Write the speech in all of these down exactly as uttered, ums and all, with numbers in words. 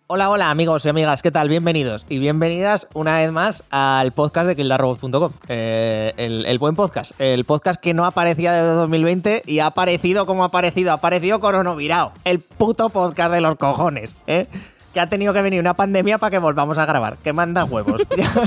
Hola, hola amigos y amigas, ¿qué tal? Bienvenidos y bienvenidas una vez más al podcast de kill the robots punto com, eh, el, el buen podcast, el podcast que no aparecía desde dos mil veinte y ha aparecido como ha aparecido, ha aparecido coronavirado, el puto podcast de los cojones, ¿eh? Que ha tenido que venir una pandemia para que volvamos a grabar, que manda huevos.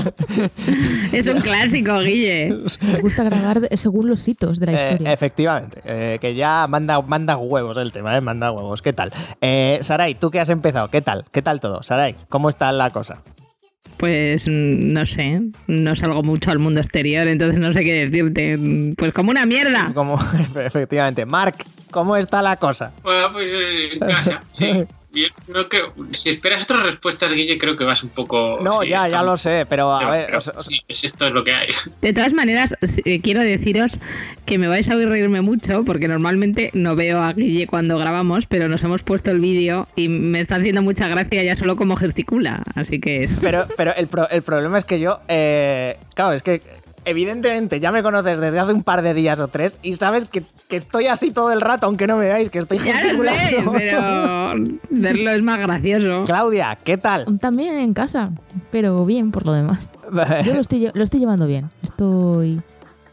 Es un clásico, Guille. Me gusta grabar según los hitos de la historia. Eh, efectivamente, eh, que ya manda, manda huevos el tema, ¿eh? Manda huevos. ¿Qué tal? Eh, Saray, tú que has empezado, ¿qué tal? ¿Qué tal todo? Saray, ¿cómo está la cosa? Pues no sé, no salgo mucho al mundo exterior, entonces no sé qué decirte. Pues como una mierda. Como, efectivamente. Marc, ¿cómo está la cosa? Bueno, pues eh, en casa, sí. Yo no creo, si esperas otras respuestas, Guille, creo que vas un poco... No, sí, ya, está, ya lo sé, pero a pero, ver... pero, o sea, sí, pues esto es lo que hay. De todas maneras, eh, quiero deciros que me vais a oír reírme mucho, porque normalmente no veo a Guille cuando grabamos, pero nos hemos puesto el vídeo y me está haciendo mucha gracia ya solo como gesticula, así que... Eso. Pero, pero el, pro, el problema es que yo... Eh, claro, es que... Evidentemente, ya me conoces desde hace un par de días o tres y sabes que, que estoy así todo el rato, aunque no me veáis, que estoy gesticulando. Ya lo sé, pero verlo es más gracioso. Claudia, ¿qué tal? También en casa, pero bien por lo demás. Yo lo estoy, lo estoy llevando bien, estoy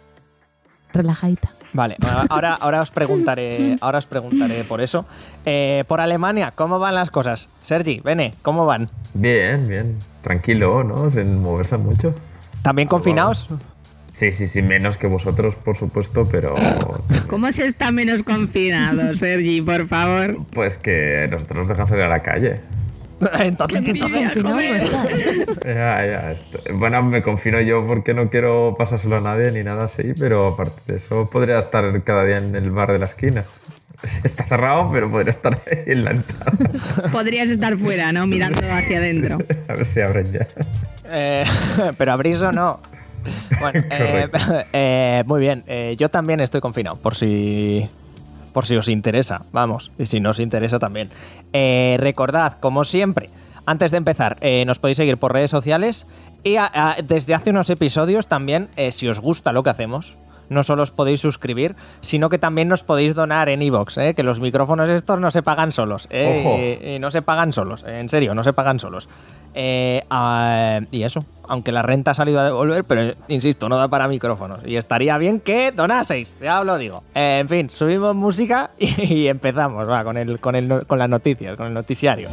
relajadita. Vale, ahora, ahora os preguntaré, ahora os preguntaré por eso. Eh, por Alemania, ¿cómo van las cosas? Sergi, Bene, ¿cómo van? Bien, bien, tranquilo, ¿no? Sin moverse mucho. ¿También confinados? Sí, sí, sí, menos que vosotros, por supuesto, pero... ¿Cómo se está menos confinado, Sergi, por favor? Pues que nosotros nos dejan salir a la calle. Entonces, ¿Qué entonces confinado no estás? Ya, ya. Esto- Bueno, me confino yo porque no quiero pasárselo a nadie ni nada así, pero aparte de eso podría estar cada día en el bar de la esquina. Está cerrado, pero podría estar ahí en la entrada. Podrías estar fuera, ¿no? Mirando hacia adentro. A ver si abren ya. Eh, pero abrís o no. Bueno, eh, eh, muy bien. Eh, yo también estoy confinado, por si, por si os interesa. Vamos, y si no os interesa también. Eh, recordad, como siempre, antes de empezar, eh, nos podéis seguir por redes sociales y a, a, desde hace unos episodios también, eh, si os gusta lo que hacemos, no solo os podéis suscribir, sino que también nos podéis donar en iVoox, ¿eh? Que los micrófonos estos no se pagan solos, ¿eh? Ojo. Y, y no se pagan solos, en serio, no se pagan solos. Eh, uh, y eso, aunque la renta ha salido a devolver, pero insisto, no da para micrófonos. Y estaría bien que donaseis, ya os lo digo. Eh, en fin, subimos música y, y empezamos, va, con, el, con, el, con las noticias, con el noticiario.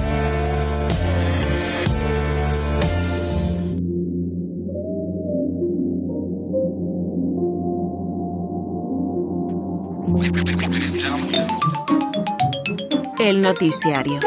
El noticiario.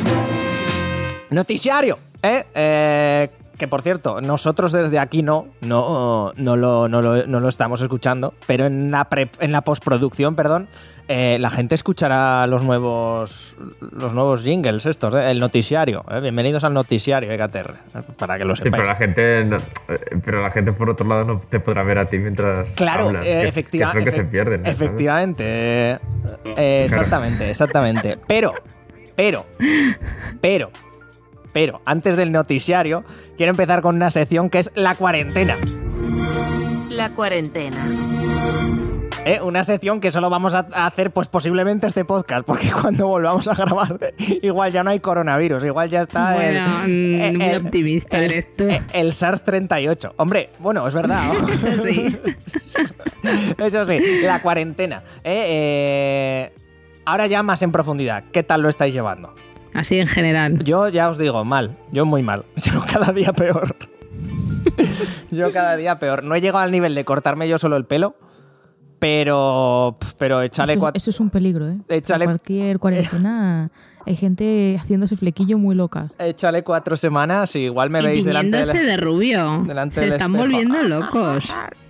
Noticiario, ¿eh? Eh, que por cierto, nosotros desde aquí no, no, no, lo, no, lo, no lo estamos escuchando, pero en la, pre, en la postproducción, perdón, eh, la gente escuchará los nuevos los nuevos jingles estos, ¿eh? El noticiario. ¿eh? Bienvenidos al noticiario, Ecaterre, para que lo sepáis. Sí, pero la gente, no, pero la gente por otro lado no te podrá ver a ti mientras claro, hablas, eh, que, efectiva, que es lo que efe- se pierden. ¿sabes? Efectivamente, eh, eh, exactamente, exactamente. Pero, pero, pero, pero, antes del noticiario, quiero empezar con una sección que es la cuarentena. La cuarentena. ¿Eh? Una sección que solo vamos a hacer, pues posiblemente este podcast, porque cuando volvamos a grabar, igual ya no hay coronavirus, igual ya está Bueno, el, mm, muy optimista el, eres tú. el, el SARS treinta y ocho. Hombre, bueno, es verdad. Eso sí. Eso sí, la cuarentena. ¿eh? Eh, ahora ya más en profundidad, ¿qué tal lo estáis llevando? Así en general. Yo ya os digo, mal, yo muy mal. Yo cada día peor. Yo cada día peor. No he llegado al nivel de cortarme yo solo el pelo, pero pero échale Eso, cuatro. eso es un peligro, ¿eh? Échale- En cualquier cuarentena hay gente haciéndose flequillo muy loca. Échale cuatro semanas y igual me Y veis delante tiñéndose del... de rubio. delante Se del están espejo. volviendo locos.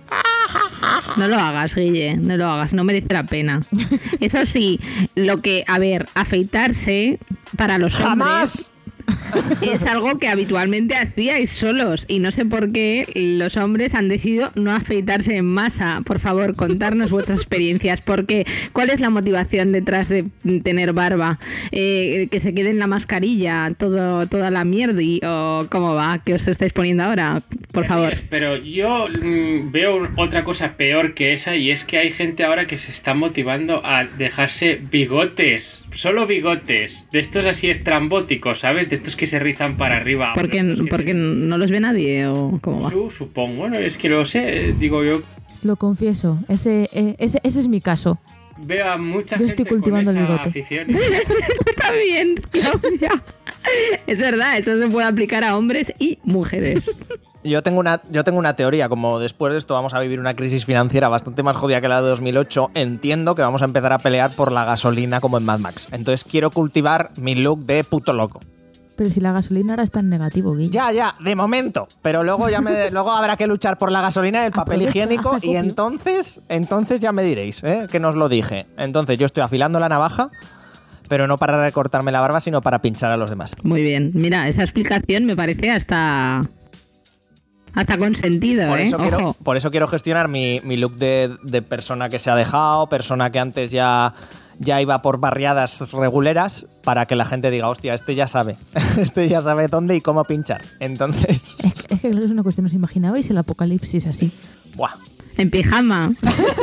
No lo hagas, Guille, no lo hagas, no merece la pena. Eso sí, lo que, a ver, afeitarse para los hombres ¡Jamás! es algo que habitualmente hacíais solos y no sé por qué los hombres han decidido no afeitarse en masa. Por favor, contarnos vuestras experiencias. ¿Por qué? ¿Cuál es la motivación detrás de tener barba? Eh, ¿Que se quede en la mascarilla todo, toda la mierda? ¿O cómo va? ¿Qué os estáis poniendo ahora? Por favor. Pero yo mmm, veo otra cosa peor que esa, y es que hay gente ahora que se está motivando a dejarse bigotes. solo bigotes, de estos así estrambóticos, ¿sabes? De estos que se rizan para arriba. ¿Por qué, porque no los ve nadie o cómo va? Su, supongo, no es que lo sé, digo yo. Lo confieso, ese, eh, ese, ese es mi caso. Veo a mucha Yo gente estoy cultivando con el esa bigote. afición. Está bien, Claudia. Es verdad, eso se puede aplicar a hombres y mujeres. Yo tengo, una, yo tengo una teoría, como después de esto vamos a vivir una crisis financiera bastante más jodida que la de dos mil ocho, entiendo que vamos a empezar a pelear por la gasolina como en Mad Max. Entonces quiero cultivar mi look de puto loco. Pero si la gasolina ahora está en negativo, Guille. Ya, ya, de momento. Pero luego ya me, luego habrá que luchar por la gasolina y el papel Aprovecha, higiénico haz y acopio. entonces, entonces ya me diréis, ¿eh? Que no os lo dije. Entonces yo estoy afilando la navaja, pero no para recortarme la barba, sino para pinchar a los demás. Muy bien. Mira, esa explicación me parece hasta... Hasta consentido, Por ¿eh? eso, quiero, Ojo. por eso quiero gestionar mi, mi look de, de persona que se ha dejado, persona que antes ya, ya iba por barriadas reguleras, para que la gente diga, hostia, este ya sabe, este ya sabe dónde y cómo pinchar. Entonces, Es, es que claro, es una cuestión, ¿os imaginabais el apocalipsis así? buah. En pijama.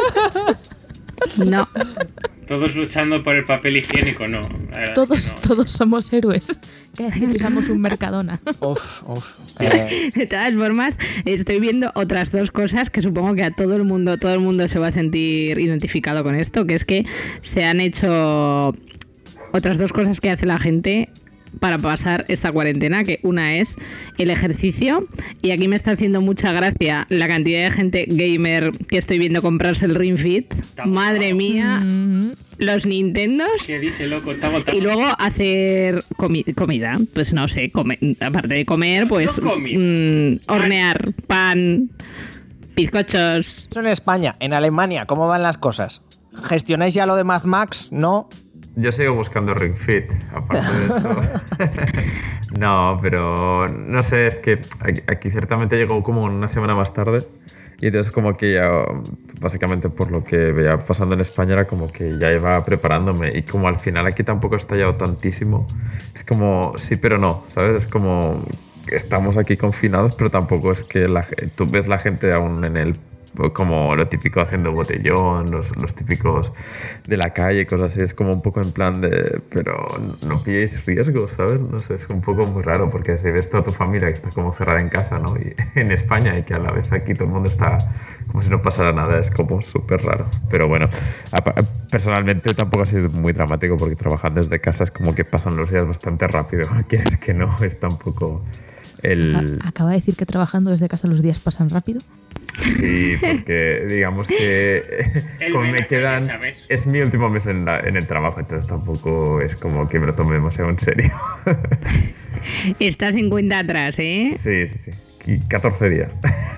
No. Todos luchando por el papel higiénico, no. La verdad Todos, es que no. todos somos héroes. Que pisamos un Mercadona. Uf, uf. Eh, De todas formas, estoy viendo otras dos cosas que supongo que a todo el mundo, todo el mundo se va a sentir identificado con esto, que es que se han hecho otras dos cosas que hace la gente para pasar esta cuarentena, que una es el ejercicio, y aquí me está haciendo mucha gracia la cantidad de gente gamer que estoy viendo comprarse el Ring Fit. Madre mía, Mm, los Nintendos. ¿Qué dice, loco? Está agotado. Y luego hacer comi- comida, pues no sé, come- aparte de comer, pues No comida. mm, hornear pan, bizcochos. eso en España. En Alemania, ¿cómo van las cosas? ¿Gestionáis ya lo de Mad Max? ¿No? Yo sigo buscando Ring Fit, aparte de eso. No, pero no sé, es que aquí, aquí ciertamente llegó como una semana más tarde. Y entonces como que ya, básicamente por lo que veía pasando en España, era como que ya iba preparándome. Y como al final aquí tampoco ha estallado tantísimo, es como sí pero no, ¿sabes? Es como estamos aquí confinados, pero tampoco es que la, ge- tú ves la gente aún en el... como lo típico haciendo botellón, los, los típicos de la calle, cosas así. Es como un poco en plan de... Pero no pilléis riesgos, ¿sabes? No sé, es un poco muy raro porque si ves toda tu familia que está como cerrada en casa, ¿no? Y en España y que a la vez aquí todo el mundo está como si no pasara nada, es como súper raro. Pero bueno, apa- personalmente tampoco ha sido muy dramático porque trabajando desde casa es como que pasan los días bastante rápido. Quieres que no, es tampoco el... Ac- Acaba de decir que trabajando desde casa los días pasan rápido. Sí, porque digamos que El como me verano, quedan... ¿sabes? Es mi último mes en, la- en el trabajo, entonces tampoco es como que me lo tome demasiado en serio. Estás en cuenta atrás, ¿eh? Sí, sí, sí. Qui- catorce días.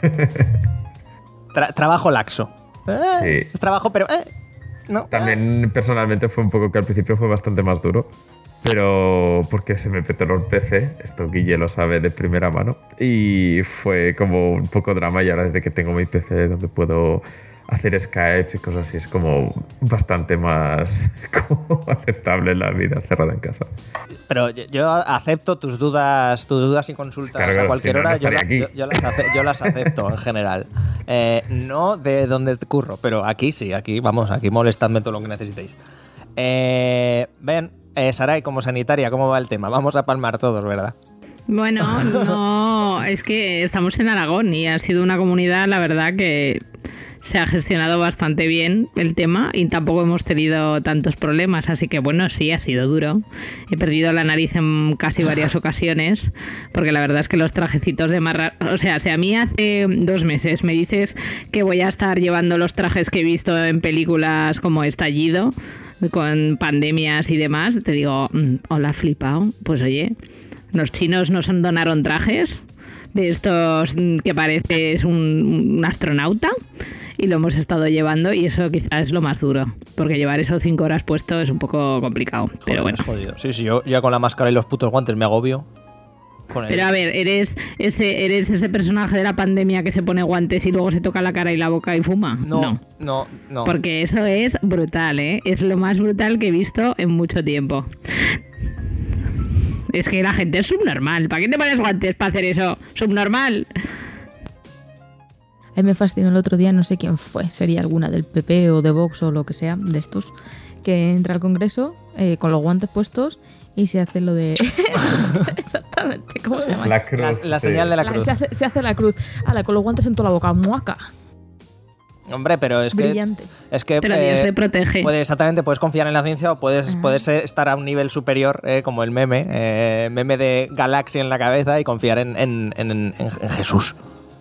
Tra- trabajo laxo. Eh, Sí. Es trabajo, pero... eh, no. También personalmente fue un poco que al principio fue bastante más duro, pero porque se me petó el P C, esto Guille lo sabe de primera mano, y fue como un poco drama y ahora desde que tengo mi P C donde puedo hacer Skypes y cosas así es como bastante más como aceptable la vida cerrada en casa. Pero yo, yo acepto tus dudas, tus dudas y consultas Claro, claro, a cualquier si no, no hora. Yo, estaría la- aquí. yo- yo las ace- yo las acepto en general. Eh, no de donde curro, pero aquí sí, aquí vamos, aquí molestadme todo lo que necesitéis. Eh, ven, eh, Sarai, como sanitaria, ¿cómo va el tema? Vamos a palmar todos, ¿verdad? Bueno, no, es que estamos en Aragón y ha sido una comunidad, la verdad, que se ha gestionado bastante bien el tema y tampoco hemos tenido tantos problemas, así que bueno, sí, ha sido duro. He perdido la nariz en casi varias ocasiones, porque la verdad es que los trajecitos de marra... O sea, si a mí hace dos meses me dices que voy a estar llevando los trajes que he visto en películas como Estallido, con pandemias y demás, te digo, mm, hola, flipao, pues oye... Los chinos nos donaron trajes de estos que pareces un, un astronauta y lo hemos estado llevando y eso quizás es lo más duro, porque llevar eso cinco horas puesto es un poco complicado, Joder, pero bueno. es jodido. Sí, sí, yo ya con la máscara y los putos guantes me agobio. Con el- Pero a ver, eres ese, eres ese personaje de la pandemia que se pone guantes y luego se toca la cara y la boca y fuma. No, no. no, no. Porque eso es brutal, ¿eh? Es lo más brutal que he visto en mucho tiempo. Es que la gente es subnormal. ¿Para qué te pones guantes para hacer eso? Subnormal. A mí me fascinó el otro día, no sé quién fue, sería alguna del P P o de Vox o lo que sea, de estos, que entra al Congreso eh, con los guantes puestos y se hace lo de... Exactamente, ¿cómo se llama? La cruz. La, la señal de la cruz. Se hace, se hace la cruz. Ala, con los guantes en toda la boca. ¡Muaca! Hombre, pero es Brillante. que... Es que Pero Dios le protege. Puede, exactamente, puedes confiar en la ciencia o puedes, Ah. puedes estar a un nivel superior, eh, como el meme, eh, meme de galaxia en la cabeza y confiar en, en, en, en, en Jesús.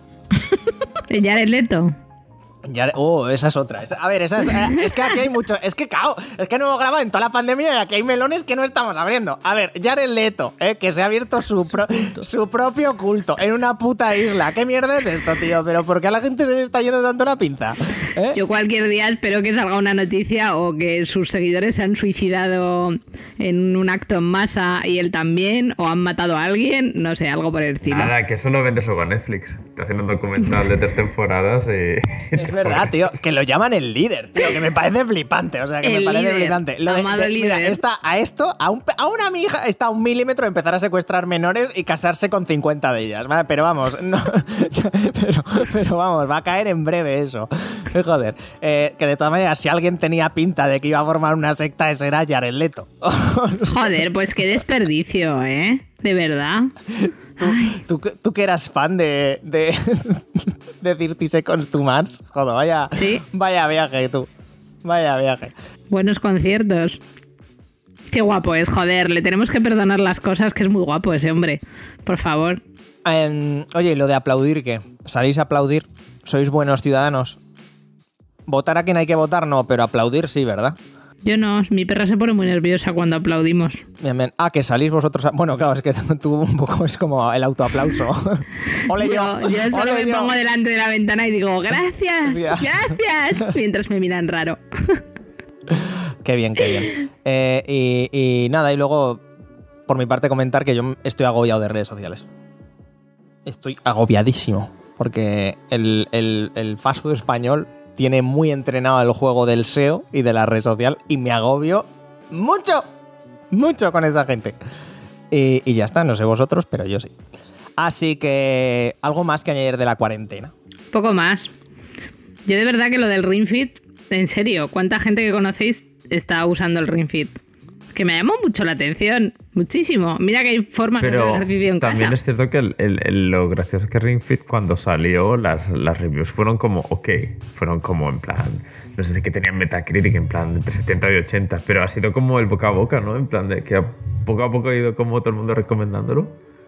Jared Leto. Ya, oh, esa es otra. Esa- a ver, esa es, eh, es que aquí hay mucho. Es que, cao, es que no hemos grabado en toda la pandemia y aquí hay melones que no estamos abriendo. A ver, Jared Leto, eh, que se ha abierto su, pro- su propio culto en una puta isla. ¿Qué mierda es esto, tío? Pero ¿por qué a la gente se le está yendo tanto la pinza? ¿Eh? Yo cualquier día espero que salga una noticia o que sus seguidores se han suicidado en un acto en masa y él también, o han matado a alguien, no sé, algo por el estilo. Nada, que eso lo vendes luego a Netflix. Te hacen un documental de tres temporadas y... Es verdad, tío, que lo llaman el líder, tío, que me parece flipante, o sea, que El me parece líder, flipante. Lo de, amado de- mira, líder. está a esto, a, un, a una mi hija está a un milímetro de empezar a secuestrar menores y casarse con cincuenta de ellas, ¿vale? Pero vamos, no, pero, pero vamos, va a caer en breve eso. Joder, eh, que de todas maneras, si alguien tenía pinta de que iba a formar una secta, ese era Jared Leto. Joder, pues qué desperdicio, ¿eh? De verdad. ¿Tú, tú, tú que eras fan de, de, de thirty Seconds to Mars, joder, vaya, Sí. vaya viaje tú, vaya viaje. Buenos conciertos. Qué guapo es, joder. Le tenemos que perdonar las cosas, que es muy guapo ese hombre. Por favor. Eh, oye, ¿y lo de aplaudir qué? ¿Salís a aplaudir? ¿Sois buenos ciudadanos? Votar a quien hay que votar, no, pero aplaudir sí, ¿verdad? Yo no, mi perra se pone muy nerviosa cuando aplaudimos. Bien, bien. Ah, que salís vosotros. A... Bueno, claro, es que tú un poco es como el autoaplauso. Ole yo, Yo, yo solo ole me yo. pongo delante de la ventana y digo, gracias, Gracias. gracias, mientras me miran raro. Qué bien, qué bien. Eh, y, y nada, y luego, por mi parte, comentar que yo estoy agobiado de redes sociales. Estoy agobiadísimo. Porque el, el, el fast food español tiene muy entrenado el juego del S E O y de la red social y me agobio mucho, mucho con esa gente. Y, y ya está, no sé vosotros, pero yo sí. Así que, algo más que añadir de la cuarentena. Poco más. Yo de verdad que lo del Ring Fit, en serio, ¿cuánta gente que conocéis está usando el Ring Fit? Que me llamó mucho la atención, muchísimo. Mira que hay formas de hacer Pero ejercicio en también casa. es cierto que el- el- el- lo gracioso es que Ring Fit cuando salió, las, las reviews fueron como ok, fueron como en plan, no sé si que tenían Metacritic en plan entre setenta y ochenta, pero ha sido como el boca a boca, ¿no? En plan de que a poco a poco ha ido como todo el mundo recomendándolo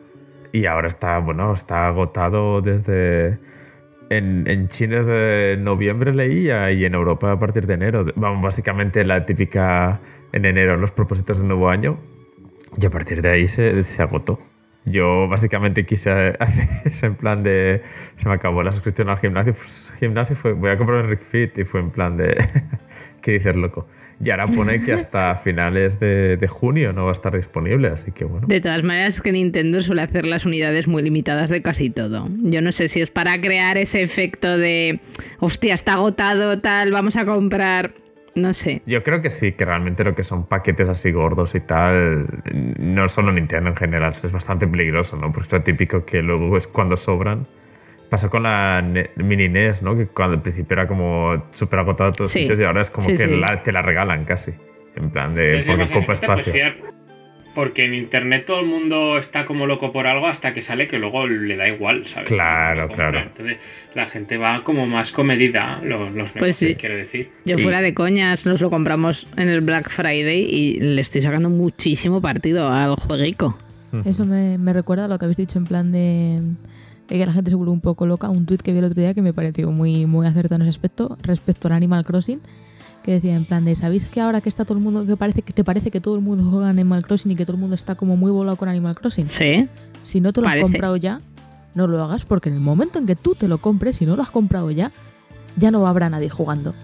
y ahora está, bueno, está agotado desde... En, en China desde noviembre leía y en Europa a partir de enero. Vamos, básicamente la típica en enero los propósitos de nuevo año y a partir de ahí se, se agotó. Yo básicamente quise hacer ese en plan de... Se me acabó la suscripción al gimnasio. Pues, gimnasio fue, voy a comprar un Ring Fit y fue en plan de... ¿Qué dices, loco? Y ahora pone que hasta finales de, de junio no va a estar disponible, así que bueno. De todas maneras, es que Nintendo suele hacer las unidades muy limitadas de casi todo. Yo no sé si es para crear ese efecto de, hostia, está agotado, tal, vamos a comprar. No sé. Yo creo que sí, que realmente lo que son paquetes así gordos y tal, no solo Nintendo en general, es bastante peligroso, ¿no? Porque es lo típico que luego es cuando sobran. Pasó con la Ne- mini N E S, ¿no? Que cuando al principio era como súper agotado en todos Sí. sitios y ahora es como Sí, que sí. La, te la regalan casi. En plan de... Pero es porque demasiado ocupa difícil espacio. apreciar, porque en internet todo el mundo está como loco por algo hasta que sale que luego le da igual, ¿sabes? Claro, Lo compra. claro. Entonces la gente va como más comedida, los, los negocios, Pues sí. quiero decir. Yo Y- fuera de coñas, nos lo compramos en el Black Friday y le estoy sacando muchísimo partido al jueguico. Eso me, me recuerda a lo que habéis dicho en plan de, de que la gente se vuelve un poco loca. Un tuit que vi el otro día que me pareció muy, muy acertado en ese aspecto respecto al Animal Crossing, que decía en plan de, ¿sabéis que ahora que está todo el mundo, que parece que te parece que todo el mundo juega Animal Crossing y que todo el mundo está como muy volado con Animal Crossing? Sí. Si no te lo Parece. has comprado ya, no lo hagas, porque en el momento en que tú te lo compres, si no lo has comprado ya, ya no habrá nadie jugando.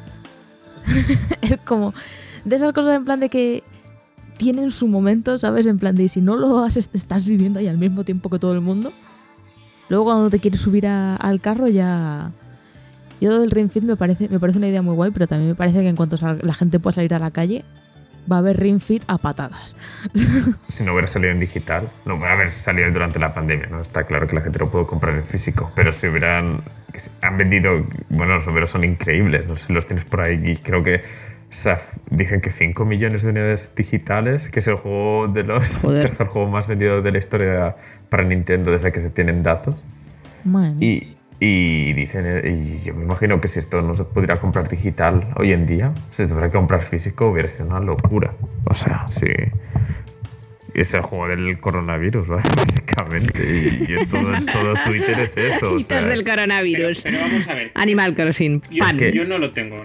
Es como de esas cosas en plan de que tienen su momento, ¿sabes? En plan de si no lo has, estás viviendo ahí al mismo tiempo que todo el mundo. Luego cuando te quieres subir a- al carro ya... Yo del Ring Fit me parece, me parece una idea muy guay, pero también me parece que en cuanto sal- la gente pueda salir a la calle, va a haber Ring Fit a patadas. Si no hubiera salido en digital, no va a haber salido durante la pandemia, ¿no? Está claro que la gente lo pudo comprar en físico, pero si hubieran... que si- Han vendido... Bueno, los números son increíbles, no sé si los tienes por ahí y creo que sea, dicen que cinco millones de unidades digitales, que es el juego de los Joder. tercer juego más vendido de la historia para Nintendo desde que se tienen datos. Madre mía. Y, y dicen, y yo me imagino que si esto no se pudiera comprar digital hoy en día, si se tuviera que comprar físico, hubiera sido una locura. O sea, sí. Es el juego del coronavirus, ¿vale? Básicamente. Y, y todo, todo Twitter es eso. O Mitos sea, del coronavirus. Pero, pero vamos a ver. Animal Crossing. Yo, Pan. que- yo no lo tengo.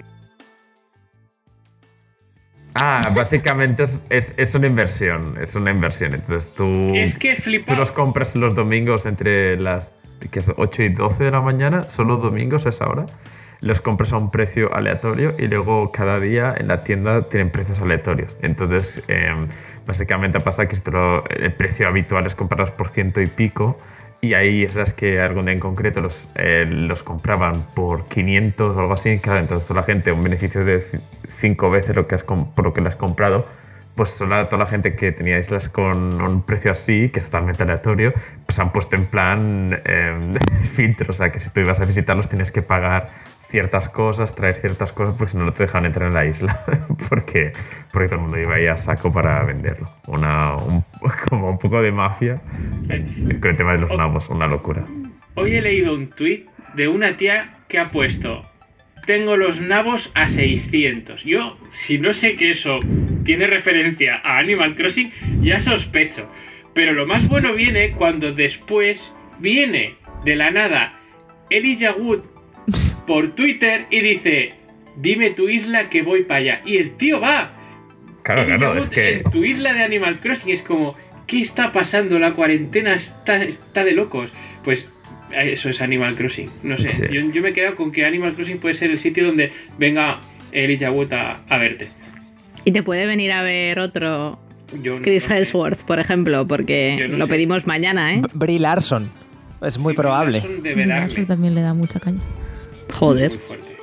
Ah, básicamente es, es, es una inversión. Es una inversión. Entonces tú, Es que tú flipa. los compras los domingos entre las que es ocho y doce de la mañana, solo domingos a esa hora. Los compras a un precio aleatorio y luego cada día en la tienda tienen precios aleatorios. Entonces, eh, básicamente pasa que esto lo- el precio habitual es comprarlos por ciento y pico. Y ahí es las que algún día en concreto los, eh, los compraban por quinientos o algo así. Claro, entonces toda la gente, un beneficio de c- cinco veces lo que has com- por lo que lo has comprado, pues solo toda la gente que tenía islas con un precio así, que es totalmente aleatorio, pues han puesto en plan eh, filtro. O sea, que si tú ibas a visitarlos tienes que pagar ciertas cosas, traer ciertas cosas, porque si no, no te dejaban entrar en la isla. porque, porque todo el mundo iba ahí a saco para venderlo. Una, un, como un poco de mafia con el tema de los nabos, una locura. Hoy he leído un tuit de una tía que ha puesto: tengo los nabos a seiscientos. Yo, si no sé que eso tiene referencia a Animal Crossing, ya sospecho. Pero lo más bueno viene cuando después viene de la nada Elijah Wood por Twitter y dice: dime tu isla que voy para allá. Y el tío va. Claro, Elijah claro, Wood es que... en tu isla de Animal Crossing es como, ¿qué está pasando? La cuarentena está, está de locos. Pues eso es Animal Crossing. No sé, Sí. yo, yo me he quedado con que Animal Crossing puede ser el sitio donde venga Elijah Wood a, a verte. Y te puede venir a ver otro Yo no Chris sé. Hemsworth, por ejemplo, porque Yo no lo sé. pedimos mañana, ¿eh? B- Brie Larson. Es muy Sí, probable. Larson debe Mira, darle. eso también le da mucha caña. Joder. Muy fuerte.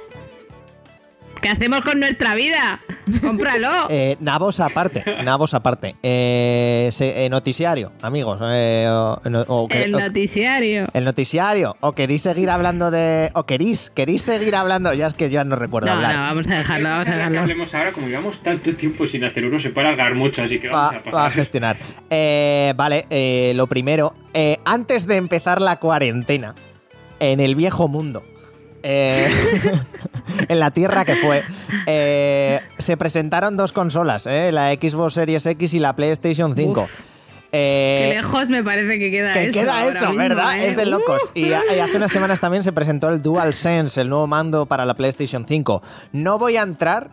¿Qué hacemos con nuestra vida? ¡Cómpralo! Eh, nabos aparte, nabos aparte. Eh, se- eh, noticiario, amigos. eh, o- no- o que- El o- noticiario. el noticiario. ¿O queréis seguir hablando de...? ¿O queréis, queréis seguir hablando? Ya es que ya no recuerdo No, hablar. no, vamos a dejarlo, Hay vamos a cosas de las que dejarlo. hablemos ahora, como llevamos tanto tiempo sin hacer uno, se puede alargar mucho, así que vamos Va, a va a pasar. gestionar. Eh, vale, eh, lo primero. eh, antes de empezar la cuarentena, en el viejo mundo, eh, en la tierra que fue, eh, se presentaron dos consolas, eh, la Xbox Series X y la PlayStation cinco. Uf. Eh, Qué lejos me parece que queda que eso. queda ahora eso, mismo, ¿verdad? ¿eh? Es de locos. Uh. Y, a- y hace unas semanas también se presentó el DualSense, el nuevo mando para la PlayStation cinco. No voy a entrar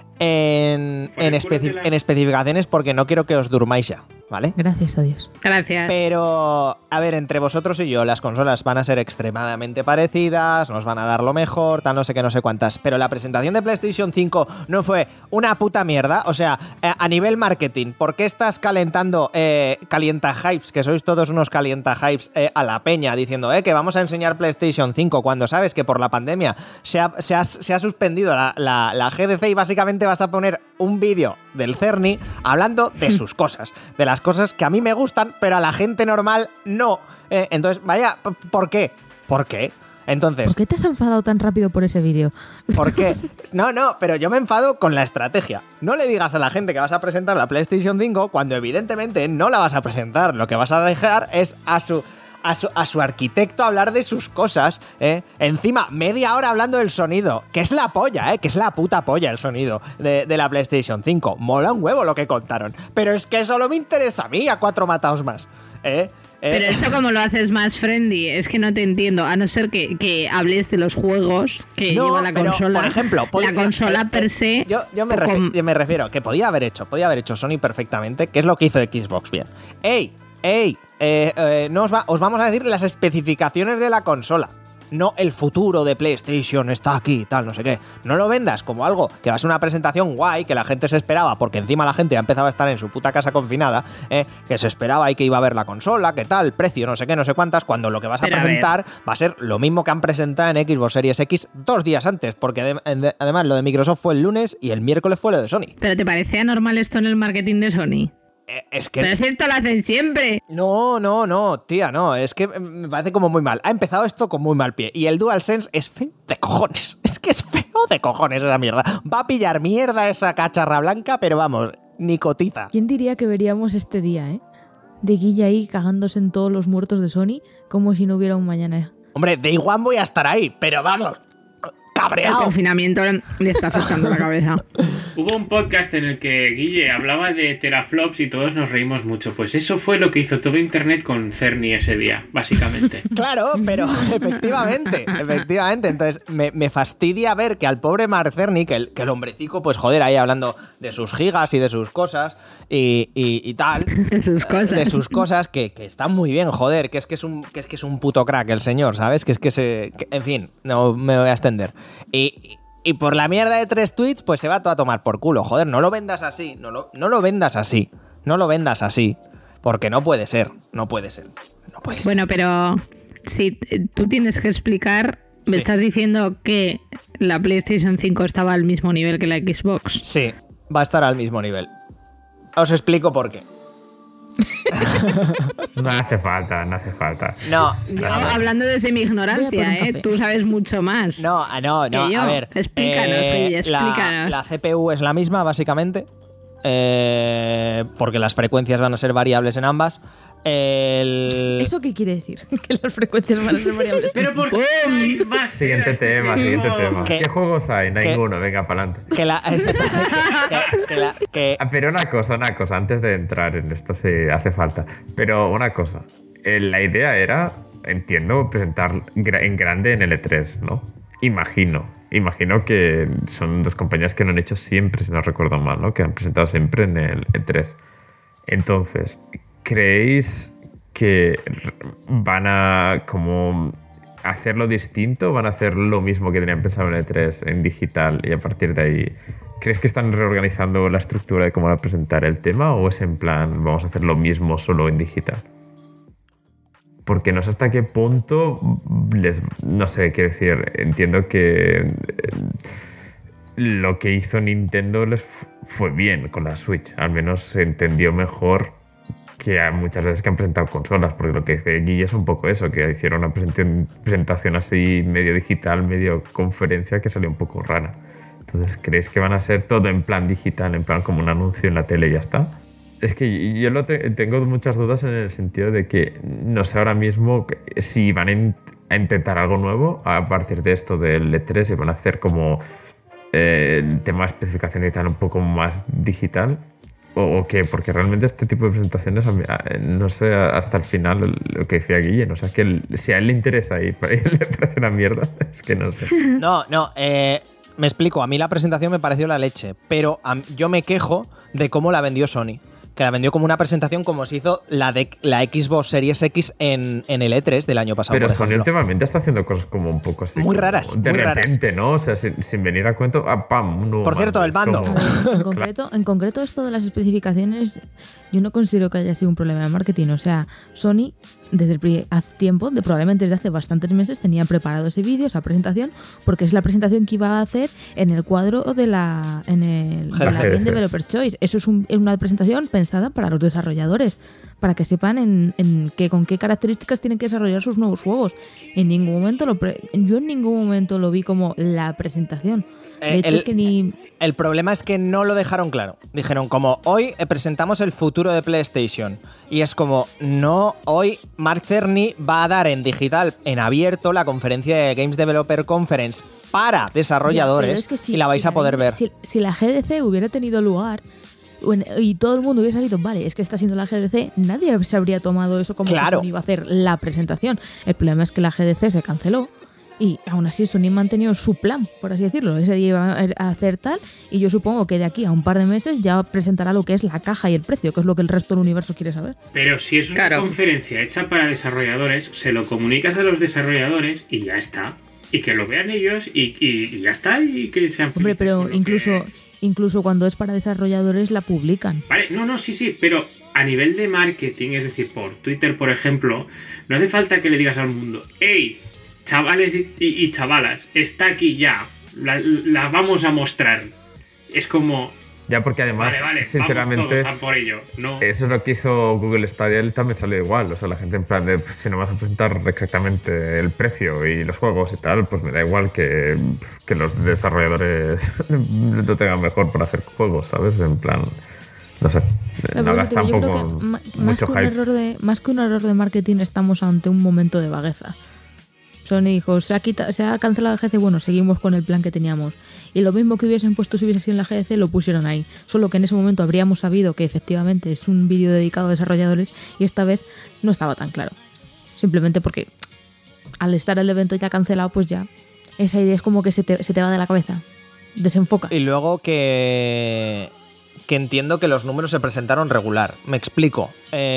en, Por el en, culo especi- de la- en especificaciones porque no quiero que os durmáis ya, ¿vale? Gracias a Dios. Gracias. Pero, a ver, entre vosotros y yo, las consolas van a ser extremadamente parecidas, nos van a dar lo mejor, tal, no sé qué, no sé cuántas. Pero la presentación de PlayStation cinco no fue una puta mierda. O sea, eh, a nivel marketing, ¿por qué estás calentando eh, calienta hypes, que sois todos unos calienta hypes eh, a la peña, diciendo eh, que vamos a enseñar PlayStation cinco cuando sabes que por la pandemia se ha, se ha- se ha suspendido la, la- la G D C y básicamente vas a poner un vídeo del Cerny hablando de sus cosas, de las cosas que a mí me gustan, pero a la gente normal no. Eh, entonces, vaya, p- ¿por qué? ¿Por qué? Entonces, ¿Por qué te has enfadado tan rápido por ese vídeo? ¿por qué? No, no, pero yo me enfado con la estrategia. No le digas a la gente que vas a presentar la PlayStation cinco cuando evidentemente no la vas a presentar. Lo que vas a dejar es a su... A su, a su arquitecto hablar de sus cosas, ¿eh? Encima, media hora hablando del sonido, que es la polla, ¿eh? Que es la puta polla el sonido de, de la PlayStation cinco. Mola un huevo lo que contaron. Pero es que solo me interesa a mí, a cuatro mataos más, ¿eh? Eh, Pero eso como lo haces más friendly, es que no te entiendo, a no ser que, que hables de los juegos que No, lleva la pero, consola. por ejemplo, podía- la consola eh, per eh, se. Yo, yo me, con- refi- yo me refiero que podía haber hecho, podía haber hecho Sony perfectamente, que es lo que hizo Xbox bien. ¡Ey! ¡Ey! Eh, eh, no os, va- os vamos a decir las especificaciones de la consola. No el futuro de PlayStation está aquí y tal, no sé qué. No lo vendas como algo que va a ser una presentación guay, que la gente se esperaba, porque encima la gente ya empezaba a estar en su puta casa confinada, eh, que se esperaba y que iba a ver la consola, qué tal, precio, no sé qué, no sé cuántas, cuando lo que vas a Pero a ver. presentar va a ser lo mismo que han presentado en Xbox Series X dos días antes, porque adem- ade- además lo de Microsoft fue el lunes y el miércoles fue lo de Sony. ¿Pero te parece anormal esto en el marketing de Sony? eh, es que... Pero si esto lo hacen siempre. No, no, no, tía, no. Es que me parece como muy mal. Ha empezado esto con muy mal pie. Y el DualSense es feo de cojones. Es que es feo de cojones esa mierda. Va a pillar mierda esa cacharra blanca, pero vamos, ni cotiza. ¿Quién diría que veríamos este día, eh? De Guille ahí cagándose en todos los muertos de Sony, como si no hubiera un mañana. Hombre, de igual voy a estar ahí, pero vamos, El cabreado. confinamiento le está afectando la cabeza. Hubo un podcast en el que Guille hablaba de teraflops y todos nos reímos mucho. Pues eso fue lo que hizo todo Internet con Cerny ese día, básicamente. Claro, pero efectivamente, efectivamente. Entonces, me, me fastidia ver que al pobre Mark Cerny, que el, que el hombrecico, pues joder, ahí hablando de sus gigas y de sus cosas y, y, y tal. De sus cosas. De sus cosas, que, que están muy bien, joder, que es que es un, que es que es un puto crack el señor, ¿sabes? Que es que se. Que, en fin, no me voy a extender. Y. Y por la mierda de tres tweets, pues se va todo a tomar por culo. Joder, no lo vendas así. No lo, no lo vendas así. No lo vendas así. Porque no puede ser. No puede ser. No puede ser. Bueno, pero si tú tienes que explicar, me Sí. estás diciendo que la PlayStation cinco estaba al mismo nivel que la Xbox. Sí, va a estar al mismo nivel. Os explico por qué. No hace falta, no hace falta. No, Yo, a ver. hablando desde mi Voy a por ignorancia, un ¿eh? café. Tú sabes mucho más. No, ah, no, no, Que yo. a ver. Explícanos, Guille, la, explícanos. la C P U es la misma, básicamente. eh, porque las frecuencias van a ser variables en ambas. El... ¿Eso qué quiere decir? Que las frecuencias van a ser variables. Pero ¿por qué hay más? Siguiente este tema, señor? siguiente tema. ¿Qué? ¿Qué, juegos hay? ¿Qué? Ninguno, venga, para adelante. Que la... ese- que- que la- que- Ah, pero una cosa, una cosa, antes de entrar en esto sí hace falta. Pero una cosa, eh, la idea era, entiendo, presentar gra- en grande en el E tres, ¿no? Imagino, imagino que son dos compañías que lo han hecho siempre, si no recuerdo mal, ¿no? Que han presentado siempre en el E tres. Entonces, ¿creéis que r- van a como hacerlo distinto? ¿Van a hacer lo mismo que tenían pensado en E tres en digital y a partir de ahí crees que están reorganizando la estructura de cómo van a presentar el tema o es en plan vamos a hacer lo mismo solo en digital? Porque no sé hasta qué punto les, no sé, quiero decir, entiendo que eh, lo que hizo Nintendo les fu- fue bien con la Switch, al menos se entendió mejor que a muchas veces que han presentado consolas, porque lo que dice Guille es un poco eso, que hicieron una presentación, presentación así medio digital, medio conferencia que salió un poco rara. Entonces, ¿creéis que van a ser todo en plan digital, en plan como un anuncio en la tele y ya está? Es que yo lo te- tengo muchas dudas en el sentido de que no sé ahora mismo si van a, in- a intentar algo nuevo a partir de esto del E tres y van a hacer como eh, el tema de especificación y tal un poco más digital o, o qué, porque realmente este tipo de presentaciones a mí, a- no sé hasta el final lo que decía Guille, o sea que el- si a él le interesa y para él le parece una mierda, es que no sé. No, no, eh, me explico. A mí la presentación me pareció la leche, pero a- yo me quejo de cómo la vendió Sony. Que la vendió como una presentación como se hizo la de la Xbox Series X en, en el E tres del año pasado. Pero por Sony ejemplo. últimamente está haciendo cosas como un poco así. Muy como raras, De muy repente, ¿no? O sea, sin, sin venir a cuento, ah, pam, un nuevo Por cierto, mando. el mando. Es como- A ver, en, concreto, en concreto, esto de las especificaciones, yo no considero que haya sido un problema de marketing. O sea, Sony, desde el pri- hace tiempo, de, probablemente desde hace bastantes meses, tenía preparado ese vídeo, esa presentación, porque es la presentación que iba a hacer en el cuadro de la, en el, de La la G D C. Game Developers Choice. Eso es, un- es una presentación pensada para los desarrolladores, para que sepan en, en qué, con qué características tienen que desarrollar sus nuevos juegos. En ningún momento lo pre- yo en ningún momento lo vi como la presentación. De Eh, hecho, el- es que ni... El problema es que no lo dejaron claro. Dijeron como, hoy eh, presentamos el futuro de PlayStation. Y es como, no, hoy Mark Cerny va a dar en digital, en abierto, la conferencia de Games Developer Conference para desarrolladores. Ya, pero es que si- y la vais si a poder Game- ver. Si, si la G D C hubiera tenido lugar en- y todo el mundo hubiera sabido, vale, es que está siendo la G D C, nadie se habría tomado eso como Claro. que Sony iba a hacer la presentación. El problema es que la G D C se canceló. Y aún así Sony ha mantenido su plan, por así decirlo. Ese día iba a hacer tal y yo supongo que de aquí a un par de meses ya presentará lo que es la caja y el precio, que es lo que el resto del universo quiere saber. Pero si es una Claro. conferencia hecha para desarrolladores, se lo comunicas a los desarrolladores y ya está. Y que lo vean ellos y, y- y ya está. Y que sean Hombre, felices pero con lo incluso, que- incluso cuando es para desarrolladores la publican. Vale, no, no, sí, sí, pero a nivel de marketing, es decir, por Twitter, por ejemplo, no hace falta que le digas al mundo, hey, chavales y, y- y chavalas, está aquí ya, la, la vamos a mostrar. Es como, Ya porque además, Vale, vale, sinceramente, vamos todos a por ello. No. eso es lo que hizo Google Stadia, él también salió igual. O sea, la gente en plan de, si no vas a presentar exactamente el precio y los juegos y tal, pues me da igual que, que los desarrolladores lo tengan mejor para hacer juegos, ¿sabes? En plan, no sé, no hagas Yo creo tampoco que ma- más, mucho que un hype. error de, más que un error de marketing, estamos ante un momento de vagueza. Sony dijo, se ha, quita- se ha cancelado la G D C, bueno, seguimos con el plan que teníamos. Y lo mismo que hubiesen puesto si hubiese sido en la G D C, lo pusieron ahí. Solo que en ese momento habríamos sabido que efectivamente es un vídeo dedicado a desarrolladores y esta vez no estaba tan claro. Simplemente porque al estar el evento ya cancelado, pues ya esa idea es como que se te, se te va de la cabeza. Desenfoca. Y luego que, que entiendo que los números se presentaron regular. Me explico.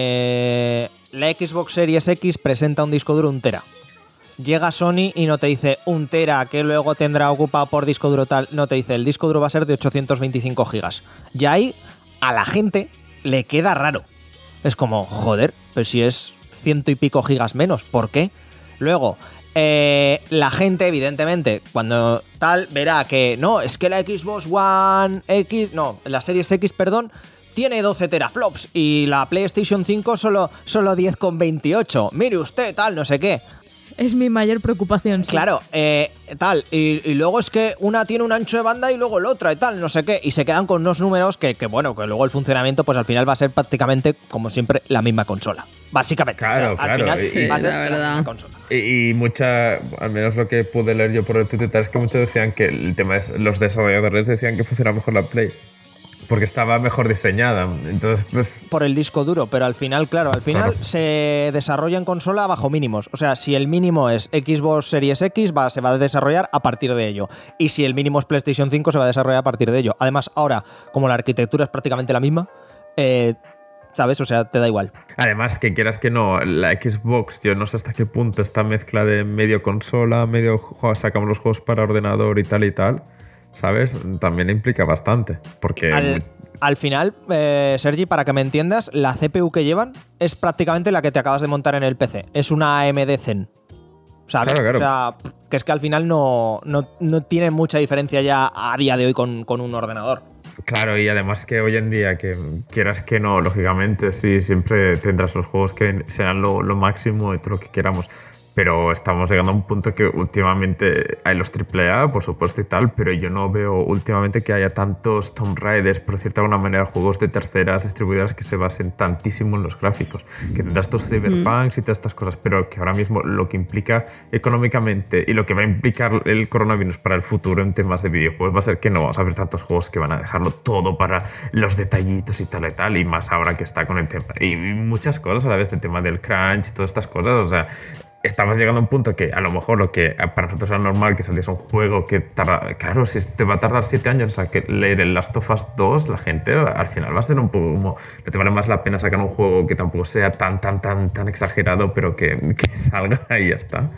Eh, la Xbox Series X presenta un disco duro un tera. Llega Sony y no te dice un tera que luego tendrá ocupado por disco duro tal. No te dice, el disco duro va a ser de ochocientos veinticinco gigas. Y ahí a la gente le queda raro. Es como, joder, pero si es ciento y pico gigas menos, ¿por qué? Luego, eh, la gente, evidentemente, cuando tal, verá que no, es que la Xbox One X, no, la Series X, perdón, tiene doce teraflops y la PlayStation cinco solo, solo diez coma veintiocho. Mire usted, tal, no sé qué. Es mi mayor preocupación. Sí. Claro, eh, tal, y, y luego es que una tiene un ancho de banda y luego la otra y tal, no sé qué, y se quedan con unos números que, que bueno, que luego el funcionamiento pues al final va a ser prácticamente, como siempre, la misma consola. Básicamente. Claro, o sea, claro, Al final y- va a ser la la verdad. misma consola. Y, y mucha, al menos lo que pude leer yo por el Twitter, es que muchos decían que el tema es, los desarrolladores decían que funcionaba mejor la Play. Porque estaba mejor diseñada. Entonces, pues. Por el disco duro, pero al final, claro, al final Claro. se desarrolla en consola bajo mínimos. O sea, si el mínimo es Xbox Series X, va, se va a desarrollar a partir de ello. Y si el mínimo es PlayStation cinco, se va a desarrollar a partir de ello. Además, ahora, como la arquitectura es prácticamente la misma, eh, ¿sabes? O sea, te da igual. Además, que quieras que no, la Xbox, yo no sé hasta qué punto esta mezcla de medio consola, medio juego, sacamos los juegos para ordenador y tal y tal, ¿sabes? También implica bastante. Porque. Al, al final, eh, Sergi, para que me entiendas, la C P U que llevan es prácticamente la que te acabas de montar en el P C. Es una A M D Zen. ¿Sabes? Claro, claro. O sea, que es que al final no, no, no tiene mucha diferencia ya a día de hoy con, con un ordenador. Claro, y además que hoy en día, que quieras que no, lógicamente, sí, siempre tendrás los juegos que serán lo, lo máximo y todo lo que queramos. Pero estamos llegando a un punto que últimamente hay los triple A, por supuesto, y tal, pero yo no veo últimamente que haya tantos Tomb Raiders, por decirte de alguna manera, juegos de terceras distribuidoras que se basen tantísimo en los gráficos. Que tendrás tus Cyberpunks mm. y todas estas cosas, pero que ahora mismo lo que implica económicamente y lo que va a implicar el coronavirus para el futuro en temas de videojuegos va a ser que no vamos a ver tantos juegos que van a dejarlo todo para los detallitos y tal y tal, y más ahora que está con el tema. Y muchas cosas a la vez, el tema del crunch y todas estas cosas, o sea. Estamos llegando a un punto que a lo mejor lo que para nosotros era normal que saliese un juego que tarda, claro, si te va a tardar siete años a que leer el Last of Us dos, la gente al final va a ser un poco como, no te vale más la pena sacar un juego que tampoco sea tan, tan, tan, tan exagerado, pero que, que salga y ya está.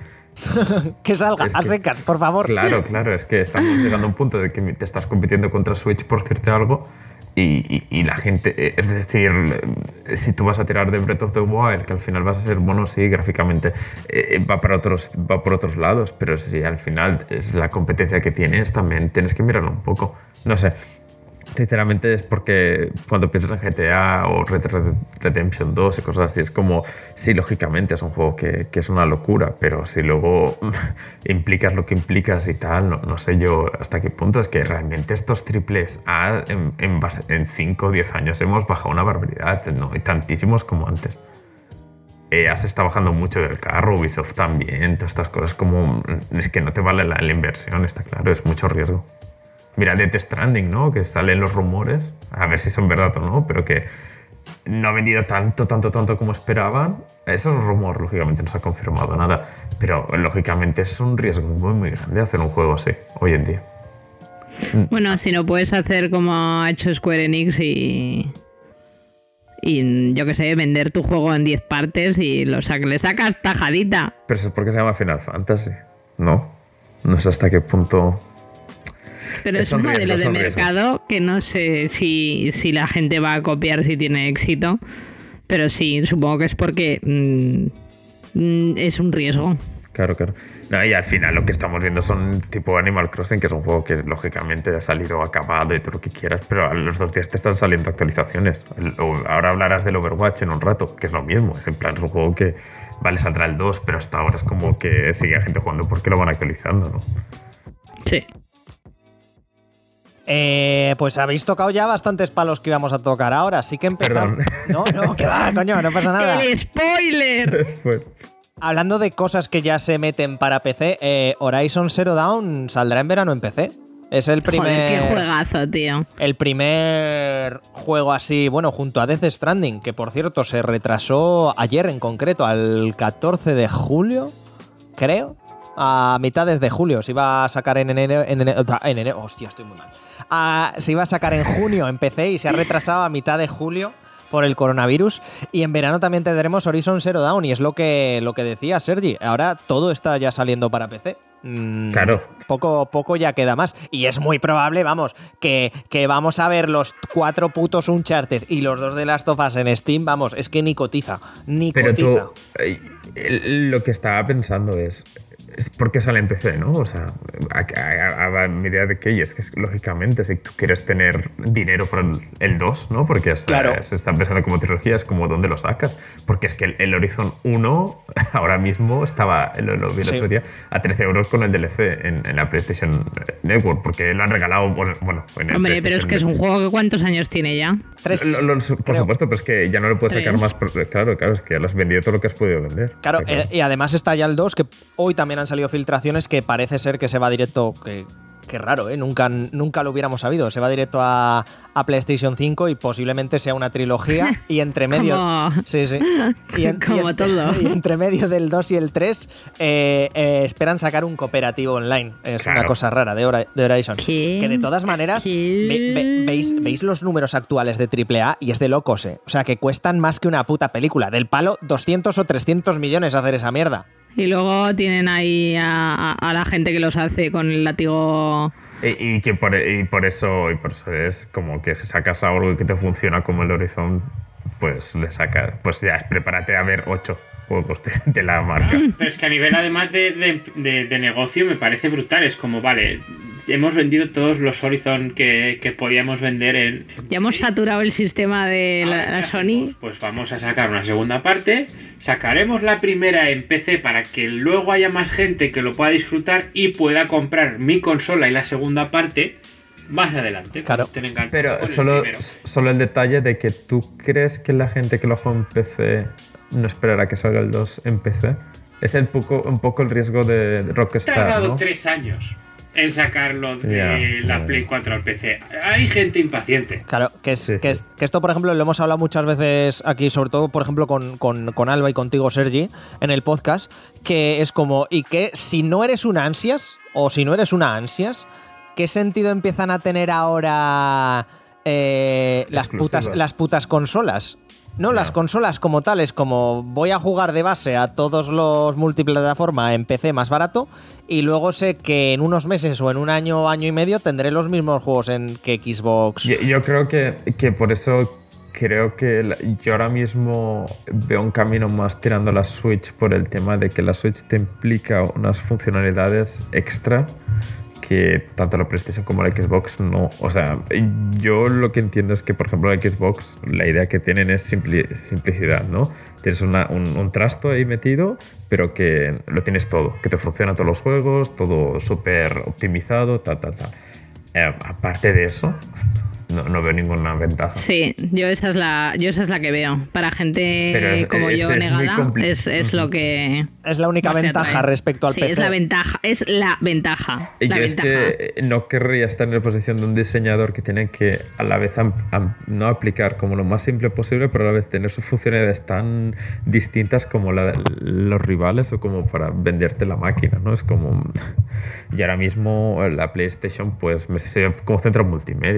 Que salga, Es a que- secas, por favor. Claro, claro, es que estamos llegando a un punto de que te estás compitiendo contra Switch por decirte algo. Y, y, y la gente, eh, es decir, eh, si tú vas a tirar de Breath of the Wild, que al final vas a ser, bueno, sí, gráficamente eh, va, para otros, va por otros lados, pero si al final es la competencia que tienes, también tienes que mirarlo un poco. No sé, sinceramente es porque cuando piensas en G T A o Red Dead Redemption dos y cosas así, es como, sí, lógicamente es un juego que, que es una locura, pero si luego implicas lo que implicas y tal, no, no sé yo hasta qué punto es que realmente estos triples A en, en, base- en cinco o diez años hemos bajado una barbaridad, no hay tantísimos como antes. E A se está bajando mucho del carro, Ubisoft también, todas estas cosas como, es que no te vale la, la inversión, está claro, es mucho riesgo. Mira, Death Stranding, ¿no? Que salen los rumores, a ver si son verdad o no, pero que no ha vendido tanto, tanto, tanto como esperaban. Eso es un rumor, lógicamente no se ha confirmado nada, pero lógicamente es un riesgo muy, muy grande hacer un juego así hoy en día. Bueno, si no puedes hacer como ha hecho Square Enix y... Y yo que sé, vender tu juego en diez partes y lo sac- le sacas tajadita. Pero eso es porque se llama Final Fantasy, ¿no? No sé hasta qué punto... Pero es Son un modelo riesgos, de son riesgos. mercado que no sé si, si la gente va a copiar si tiene éxito. Pero sí, supongo que es porque mm, mm, es un riesgo. Claro, claro. No, y al final lo que estamos viendo son tipo Animal Crossing, que es un juego que lógicamente ha salido acabado y todo lo que quieras, pero a los dos días te están saliendo actualizaciones. El, ahora hablarás del Overwatch en un rato, que es lo mismo. Es en plan, es un juego que, vale, saldrá el dos, pero hasta ahora es como que sigue gente jugando porque lo van actualizando, ¿no? Sí. Eh, pues habéis tocado ya bastantes palos que íbamos a tocar ahora, así que empezamos. Perdón. No, no, que va, coño, no pasa nada. ¡El spoiler! Después. Hablando de cosas que ya se meten para P C, eh, Horizon Zero Dawn saldrá en verano en P C. Es el primer. Joder, qué juegazo, tío. El primer juego así, bueno, junto a Death Stranding, que por cierto se retrasó ayer en concreto, al catorce de julio, creo. A mitades de julio. Se iba a sacar en enero. En enero, en enero hostia, estoy muy mal. A, se iba a sacar en junio en P C y se ha retrasado a mitad de julio por el coronavirus. Y en verano también tendremos Horizon Zero Dawn. Y es lo que, lo que decía Sergi. Ahora todo está ya saliendo para P C. Mm, Claro. Poco, poco ya queda más. Y es muy probable, vamos, que, que vamos a ver los cuatro putos Uncharted y los dos de Last of Us en Steam. Vamos, es que ni cotiza. Ni Pero cotiza. tú, eh, el- lo que estaba pensando es, es ¿por qué sale en P C, no? O sea, a, a, a, a medida de que, y es que es, lógicamente, si tú quieres tener dinero para el, el dos, ¿no? Porque es, Claro. eh, se está pensando como trilogía, es como ¿dónde lo sacas? Porque es que el, el Horizon uno ahora mismo estaba, lo, lo vi el Sí. otro día, a trece euros con el D L C en, en la PlayStation Network, porque lo han regalado, bueno, bueno en el Hombre, pero es que es un juego que ¿cuántos años tiene ya? Tres. Lo- lo- por creo. supuesto, pero es que ya no lo puedes sacar Tres. más. por- Claro, claro, es que lo has vendido todo lo que has podido vender. Claro, Está eh, y además está ya el dos, que hoy también han salido filtraciones que parece ser que se va directo. Que, que raro, ¿eh? Nunca, nunca lo hubiéramos sabido. Se va directo a, a PlayStation cinco y posiblemente sea una trilogía. Y entre medio. Como- Sí, sí. Y, en- Como y en- todo. y entre medio del dos y el tres eh, eh, esperan sacar un cooperativo online. Es Claro. una cosa rara de, Hora- de Horizon. ¿Qué? Que de todas maneras, ¿Qué? ve- ve- veis, veis los números actuales de triple A y es de locos, ¿eh? O sea, que cuestan más que una puta película. Del palo, doscientos o trescientos millones hacer esa mierda. Y luego tienen ahí a, a- a la gente que los hace con el látigo. Y, y que por, y por eso y por eso es como que si sacas algo que te funciona como el Horizon, pues le sacas, pues ya prepárate a ver ocho juegos de, de la marca. Pero es que a nivel además de, de, de- de negocio me parece brutal. Es como, vale, hemos vendido todos los Horizon que, que podíamos vender en... en Ya hemos Play. saturado el sistema de Ahora, la, ¿qué la hacemos? Sony. Pues vamos a sacar una segunda parte. Sacaremos la primera en P C para que luego haya más gente que lo pueda disfrutar y pueda comprar mi consola y la segunda parte más adelante. Claro. cuando estén enganchados Pero con el solo, primero. solo el detalle de que tú crees que la gente que lo juega en P C no esperará que salga el dos en P C. Es el poco, un poco el riesgo de Ha Rockstar, tardado ¿no? tres años en sacarlo de Ya, la ya. Play cuatro al P C. Hay gente impaciente. Claro, que, es, Sí, que, sí. es- que esto, por ejemplo, lo hemos hablado muchas veces aquí, sobre todo, por ejemplo, con, con- con Alba y contigo, Sergi, en el podcast, que es como, y que si no eres una ansias, o si no eres una ansias, ¿qué sentido empiezan a tener ahora eh, las, Exclusivas. putas, las putas consolas? No, Ya. las consolas como tales, como voy a jugar de base a todos los multiplataforma en P C más barato y luego sé que en unos meses o en un año, año y medio tendré los mismos juegos en que Xbox. Yo, yo creo que, que por eso creo que la- yo ahora mismo veo un camino más tirando a la Switch por el tema de que la Switch te implica unas funcionalidades extra que tanto la PlayStation como la Xbox no. O sea, yo lo que entiendo es que, por ejemplo, la Xbox, la idea que tienen es simpli- simplicidad, ¿no? Tienes una- un, un trasto ahí metido, pero que lo tienes todo, que te funcionan todos los juegos, todo súper optimizado, tal, tal, tal. Eh, aparte de eso, no, no veo ninguna ventaja. Sí, yo esa es la, yo esa es la que veo. Para gente Pero es- como es- yo es muy negada, compli- es, es lo que. Es la única más te ventaja atrae. respecto al sí, P C. es la ventaja. Es la ventaja. Y La yo es ventaja. que no querría estar en la posición de un diseñador que tiene que a la vez am- am- no aplicar como lo más simple posible, pero a la vez tener sus funcionalidades tan distintas como la de los rivales o como para venderte la máquina, ¿no? Es como... Y ahora mismo la PlayStation pues me se concentra en multimedia.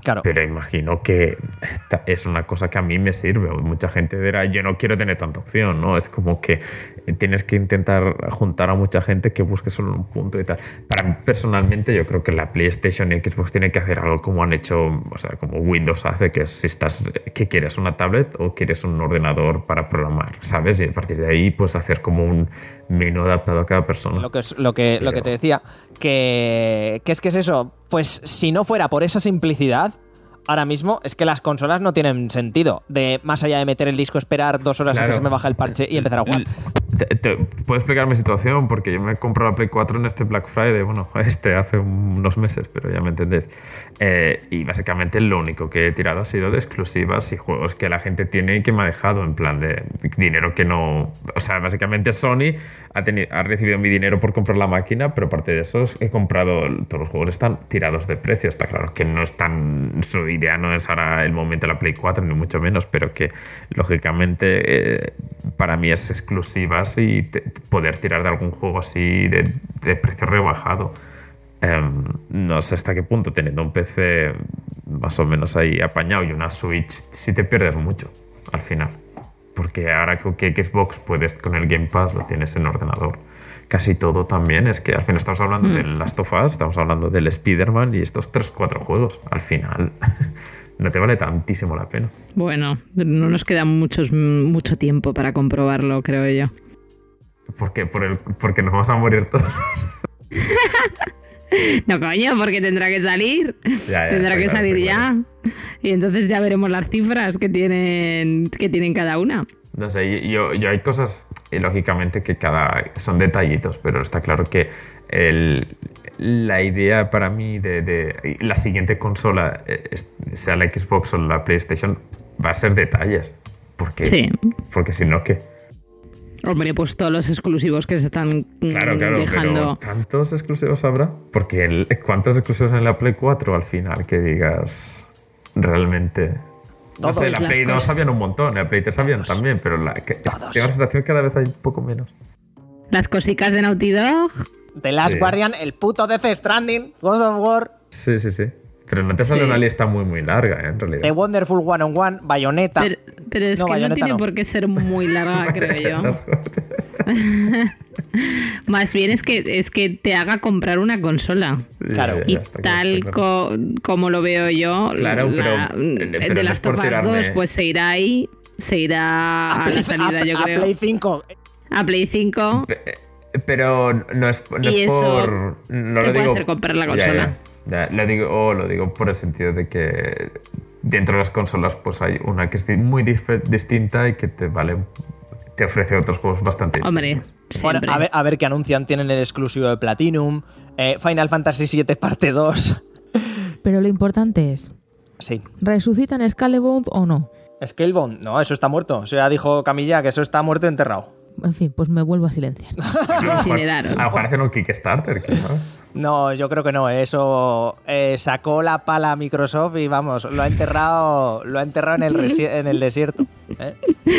Claro. Pero imagino que esta es una cosa que a mí me sirve. Mucha gente dirá, yo no quiero tener tanta opción, ¿no? Es como que tienes que intentar juntar a mucha gente que busque solo un punto y tal. Para mí, personalmente, yo creo que la PlayStation y Xbox tienen que hacer algo como han hecho, o sea, como Windows hace, que es si estás, que quieres una tablet o quieres un ordenador para programar, ¿sabes? Y a partir de ahí, pues hacer como un menú adaptado a cada persona. Lo que, es, lo que, Pero... lo que te decía, que, que es que es eso, pues si no fuera por esa simplicidad, ahora mismo es que las consolas no tienen sentido, de más allá de meter el disco, esperar dos horas claro. a que se me baje el parche y empezar a jugar. Te, te, puedo explicar mi situación, porque yo me he comprado la Play cuatro en este Black Friday, bueno, este hace unos meses, pero ya me entendéis. Eh, y básicamente lo único que he tirado ha sido de exclusivas y juegos que la gente tiene y que me ha dejado en plan de dinero que no... O sea, básicamente Sony ha, tenido, ha recibido mi dinero por comprar la máquina, pero aparte de eso he comprado... Todos los juegos están tirados de precio. Está claro que no están... Su idea no es ahora el momento de la Play cuatro, ni mucho menos, pero que lógicamente eh, para mí es exclusivas y te, poder tirar de algún juego así de, de precio rebajado. Um, no sé hasta qué punto, teniendo un P C más o menos ahí apañado y una Switch, si te pierdes mucho al final. Porque ahora que Xbox puedes con el Game Pass, lo tienes en ordenador. Casi todo también, es que al final estamos hablando mm. del Last of Us, estamos hablando del Spider-Man y estos tres cuatro juegos. Al final no te vale tantísimo la pena. Bueno, no nos queda muchos, mucho tiempo para comprobarlo, creo yo. ¿Por qué? Por el, porque nos vamos a morir todos. No, coño, porque tendrá que salir. Ya, ya, tendrá que claro, salir ya. Claro. Y entonces ya veremos las cifras que tienen, que tienen cada una. No sé, yo, yo hay cosas, y lógicamente, que cada son detallitos, pero está claro que el, la idea para mí de, de la siguiente consola, sea la Xbox o la PlayStation, va a ser detalles. Porque, sí. Porque si no, ¿qué? Hombre, pues todos los exclusivos que se están claro, claro, dejando... Pero ¿tantos exclusivos habrá? Porque el, ¿cuántos exclusivos en la Play cuatro al final que digas realmente? No sé, la Play dos habían un montón, la Play tres habían también, pero la, que, tengo la sensación que cada vez hay un poco menos. Las cosicas de Naughty Dog. The Last sí. Guardian, el puto Death Stranding, God of War. Sí, sí, sí. Pero no te sale sí. una lista muy, muy larga, ¿eh? En realidad. The Wonderful one on one, Bayonetta. Pero, pero es no, que Bayonetta no tiene no. por qué ser muy larga, creo yo. Más bien es que, es que te haga comprar una consola. Claro. Y está, tal claro. co, como lo veo yo, claro, la, pero, de las Top Us dos, pues se irá ahí, se irá a, a la salida, a, yo creo. A Play cinco. A Play cinco. Pero no es, no y es eso por... No te lo puede digo, hacer comprar la consola. Ya, ya. Ya, lo digo, oh, lo digo por el sentido de que dentro de las consolas pues hay una que es muy dif- distinta y que te vale, te ofrece otros juegos bastante distintos. Hombre, bueno, a ver, a ver qué anuncian. Tienen el exclusivo de Platinum, eh, Final Fantasy siete parte dos. Pero lo importante es, sí. ¿resucitan Scalebound o no? Scalebound, no, eso está muerto. O sea, dijo Camilla que eso está muerto y enterrado. En fin, pues me vuelvo a silenciar. A lo mejor hacen un Kickstarter, ¿qué sabes? No, yo creo que no. Eso eh, sacó la pala a Microsoft y vamos, lo ha enterrado, lo ha enterrado en el, resi- en el desierto. ¿Eh?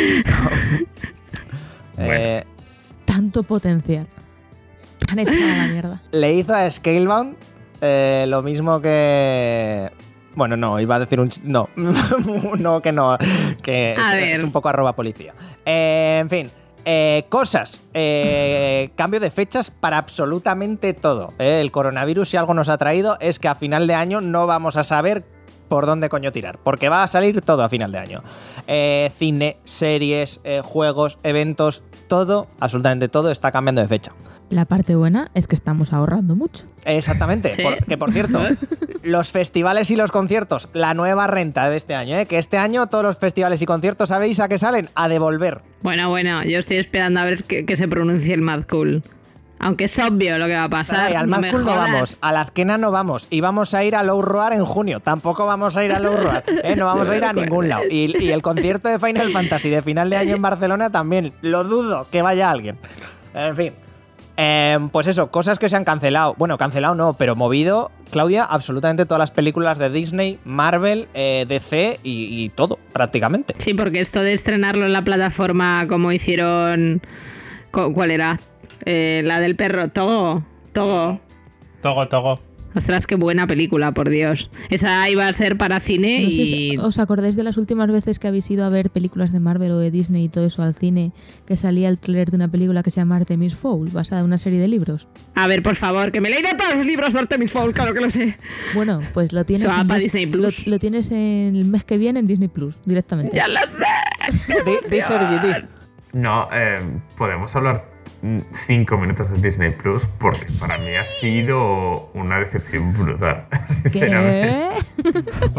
Bueno. eh, Tanto potencial. Han echado a la mierda. Le hizo a Scalebound eh, lo mismo que... Bueno, no, iba a decir un... Ch- no, no, que no, que es, es un poco arroba policía. Eh, en fin. Eh, cosas, eh, cambio de fechas para absolutamente todo. Eh, el coronavirus, si algo nos ha traído, es que a final de año no vamos a saber por dónde coño tirar, porque va a salir todo a final de año. Eh, cine, series, eh, juegos, eventos, todo, absolutamente todo está cambiando de fecha. La parte buena es que estamos ahorrando mucho. Exactamente, sí. por, que por cierto, los festivales y los conciertos, la nueva renta de este año, ¿eh? Que este año todos los festivales y conciertos, ¿sabéis a qué salen? A devolver. Bueno, bueno, yo estoy esperando a ver que, que se pronuncie el Mad Cool. Aunque es obvio lo que va a pasar. Ay, al no Mad Cool no vamos, a la Azkena no vamos, y vamos a ir a Low Roar en junio. Tampoco vamos a ir a Low Roar, ¿eh? No vamos a ir a ningún lado. Y, y el concierto de Final Fantasy de final de año en Barcelona también, lo dudo que vaya alguien. En fin. Eh, pues eso, cosas que se han cancelado. Bueno, cancelado no, pero movido, Claudia, absolutamente todas las películas de Disney, Marvel, eh, D C y, y todo, prácticamente. Sí, porque esto de estrenarlo en la plataforma como hicieron... ¿Cuál era? Eh, la del perro, Togo. Togo. Togo, Togo. Ostras, qué buena película, por Dios. Esa iba a ser para cine No sé y... si os acordáis de las últimas veces que habéis ido a ver películas de Marvel o de Disney y todo eso al cine, que salía el tráiler de una película que se llama Artemis Fowl, basada en una serie de libros. A ver, por favor, que me he leído todos los libros de Artemis Fowl, claro que lo sé. Bueno, pues lo tienes, Se va en para Dis- Disney Plus. Lo, lo tienes en el mes que viene en Disney Plus, directamente. ¡Ya lo sé! Di, di, Sergi, di. No, eh, podemos hablar cinco minutos de Disney Plus porque para mí ha sido una decepción brutal, sinceramente. ¿Qué?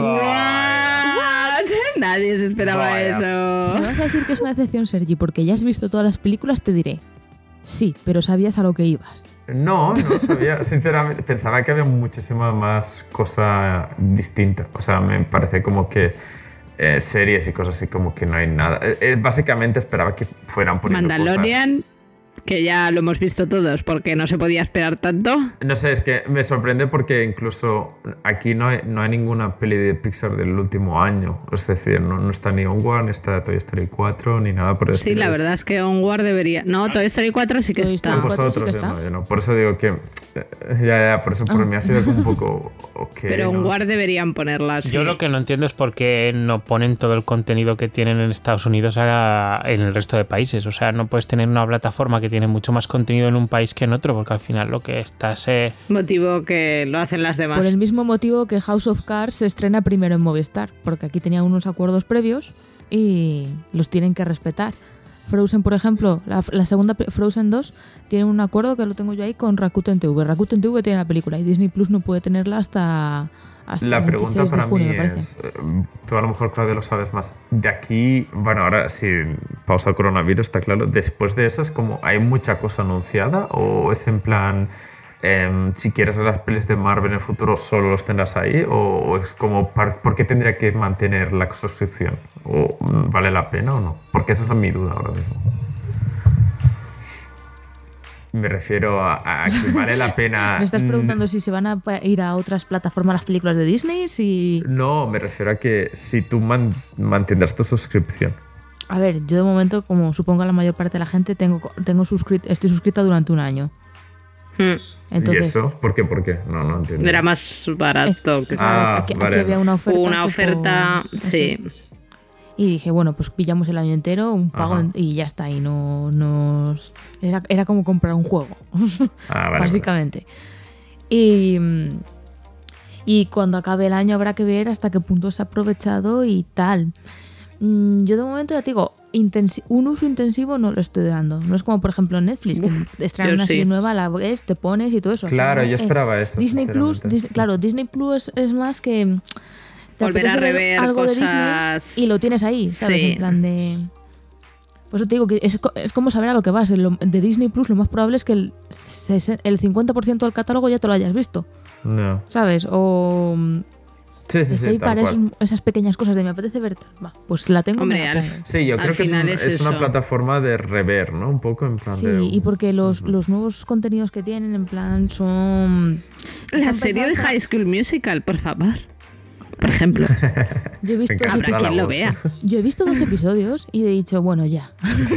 What? Nadie se esperaba Vaya. Si eso. me vas a decir que es una decepción, Sergi, porque ya has visto todas las películas, te diré. Sí, pero sabías a lo que ibas. No, no lo sabía. Sinceramente, pensaba que había muchísima más cosa distinta. O sea, me parece como que eh, series y cosas así como que no hay nada. Eh, eh, básicamente esperaba que fueran poniendo Mandalorian, que ya lo hemos visto todos porque no se podía esperar tanto. cosas. No sé, es que me sorprende porque incluso aquí no hay, no hay ninguna peli de Pixar del último año. Es decir, no, no está ni Onward, ni está Toy Story cuatro, ni nada por el Sí, estilo. la verdad es que Onward debería... No, Toy Story cuatro sí que Toy está. Story cuatro Vosotros, sí que yo está. no, yo no. Por eso digo que... eh, Ya, ya, por eso por Ah. mí ha sido como un poco... Okay, Pero ¿no? Onward deberían ponerlas. Yo lo que no entiendo es por qué no ponen todo el contenido que tienen en Estados Unidos a- en el resto de países. O sea, no puedes tener una plataforma que tiene mucho más contenido en un país que en otro, porque al final lo que estás... Eh, Motivo que lo hacen las demás. Por el mismo motivo que House of Cards se estrena primero en Movistar, porque aquí tenía unos acuerdos previos y los tienen que respetar. Frozen, por ejemplo, la, la segunda pe- Frozen dos tiene un acuerdo que lo tengo yo ahí con Rakuten T V. Rakuten T V tiene la película y Disney Plus no puede tenerla hasta, hasta La el pregunta veintiséis para de junio, mí me parece. es, eh, tú a lo mejor, Claudia, lo sabes más. De aquí, bueno, ahora sí, pausa coronavirus, está claro. Después de eso, ¿es como hay mucha cosa anunciada o es en plan, em, si quieres ver las pelis de Marvel en el futuro, solo los tendrás ahí? ¿O, o es como, par- por qué tendría que mantener la suscripción? ¿O mm, vale la pena o no? Porque esa es mi duda ahora mismo. Me refiero a, a que vale la pena... Me estás preguntando si se van a pa- ir a otras plataformas las películas de Disney, si... No, me refiero a que si tú man- mantendrás tu suscripción. A ver, yo de momento, como supongo la mayor parte de la gente, tengo, tengo suscrit- estoy suscrita durante un año. Hmm. Entonces, ¿Y eso? ¿Por qué? ¿Por qué? No, no entiendo. Era más barato. Es- que- claro, Ah, aquí, aquí vale. había una oferta. Una tipo- oferta, eso sí. es. Y dije, bueno, pues pillamos el año entero, un pago Ajá. en- y ya está. Y no nos. Era, era como comprar un juego, Ah, vale, básicamente. Y, y cuando acabe el año habrá que ver hasta qué punto se ha aprovechado y tal. Mm, Yo de momento ya te digo, intensi- un uso intensivo no lo estoy dando. No es como, por ejemplo, Netflix, Uf, que estrenan yo una sí. serie nueva, la ves, te pones y todo eso. Claro, Aquí no, yo eh, esperaba eso. Disney Plus, sinceramente. Dis- claro, Disney Plus es, es más que te Volver a apetece ver rever algo de cosas. Disney y lo tienes ahí, ¿sabes? Sí. En plan de... Por eso te digo que es, co- es como saber a lo que vas. En lo- de Disney Plus lo más probable es que el, sesen- el cincuenta por ciento del catálogo ya te lo hayas visto, No. ¿sabes? O Sí, sí, está sí, ahí tal para cual. esos- esas pequeñas cosas de me apetece ver. Va, pues la tengo. Hombre, me la al- pongo. Sí, yo Al creo que es, final un- es es una eso. plataforma de rever, ¿no? Un poco en plan Sí, de... y porque los, los nuevos contenidos que tienen en plan son... La están serie de pensados- High School Musical, por favor. Por ejemplo. Yo he visto, encanta dos Habrá la quien lo voz. vea. Yo he visto dos episodios y he dicho, bueno, ya.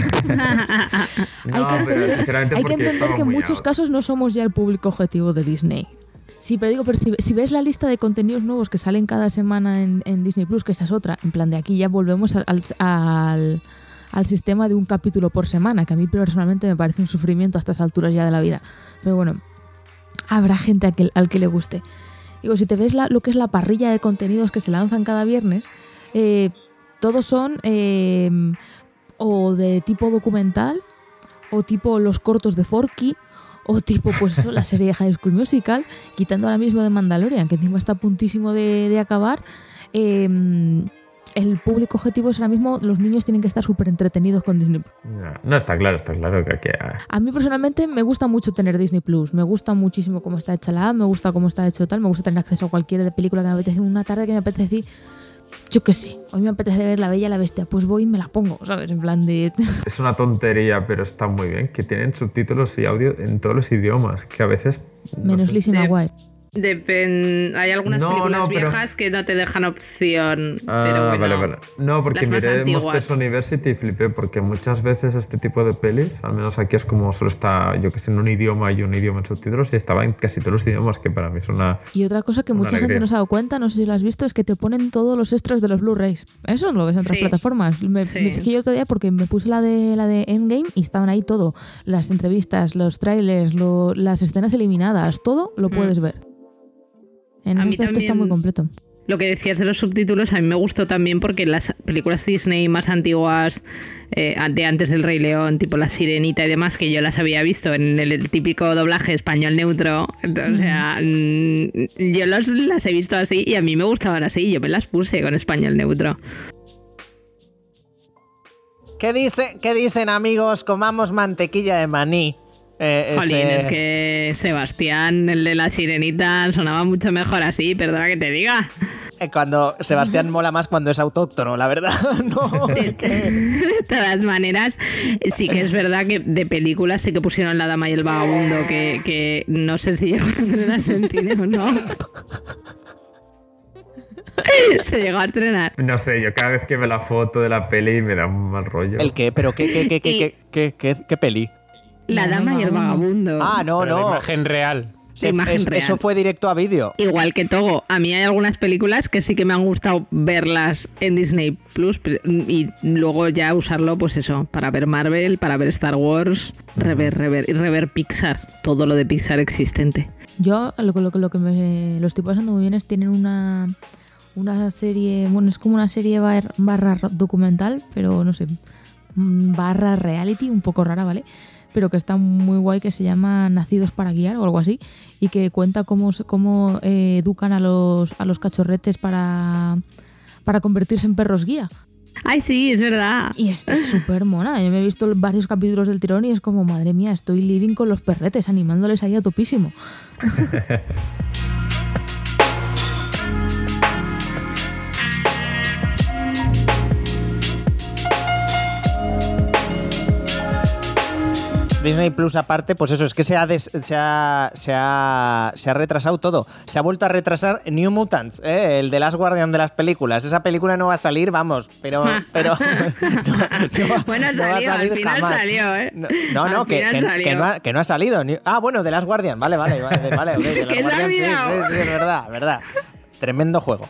No, hay que pero entender, sinceramente hay que, porque entender estaba que en muy muchos out. casos no somos ya el público objetivo de Disney. Sí, pero digo, pero si, si ves la lista de contenidos nuevos que salen cada semana en, en Disney Plus, que esa es otra, en plan de aquí ya volvemos al, al, al, al sistema de un capítulo por semana, que a mí personalmente me parece un sufrimiento a estas alturas ya de la vida. Pero bueno, habrá gente a que- al que le guste. Digo, si te ves la- lo que es la parrilla de contenidos que se lanzan cada viernes, eh, todos son eh, o de tipo documental, o tipo los cortos de Forky, o tipo pues eso, la serie de High School Musical, quitando ahora mismo de Mandalorian, que encima está a puntísimo de, de acabar. eh, el público objetivo es ahora mismo, los niños tienen que estar súper entretenidos con Disney Plus. No, no, está claro, está claro que aquí... ah, A mí personalmente me gusta mucho tener Disney Plus, me gusta muchísimo cómo está hecha la app, me gusta cómo está hecho tal, me gusta tener acceso a cualquier de película que me apetece, una tarde que me apetece decir, yo qué sé, hoy me apetece ver La Bella y la Bestia, pues voy y me la pongo, ¿sabes? En plan de... Es una tontería, pero está muy bien, que tienen subtítulos y audio en todos los idiomas, que a veces... no Menos sé, Lizzie de- McGuire. Depen- Hay algunas No, películas no, pero- viejas que no te dejan opción. Ah, pero bueno, vale, vale. No, porque las más miré antiguas. Monsters University y flipé, porque muchas veces este tipo de pelis, al menos aquí es como solo está, yo que sé, en un idioma y un idioma en subtítulos, y estaba en casi todos los idiomas, que para mí es una... Y otra cosa que Una mucha gente alegría. no se ha dado cuenta, no sé si lo has visto, es que te ponen todos los extras de los Blu-rays. Eso no lo ves en otras Sí. plataformas. Me, Sí. me fijé yo otro día porque me puse la de la de Endgame y estaban ahí todo. Las entrevistas, los trailers, lo- las escenas eliminadas, todo lo puedes ver. En A ese mí aspecto está también- muy completo. Lo que decías de los subtítulos a mí me gustó también porque las películas Disney más antiguas, eh, de antes del Rey León, tipo La Sirenita y demás, que yo las había visto en el, el típico doblaje español neutro, entonces, o sea, mm, yo los, las he visto así y a mí me gustaban así, yo me las puse con español neutro. ¿Qué, dice, ¿Qué dicen, amigos? Comamos mantequilla de maní. Eh, Jolín, ese- es que Sebastián, el de La Sirenita, sonaba mucho mejor así, perdona que te diga. eh, Cuando Sebastián mola más cuando es autóctono, la verdad. No, De, que- de todas maneras, sí que es verdad que de películas sí que pusieron La Dama y el Vagabundo, que, que no sé si llegó a estrenarse en cine o no. Se llegó a estrenar. No sé, yo cada vez que veo la foto de la peli me da un mal rollo. ¿El qué? ¿Pero qué, qué, qué, qué, Y- qué, qué, qué- qué peli? La Dama y el Vagabundo. Ah, no, Pero la no. imagen real. Se- imagen es- real. Eso fue directo a vídeo. Igual que Togo, a mí hay algunas películas que sí que me han gustado verlas en Disney Plus y luego ya usarlo, pues eso, para ver Marvel, para ver Star Wars, rever, rever y rever Pixar, todo lo de Pixar existente. Yo lo, que- lo, que- lo que me lo estoy pasando muy bien es tienen una una serie, bueno, es como una serie bar- barra documental, pero no sé, mm, barra reality, un poco rara, ¿vale? Pero que está muy guay, que se llama Nacidos para guiar o algo así, y que cuenta cómo, se- cómo eh, educan a los, a los cachorretes para, para convertirse en perros guía. Ay, sí, es verdad. Y es es súper mona. Yo me he visto varios capítulos del tirón y es como, madre mía, estoy living con los perretes, animándoles ahí a topísimo. Disney Plus aparte, pues eso, es que se ha, des- se ha, se ha, se ha retrasado todo. Se ha vuelto a retrasar New Mutants, ¿eh? El de Last Guardian de las películas. Esa película no va a salir, vamos, pero... pero no, no va- Bueno, no va a salió, al salir final jamás. salió, ¿eh? No, no, no, Al que, final que- salió. que no ha, que no ha salido. Ni- Ah, bueno, de Last Guardian, vale, vale, vale, vale, ok, de Que Last se ha Guardian, sí, olvidado. sí, sí, es verdad, verdad. Tremendo juego.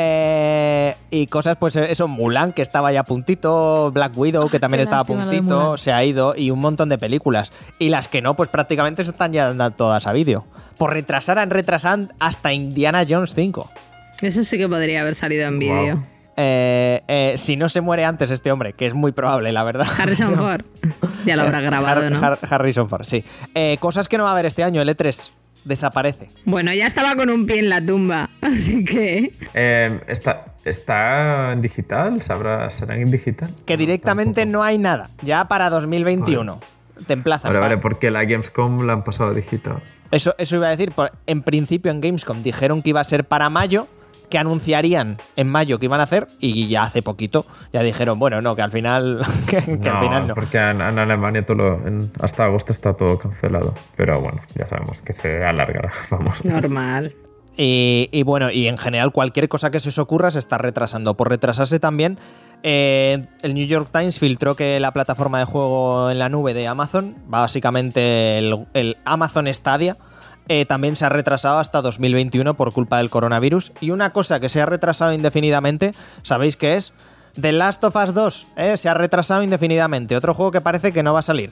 Eh, y cosas, pues eso, Mulan, que estaba ya a puntito, Black Widow, que también Qué estaba a lástima lo de puntito, Mulan. se ha ido, y un montón de películas. Y las que no, pues prácticamente se están ya dando todas a vídeo. Por retrasar, han retrasado hasta Indiana Jones cinco. Eso sí que podría haber salido en vídeo. Wow. Eh, eh, si no se muere antes este hombre, que es muy probable, la verdad. Harrison Ford. Ya lo habrá grabado, Har- ¿no? Har- Harrison Ford, sí. Eh, cosas que no va a haber este año, el E tres. Desaparece. Bueno, ya estaba con un pie en la tumba, así que... Eh, ¿está, ¿Está en digital? ¿Sabrá, ¿Será en digital? Que directamente tampoco. no hay nada. Ya para dos mil veintiuno. Te emplazan. Vale, pa- vale, porque la Gamescom la han pasado a digital. Eso, eso iba a decir. por- En principio en Gamescom dijeron que iba a ser para mayo, que anunciarían en mayo que iban a hacer, y ya hace poquito ya dijeron, bueno, no, que al final, que, que al final no. porque en, en Alemania todo lo- en- hasta agosto está todo cancelado. Pero bueno, ya sabemos que se alargará. Vamos. Normal. Y, y bueno, y en general cualquier cosa que se os ocurra se está retrasando. Por retrasarse también, eh, el New York Times filtró que la plataforma de juego en la nube de Amazon, básicamente el, el Amazon Stadia, eh, también se ha retrasado hasta dos mil veintiuno por culpa del coronavirus. Y una cosa que se ha retrasado indefinidamente, ¿sabéis qué es? The Last of Us dos, ¿eh? Se ha retrasado indefinidamente. Otro juego que parece que no va a salir.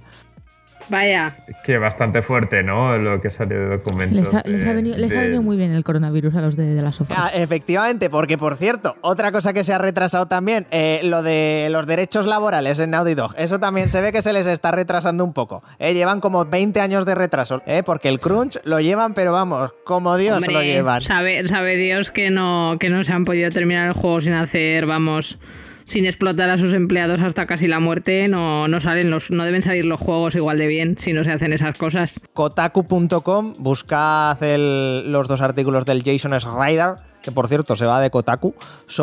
Vaya. Que bastante fuerte, ¿no? Lo que salió de documentos. Les ha, les ha de- venido, les ha de- venido muy bien el coronavirus a los de, de las sofás. Ah, efectivamente, porque por cierto, otra cosa que se ha retrasado también, eh, lo de los derechos laborales en Naughty Dog, eso también se ve que se les está retrasando un poco. Eh, llevan como veinte años de retraso, eh, porque el crunch lo llevan, pero vamos, como Dios Hombre, lo llevan. Sabe, sabe Dios que no, que no se han podido terminar el juego sin hacer, vamos, sin explotar a sus empleados hasta casi la muerte. No, no salen los, no deben salir los juegos igual de bien si no se hacen esas cosas. Kotaku punto com, buscad el- los dos artículos del Jason Schreier, que por cierto se va de Kotaku,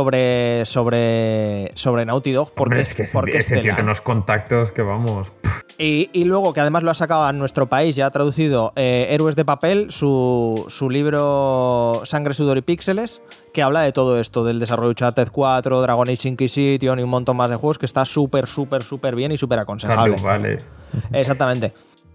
sobre, sobre, sobre Naughty Dog, porque Hombre, es que ese, porque ese es tío tela. tiene unos contactos que vamos. pff, Y, y luego, que además lo ha sacado a nuestro país, ya ha traducido eh, Héroes de Papel, su, su libro Sangre, Sudor y Píxeles, que habla de todo esto, del desarrollo de Uncharted cuatro, Dragon Age Inquisition y un montón más de juegos, que está súper, súper, súper bien y súper aconsejable. Vale. Exactamente.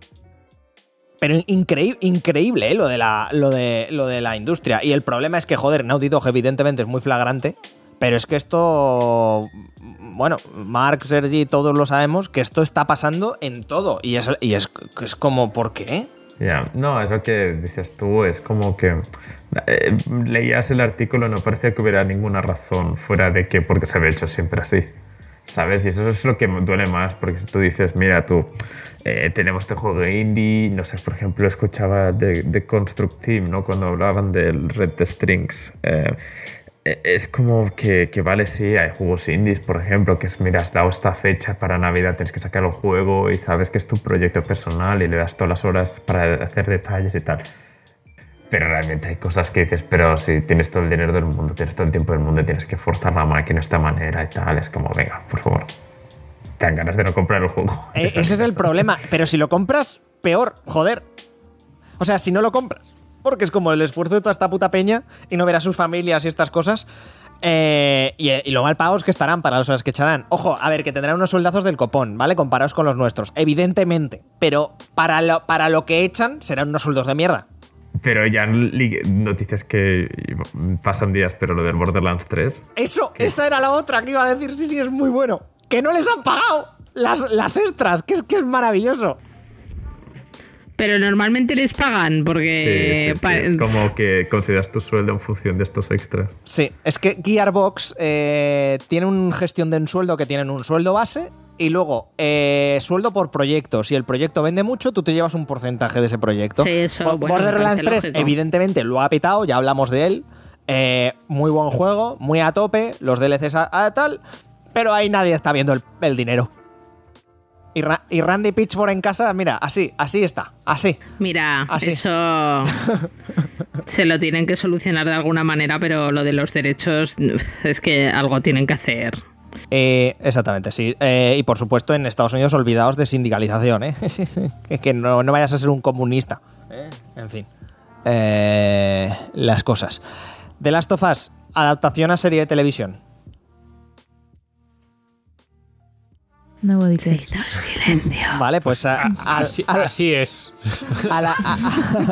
Pero increíble, increíble ¿eh? lo, de la, lo, de, lo de la industria. Y el problema es que, joder, Naughty Dog evidentemente es muy flagrante, pero es que esto... Bueno, Mark, Sergi, todos lo sabemos, que esto está pasando en todo. Y es, y es, es como, ¿por qué? Ya, yeah. No, es lo que dices tú, es como que eh, leías el artículo y no parecía que hubiera ninguna razón fuera de que porque se había hecho siempre así, ¿sabes? Y eso es lo que me duele más, porque tú dices, mira tú, eh, tenemos este juego indie, no sé, por ejemplo, escuchaba de, de Construct Team, ¿no? Cuando hablaban del Red Strings, eh, es como que, que vale, sí, hay juegos indies, por ejemplo, que es, mira, has dado esta fecha para Navidad, tienes que sacar el juego y sabes que es tu proyecto personal y le das todas las horas para hacer detalles y tal. Pero realmente hay cosas que dices, pero si tienes todo el dinero del mundo, tienes todo el tiempo del mundo y tienes que forzar la máquina de esta manera y tal, es como, venga, por favor, te dan ganas de no comprar el juego. Eh, ese es el problema, pero si lo compras, peor, joder. O sea, si no lo compras. Porque es como el esfuerzo de toda esta puta peña y no ver a sus familias y estas cosas. Eh, y, y lo mal pagos que estarán para las horas que echarán. Ojo, a ver, que tendrán unos sueldazos del copón, ¿vale? Comparados con los nuestros, evidentemente. Pero para lo, para lo que echan, serán unos sueldos de mierda. Pero ya noticias que pasan días, pero lo del Borderlands tres. Eso, ¿qué? Esa era la otra que iba a decir, sí, sí, es muy bueno. Que no les han pagado las, las extras, que es que es maravilloso. Pero normalmente les pagan porque... Sí, sí, sí. Es como que consideras tu sueldo en función de estos extras. Sí, es que Gearbox eh, tiene una gestión de un sueldo que tienen un sueldo base y luego eh, sueldo por proyecto. Si el proyecto vende mucho, tú te llevas un porcentaje de ese proyecto. Sí, eso, bueno, Borderlands tres, lógico. Evidentemente, lo ha petado, ya hablamos de él. Eh, muy buen juego, muy a tope, los D L Cs a, a tal, pero ahí nadie está viendo el, el dinero. Y, Ra- y Randy Pitchford en casa, mira, así, así está, así. Mira, así. Eso se lo tienen que solucionar de alguna manera, pero lo de los derechos es que algo tienen que hacer. Eh, exactamente, sí. Eh, y por supuesto en Estados Unidos olvidaos de sindicalización, ¿eh? Sí, sí. Que, que no, no vayas a ser un comunista. ¿eh? En fin. Eh, las cosas. The Last of Us, adaptación a serie de televisión. Nobody cares. Silencio. Vale, pues a, a, así, a, así es. A la, a,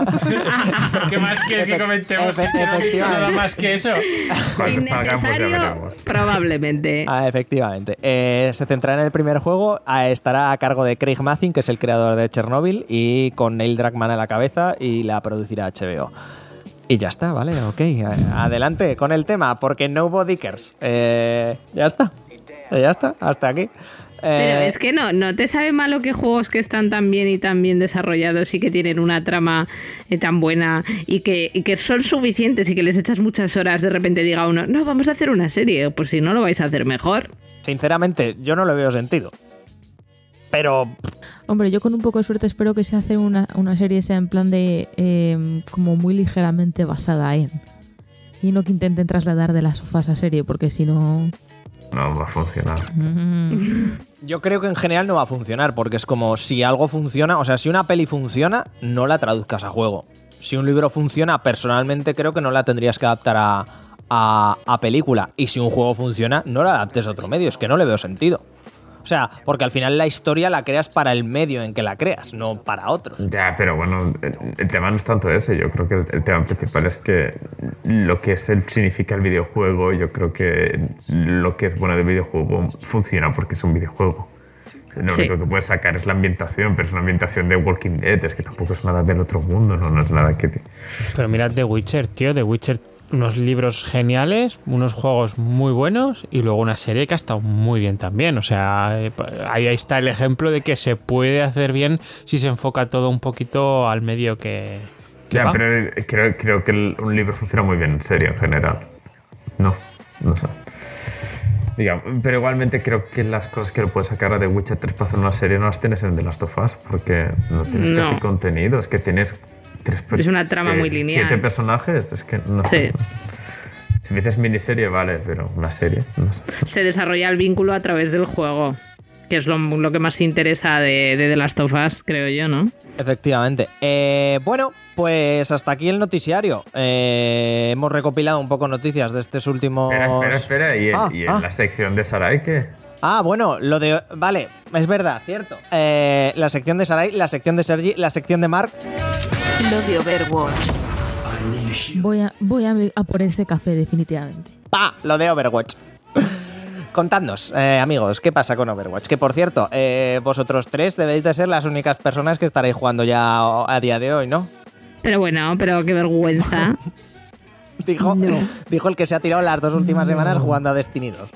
a, ¿Qué más quieres que comentemos? Es que no he dicho nada más que eso. Cuando salgamos ya veremos. Probablemente. Ah, efectivamente. Eh, se centrará en el primer juego. Ah, estará a cargo de Craig Mazin, que es el creador de Chernobyl, y con Neil Druckmann a la cabeza, y la producirá H B O. Y ya está, vale, ok. Adelante con el tema, porque Nobody cares. Eh, ya está. Ya está, hasta aquí. Pero Eh, es que no, no te sabe malo que juegos que están tan bien y tan bien desarrollados y que tienen una trama eh, tan buena y que, y que son suficientes y que les echas muchas horas, de repente diga uno, no, vamos a hacer una serie, pues si no lo vais a hacer mejor. Sinceramente, yo no le veo sentido. Pero... Hombre, yo con un poco de suerte espero que se hace una, una serie sea en plan de... Eh, como muy ligeramente basada en... Y no que intenten trasladar de las sofás a serie, porque si no... No va a funcionar. Yo creo que en general no va a funcionar, porque es como si algo funciona, o sea, si una peli funciona, no la traduzcas a juego. Si un libro funciona, personalmente creo que no la tendrías que adaptar a, a, a película. Y si un juego funciona, no la adaptes a otro medio, es que no le veo sentido. O sea, porque al final la historia la creas para el medio en que la creas, no para otros. Ya, pero bueno, el, el tema no es tanto ese. Yo creo que el, el tema principal es que lo que es el, significa el videojuego, yo creo que lo que es bueno del videojuego funciona porque es un videojuego. Lo Sí. único que puedes sacar es la ambientación, pero es una ambientación de Walking Dead, es que tampoco es nada del otro mundo, no, no es nada que... Pero mirad The Witcher, tío. The Witcher, unos libros geniales, unos juegos muy buenos y luego una serie que ha estado muy bien también. O sea, eh, ahí está el ejemplo de que se puede hacer bien si se enfoca todo un poquito al medio que, que Ya, va. pero creo, creo que el, un libro funciona muy bien en serio, en general. No, no sé. Digamos, pero igualmente creo que las cosas que le puedes sacar a The Witcher tres para hacer una serie no las tienes en The Last of Us, porque no tienes No. casi contenido, es que tienes tres per- Es una trama que muy lineal. siete personajes, es que no sé. Sí. Si me dices miniserie, vale, pero una serie, no sé. Se desarrolla el vínculo a través del juego. que es lo, lo que más interesa de, de The Last of Us, creo yo, ¿no? Efectivamente. Eh, bueno, pues hasta aquí el noticiario. Eh, hemos recopilado un poco noticias de estos últimos... Espera, espera, espera. ¿Y, Ah, en, y en ah. la sección de Sarai qué? Ah, bueno, lo de... Vale, es verdad, cierto. Eh, la sección de Sarai, la sección de Sergi, la sección de Mark. Lo de Overwatch. Voy a, voy a, a por ese café, definitivamente. ¡Pa! Lo de Overwatch. Contadnos, eh, amigos, ¿qué pasa con Overwatch? Que, por cierto, eh, vosotros tres debéis de ser las únicas personas que estaréis jugando ya a día de hoy, ¿no? Pero bueno, pero qué vergüenza. Dijo, No. dijo el que se ha tirado las dos últimas semanas jugando a Destiny dos.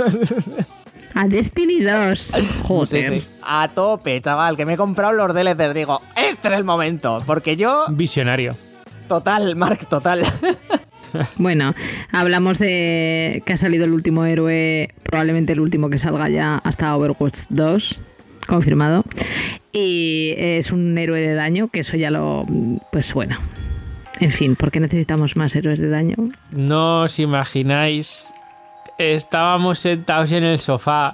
A Destiny dos. Joder. Sí, sí. A tope, chaval, que me he comprado los D L Cs. Digo, este es el momento, porque yo... Visionario. Total, Mark, total. Bueno, hablamos de que ha salido el último héroe, probablemente el último que salga ya hasta Overwatch dos, confirmado. Y es un héroe de daño, que eso ya lo... Pues bueno. En fin, ¿por qué necesitamos más héroes de daño? No os imagináis, estábamos sentados en el sofá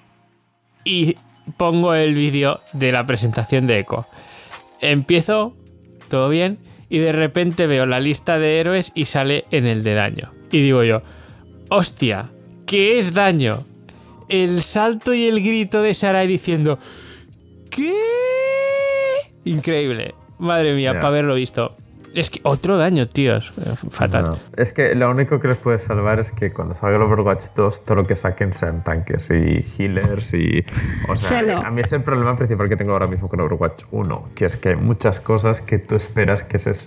y pongo el vídeo de la presentación de Echo. Empiezo, todo bien, y de repente veo la lista de héroes y sale en el de daño. Y digo yo, hostia, ¿qué es daño? El salto y el grito de Sarai diciendo, ¿qué? Increíble. Madre mía, Ya. para haberlo visto. Es que otro daño, tíos. Fatal. No. Es que lo único que les puede salvar es que cuando salga el Overwatch dos, todo lo que saquen sean tanques y healers y... O sea, Solo. a mí es el problema principal que tengo ahora mismo con Overwatch uno, que es que hay muchas cosas que tú esperas que se...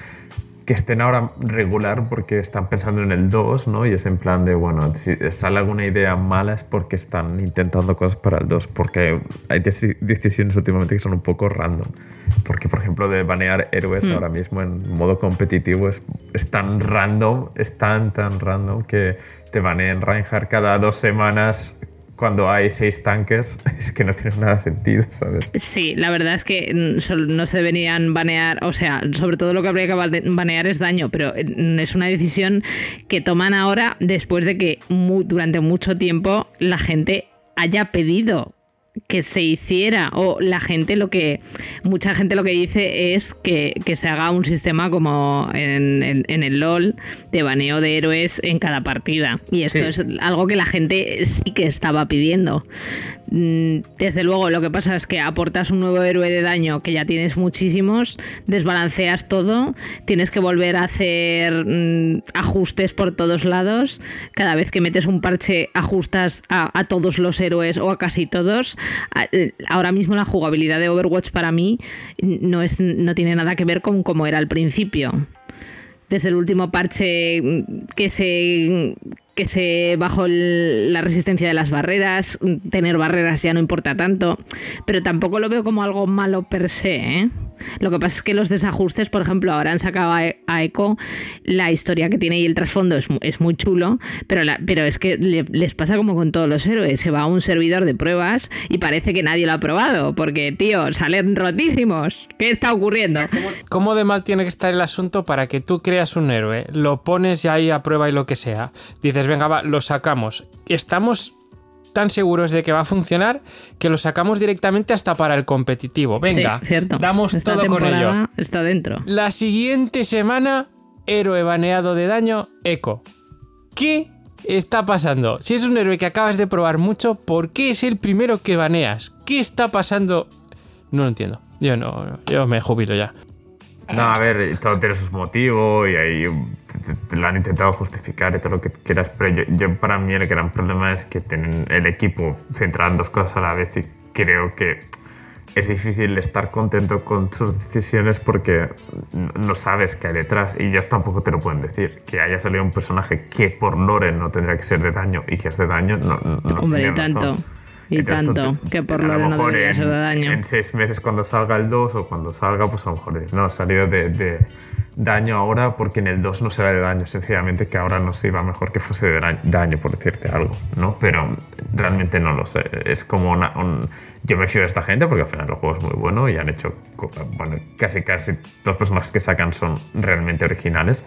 que estén ahora regular porque están pensando en el dos, ¿no? Y es en plan de, bueno, si sale alguna idea mala es porque están intentando cosas para el dos, porque hay deci- decisiones últimamente que son un poco random. Porque, por ejemplo, de banear héroes Mm. ahora mismo en modo competitivo es, es tan random, es tan, tan random que te baneen Reinhardt cada dos semanas cuando hay seis tanques. Es que no tiene nada de sentido, ¿sabes? Sí, la verdad es que mm, sol- no se deberían banear, o sea, sobre todo lo que habría que bane- banear es daño, pero mm, es una decisión que toman ahora después de que mu- durante mucho tiempo la gente haya pedido que se hiciera, o la gente lo que mucha gente lo que dice es que, que se haga un sistema como en, en- en el LOL de baneo de héroes en cada partida, y esto Sí. es algo que la gente sí que estaba pidiendo. Mm, Desde luego, lo que pasa es que aportas un nuevo héroe de daño que ya tienes muchísimos, desbalanceas todo, tienes que volver a hacer mm, ajustes por todos lados. Cada vez que metes un parche ajustas a, a todos los héroes o a casi todos. A- eh, Ahora mismo la jugabilidad de Overwatch para mí no, es, no tiene nada que ver con cómo era al principio. Desde el último parche mm, que se, que se bajó el- la resistencia de las barreras, mm, tener barreras ya no importa tanto, pero tampoco lo veo como algo malo per se, ¿eh? Lo que pasa es que los desajustes, por ejemplo, ahora han sacado a, E- a Echo, la historia que tiene y el trasfondo es, mu- es muy chulo, pero, la- pero es que le- les pasa como con todos los héroes, se va a un servidor de pruebas y parece que nadie lo ha probado, porque, tío, salen rotísimos. ¿Qué está ocurriendo? ¿Cómo de mal tiene que estar el asunto para que tú creas un héroe, lo pones ya ahí a prueba y lo que sea? Dices, venga, va, lo sacamos. Estamos tan seguros de que va a funcionar que lo sacamos directamente hasta para el competitivo. Venga, Sí, cierto. damos Esta todo con temporada ello. está dentro. La siguiente semana, héroe baneado de daño, Echo. ¿Qué está pasando? Si es un héroe que acabas de probar mucho, ¿por qué es el primero que baneas? ¿Qué está pasando? No lo entiendo. Yo no, yo me jubilo ya. No, a ver, todo tiene sus motivos y ahí um, te- te lo han intentado justificar y todo lo que quieras, pero yo, yo para mí el gran problema es que tienen el equipo centrado en dos cosas a la vez y creo que es difícil estar contento con sus decisiones porque no no sabes qué hay detrás y ellos tampoco te lo pueden decir. Que haya salido un personaje que por lore no tendría que ser de daño y que es de daño, no, no, no Hombre, tiene y tanto. razón. Y Entonces, tú tanto, te- que por a lo lore no mejor debería en, ser de daño. En seis meses cuando salga el dos o cuando salga, pues a lo mejor dices, no, ha salido de, de daño ahora porque en el dos no será de daño, sencillamente que ahora no se iba mejor que fuese de da- daño, por decirte algo, ¿no? Pero realmente no lo sé. Es como una... un- yo me fío de esta gente porque al final el juego es muy bueno y han hecho... co- Bueno, casi casi dos personajes que sacan son realmente originales.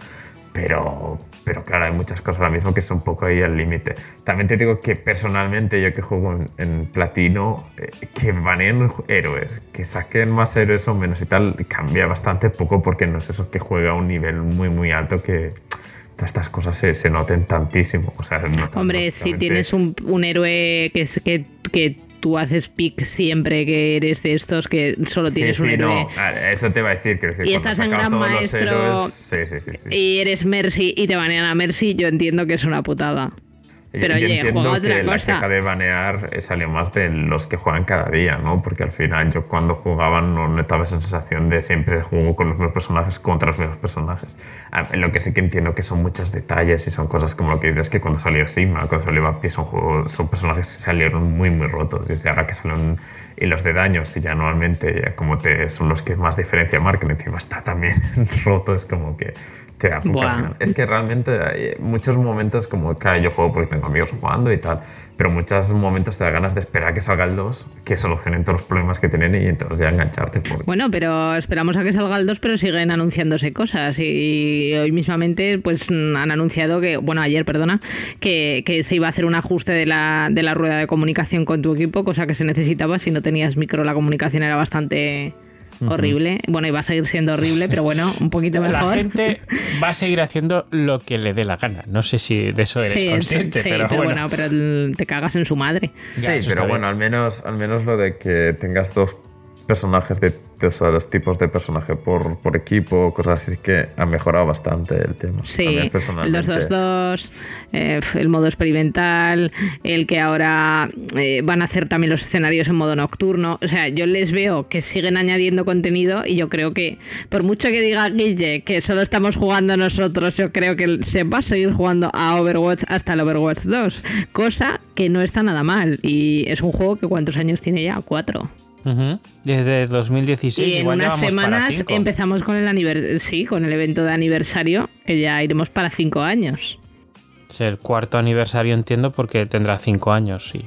pero, pero claro, hay muchas cosas ahora mismo que son un poco ahí al límite. También te digo que personalmente yo que juego en, en platino, eh, que baneen héroes, que saquen más héroes o menos y tal, cambia bastante poco porque no es eso que juega a un nivel muy muy alto que todas estas cosas se, se noten tantísimo. O sea, hombre, si tienes un, un héroe que, es, que, que tú haces pick siempre, que eres de estos que solo tienes sí, un sí, héroe. No, eso te va a decir. Que decir y estás en Gran Maestro héroes, sí, sí, sí, sí. y eres Mercy y te banean a Mercy, yo entiendo que es una putada. Pero yo oye, entiendo juega que otra la cosa. queja de banear salió más de los que juegan cada día, ¿no? Porque al final yo cuando jugaba no notaba esa sensación de siempre juego con los mismos personajes contra los mismos personajes. Lo que sí que entiendo que son muchos detalles y son cosas como lo que dices, que cuando salió Sigma, cuando salió Vampire, son, juegos, son personajes que salieron muy muy rotos. Y ahora que salen hilos de daños y ya normalmente ya como te, son los que más diferencia marcan, encima está también roto, es como que te da pocas ganas. Es que realmente hay muchos momentos, como claro, yo juego porque tengo amigos jugando y tal, pero muchos momentos te da ganas de esperar a que salga el dos, que solucionen todos los problemas que tienen y entonces ya engancharte. Porque... Bueno, pero esperamos a que salga el dos, pero siguen anunciándose cosas y hoy mismamente pues han anunciado que, bueno, ayer, perdona, que, que se iba a hacer un ajuste de la, de la rueda de comunicación con tu equipo, cosa que se necesitaba. Si no tenías micro, la comunicación era bastante... horrible. Bueno, y va a seguir siendo horrible, pero bueno, un poquito mejor. La gente va a seguir haciendo lo que le dé la gana. No sé si de eso eres sí, consciente, sí, pero, pero bueno. bueno. Pero te cagas en su madre. Sí, ya, pero bueno, al menos, al menos lo de que tengas dos personajes de, de o sea, dos tipos de personaje por, por equipo, cosas así, que ha mejorado bastante el tema. Sí, los dos dos, eh, el modo experimental, el que ahora eh, van a hacer también los escenarios en modo nocturno. O sea, yo les veo que siguen añadiendo contenido y yo creo que, por mucho que diga Guille que solo estamos jugando nosotros, yo creo que se va a seguir jugando a Overwatch hasta el Overwatch dos, cosa que no está nada mal. Y es un juego que ¿cuántos años tiene ya? Cuatro. Uh-huh. Desde dos mil dieciséis, y en igual unas semanas empezamos con el anivers- sí, con el evento de aniversario, que ya iremos para cinco años. Es el cuarto aniversario, entiendo, porque tendrá cinco años, sí.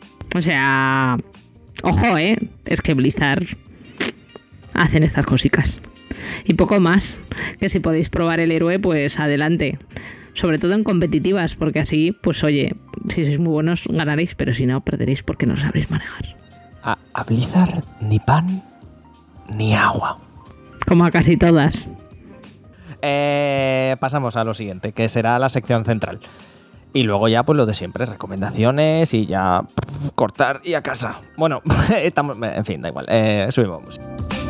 O sea, ojo, eh, es que Blizzard hacen estas cositas. Y poco más, que si podéis probar el héroe, pues adelante. Sobre todo en competitivas, porque así, pues oye, si sois muy buenos ganaréis, pero si no, perderéis porque no sabréis manejar. A, a Blizzard ni pan ni agua. Como a casi todas. Eh, pasamos a lo siguiente, que será la sección central. Y luego ya pues lo de siempre, recomendaciones y ya pff, cortar y a casa. Bueno, estamos, en fin, da igual. Eh, subimos música.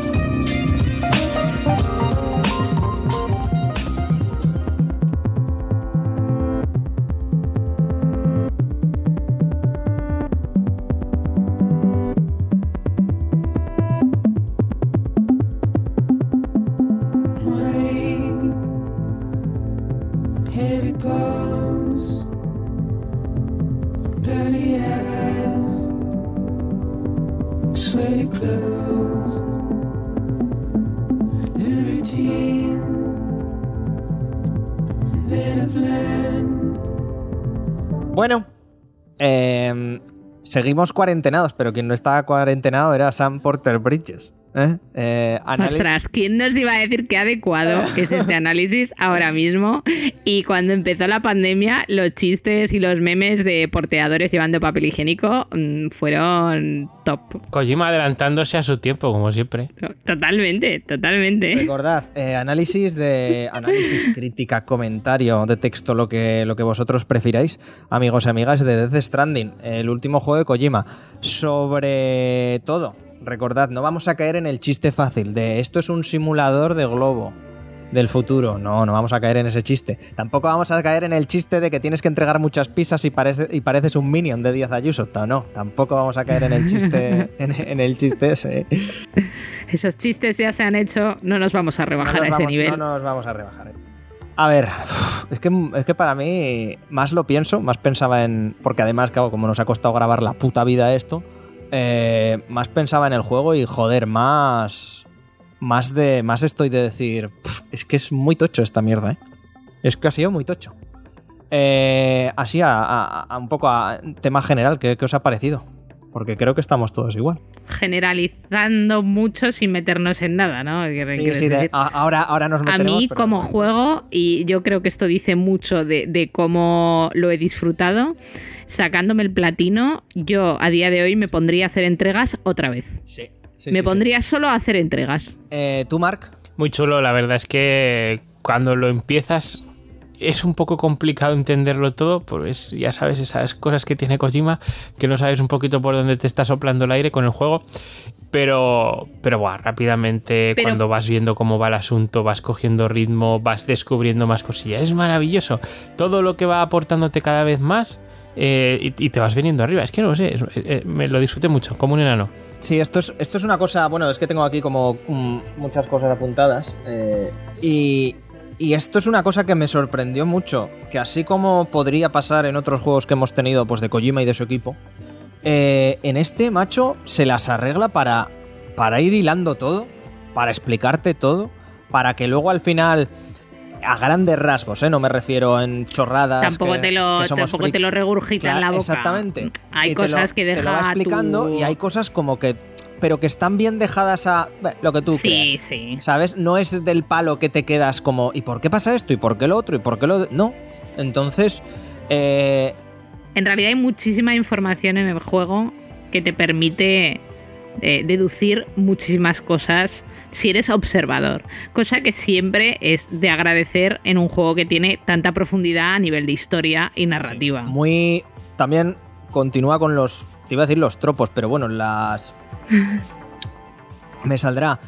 Bueno, eh, seguimos cuarentenados, pero quien no estaba cuarentenado era Sam Porter Bridges. ¿eh? Eh, anal- Ostras, ¿quién nos iba a decir qué adecuado es este análisis ahora mismo? Y cuando empezó la pandemia, los chistes y los memes de porteadores llevando papel higiénico mmm, fueron top. Kojima adelantándose a su tiempo, como siempre. Totalmente, totalmente. Recordad, eh, análisis de análisis, crítica, comentario de texto, lo que, lo que vosotros prefiráis, amigos y amigas, de Death Stranding, el último juego de Kojima. Sobre todo, recordad, no vamos a caer en el chiste fácil de esto es un simulador de globo del futuro. No, no vamos a caer en ese chiste. Tampoco vamos a caer en el chiste de que tienes que entregar muchas pizzas y, parece, y pareces un minion de Díaz Ayuso. No, tampoco vamos a caer en el chiste en, en el chiste ese. Esos chistes ya se han hecho, no nos vamos a rebajar no a ese vamos, nivel. No nos vamos a rebajar. A ver, es que, es que para mí más lo pienso, más pensaba en... Porque además, claro, como nos ha costado grabar la puta vida esto... Eh, más pensaba en el juego y joder, más más de más estoy de decir pff, es que es muy tocho esta mierda, ¿eh? Es que ha sido muy tocho. Eh, así a, a, a un poco a tema general, ¿qué, qué os ha parecido? porque creo que estamos todos igual. Generalizando mucho sin meternos en nada, ¿no? Sí, sí, de, a, ahora, ahora nos metemos. A mí, pero... como juego, y yo creo que esto dice mucho de, de cómo lo he disfrutado, sacándome el platino, yo a día de hoy me pondría a hacer entregas otra vez. Sí. sí me sí, pondría sí. solo a hacer entregas. Eh, ¿Tú, Marc? Muy chulo, la verdad es que cuando lo empiezas es un poco complicado entenderlo todo, pues ya sabes, esas cosas que tiene Kojima, que no sabes un poquito por dónde te está soplando el aire con el juego, pero, pero bueno, rápidamente pero, cuando vas viendo cómo va el asunto, vas cogiendo ritmo, vas descubriendo más cosillas, es maravilloso, todo lo que va aportándote cada vez más eh, y, y te vas viniendo arriba, es que no lo sé, es, eh, me lo disfruté mucho, como un enano. Sí, esto es, esto es una cosa, bueno, es que tengo aquí como mm, muchas cosas apuntadas eh, y... Y esto es una cosa que me sorprendió mucho, que así como podría pasar en otros juegos que hemos tenido pues de Kojima y de su equipo, eh, en este, macho, se las arregla para, para ir hilando todo, para explicarte todo, para que luego al final, a grandes rasgos, ¿eh? No me refiero en chorradas. Tampoco, que, te, lo, que tampoco friki. Te lo regurgita claro, en la boca. Exactamente. Hay y cosas lo, que deja te lo va explicando tu... y hay cosas como que... pero que están bien dejadas a bueno, lo que tú sí, creas. Sí. ¿Sabes? No es del palo que te quedas como ¿y por qué pasa esto? ¿Y por qué lo otro? ¿Y por qué lo...? No. Entonces... Eh... En realidad hay muchísima información en el juego que te permite eh, deducir muchísimas cosas si eres observador. Cosa que siempre es de agradecer en un juego que tiene tanta profundidad a nivel de historia y narrativa. Sí, muy... También continúa con los... Te iba a decir los tropos, pero bueno, las... Me saldrá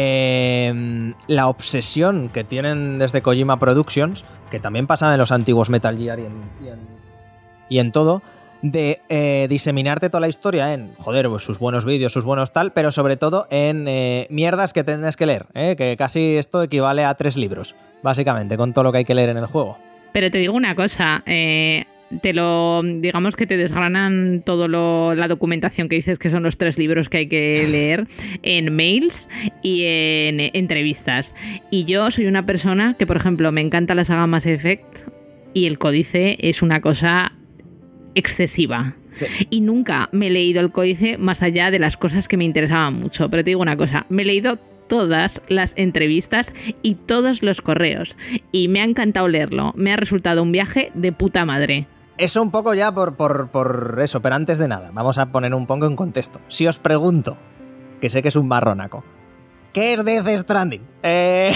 eh, la obsesión que tienen desde Kojima Productions, que también pasaba en los antiguos Metal Gear y en, y en, y en todo, de eh, diseminarte toda la historia en, joder, pues sus buenos vídeos, sus buenos tal, pero sobre todo en eh, mierdas que tienes que leer, eh, que casi esto equivale a tres libros, básicamente, con todo lo que hay que leer en el juego. Pero te digo una cosa, eh... te lo digamos que te desgranan todo lo, la documentación que dices que son los tres libros que hay que leer en mails y en entrevistas. Y yo soy una persona que, por ejemplo, me encanta la saga Mass Effect y el códice es una cosa excesiva. Sí. Y nunca me he leído el códice más allá de las cosas que me interesaban mucho. Pero te digo una cosa, me he leído todas las entrevistas y todos los correos y me ha encantado leerlo. Me ha resultado un viaje de puta madre. Eso un poco ya por, por, por eso, pero antes de nada, vamos a poner un poco en contexto. Si os pregunto, que sé que es un marronaco, ¿qué es Death Stranding? Eh...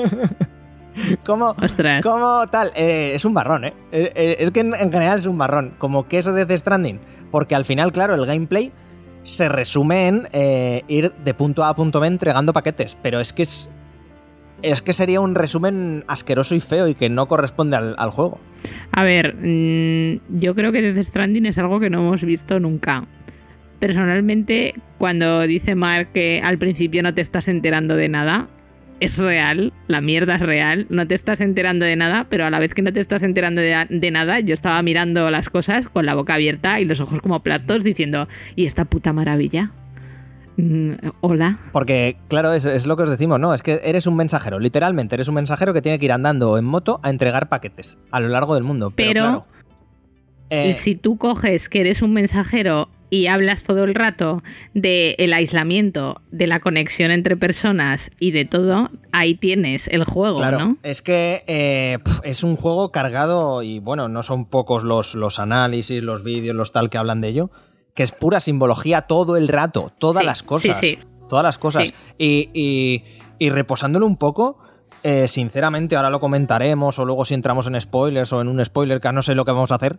¿Cómo, Ostras. ¿Cómo tal? Eh, es un marrón, ¿eh? eh es que en, en general es un marrón. ¿Cómo qué es Death Stranding? Porque al final, claro, el gameplay se resume en eh, ir de punto A a punto B entregando paquetes, pero es que es... Es que sería un resumen asqueroso y feo y que no corresponde al, al juego. A ver, mmm, yo creo que Death Stranding es algo que no hemos visto nunca. Personalmente, cuando dice Mark que al principio no te estás enterando de nada, es real, la mierda es real, no te estás enterando de nada, pero a la vez que no te estás enterando de, de nada, yo estaba mirando las cosas con la boca abierta y los ojos como platos diciendo, ¿y esta puta maravilla? Mm, hola. Porque, claro, es, es lo que os decimos, ¿no? Es que eres un mensajero, literalmente eres un mensajero que tiene que ir andando en moto a entregar paquetes a lo largo del mundo. Pero, pero claro, eh, si tú coges que eres un mensajero y hablas todo el rato del aislamiento, de la conexión entre personas y de todo, ahí tienes el juego, claro, ¿no? Es que eh, pf, es un juego cargado y, bueno, no son pocos los, los análisis, los vídeos, los tal que hablan de ello, que es pura simbología todo el rato, todas sí, las cosas, sí, sí. todas las cosas. Sí. Y, y, y reposándolo un poco, eh, sinceramente, ahora lo comentaremos, o luego si entramos en spoilers o en un spoiler, que no sé lo que vamos a hacer,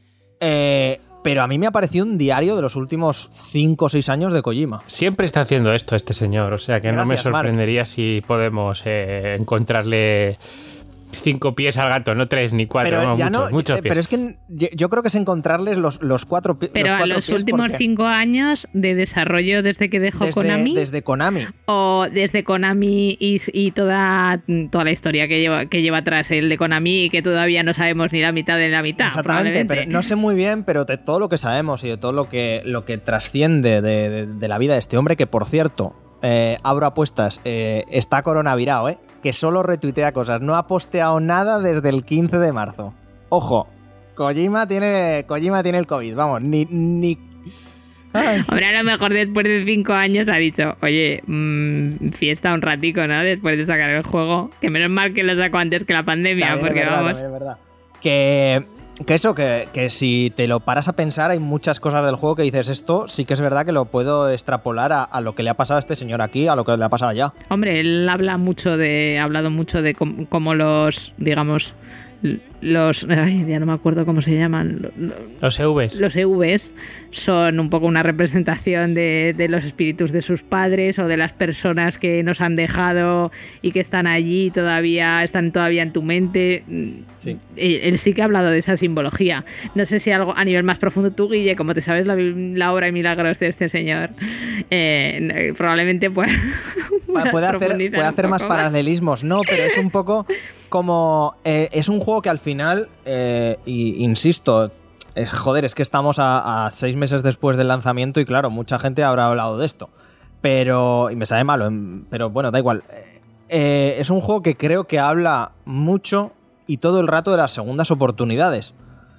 eh, pero a mí me ha parecido un diario de los últimos cinco o seis años de Kojima. Siempre está haciendo esto este señor, o sea que Gracias, no me sorprendería Marc. Si podemos eh, encontrarle... cinco pies al gato, no tres ni cuatro, pero no, ya muchos, no, muchos pies. Pero es que yo creo que es encontrarles los, los cuatro, pi- pero los cuatro a los pies. últimos porque... cinco años de desarrollo desde que dejó desde, Konami. Desde Konami. O desde Konami y, y toda, toda la historia que lleva, que lleva atrás el de Konami y que todavía no sabemos ni la mitad de la mitad. Exactamente, pero no sé muy bien, pero de todo lo que sabemos y de todo lo que, lo que trasciende de, de, de la vida de este hombre, que por cierto, eh, abro apuestas, eh, está coronavirado, ¿eh? Que solo retuitea cosas, no ha posteado nada desde el quince de marzo. Ojo, Kojima tiene, Kojima tiene el COVID, vamos, ni, ni... Hombre, a lo mejor después de cinco años ha dicho, oye, mmm, fiesta un ratico, ¿no? Después de sacar el juego. Que menos mal que lo sacó antes que la pandemia, También porque es verdad, vamos. también es verdad. Que, que eso, que, que si te lo paras a pensar, hay muchas cosas del juego que dices, esto sí que es verdad que lo puedo extrapolar a, a lo que le ha pasado a este señor aquí, a lo que le ha pasado allá. Hombre, él habla mucho de, ha hablado mucho de cómo, cómo los, digamos, los, ay, ya no me acuerdo cómo se llaman, Los E Vs. los E Vs son un poco una representación de, de los espíritus de sus padres o de las personas que nos han dejado y que están allí todavía, están todavía en tu mente. Sí. Él, él sí que ha hablado de esa simbología. No sé si algo a nivel más profundo tú, Guille, como te sabes la, la obra y milagros de este señor, eh, probablemente pues, puede hacer, puede hacer más paralelismos, no, pero es un poco como eh, es un juego que al final eh, y, insisto, eh, joder, es que estamos a, a seis meses después del lanzamiento y claro, mucha gente habrá hablado de esto, pero y me sabe malo, pero bueno, da igual. Eh, es un juego que creo que habla mucho y todo el rato de las segundas oportunidades.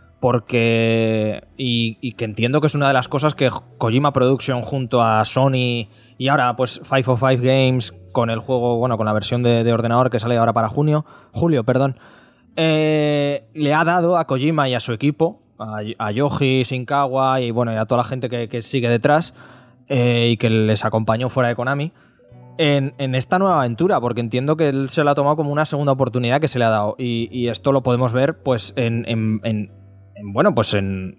Porque. Y, y que entiendo que es una de las cosas que Kojima Production junto a Sony y ahora pues cinco oh cinco Games con el juego, bueno, con la versión de, de ordenador que sale ahora para junio, julio, perdón, eh, le ha dado a Kojima y a su equipo, a, a Yoji Shinkawa y bueno, y a toda la gente que, que sigue detrás eh, y que les acompañó fuera de Konami. En, en esta nueva aventura, porque entiendo que él se lo ha tomado como una segunda oportunidad que se le ha dado. Y, y esto lo podemos ver, pues, en, en, en, en. Bueno, pues en.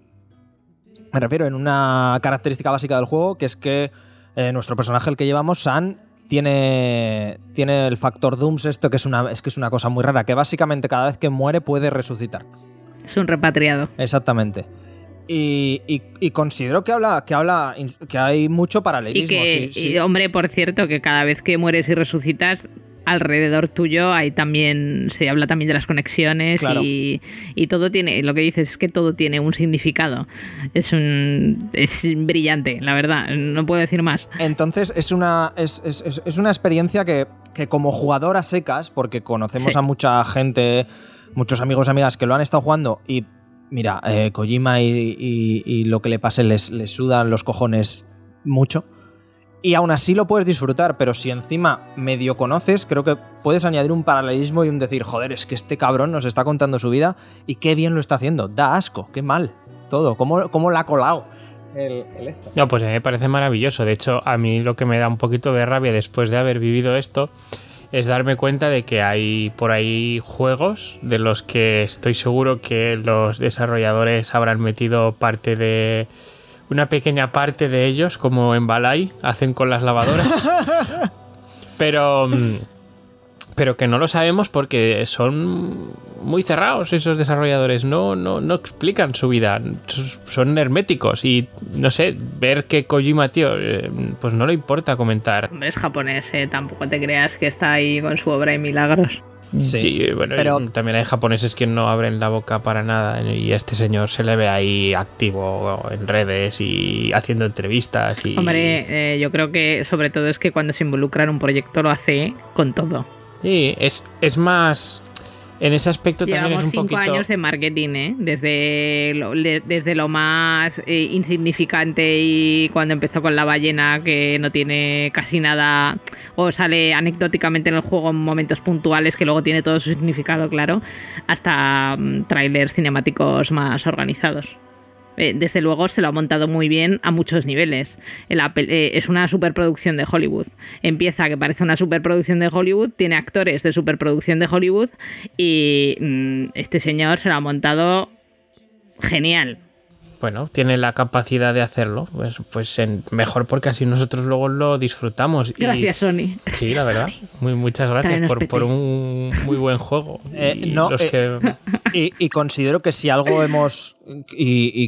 Me refiero en una característica básica del juego, que es que eh, nuestro personaje, el que llevamos, San, tiene. Tiene el factor Dooms, esto que es una. Es que es una cosa muy rara, que básicamente cada vez que muere puede resucitar. Es un repatriado. Exactamente. Y, y, y considero que habla que habla que hay mucho paralelismo. Y que, sí, sí. y, hombre, por cierto, que cada vez que mueres y resucitas, alrededor tuyo hay también se habla también de las conexiones. Claro. y, y todo tiene, lo que dices es que todo tiene un significado. Es un es brillante, la verdad, no puedo decir más. Entonces es una es, es, es una experiencia que, que como jugador a secas, porque conocemos sí. a mucha gente, muchos amigos y amigas que lo han estado jugando y mira, eh, Kojima y, y, y lo que le pase les, les sudan los cojones mucho. Y aún así lo puedes disfrutar, pero si encima medio conoces, creo que puedes añadir un paralelismo y un decir, joder, es que este cabrón nos está contando su vida y qué bien lo está haciendo. Da asco, qué mal, todo, cómo, cómo la ha colado el, el esto. No, pues a mí me parece maravilloso. De hecho, a mí lo que me da un poquito de rabia después de haber vivido esto es darme cuenta de que hay por ahí juegos de los que estoy seguro que los desarrolladores habrán metido parte de... una pequeña parte de ellos, como en Balay, hacen con las lavadoras. pero... pero que no lo sabemos porque son muy cerrados esos desarrolladores, no, no, no explican su vida, son herméticos y no sé, ver que Kojima, tío, pues no le importa comentar. Hombre, es japonés, eh, tampoco te creas que está ahí con su obra y milagros. Sí, sí, bueno, pero también hay japoneses que no abren la boca para nada y a este señor se le ve ahí activo en redes y haciendo entrevistas. Y... Hombre, eh, yo creo que sobre todo es que cuando se involucra en un proyecto lo hace con todo. Sí, es, es más... En ese aspecto Llevamos también es un cinco poquito... años de marketing, ¿eh? Desde lo, le, desde lo más eh, insignificante y cuando empezó con la ballena, que no tiene casi nada, o sale anecdóticamente en el juego en momentos puntuales, que luego tiene todo su significado claro, hasta um, trailers cinemáticos más organizados. Eh, desde luego se lo ha montado muy bien a muchos niveles. El Apple, eh, es una superproducción de Hollywood. Empieza que parece una superproducción de Hollywood, tiene actores de superproducción de Hollywood y mmm, este señor se lo ha montado genial. Bueno, tiene la capacidad de hacerlo, pues, pues en, mejor porque así nosotros luego lo disfrutamos. Gracias, y, Sony. Sí, la verdad. Muy, muchas gracias por, por un muy buen juego. Eh, y, no, los eh, que... y, y considero que si algo hemos... Y, y,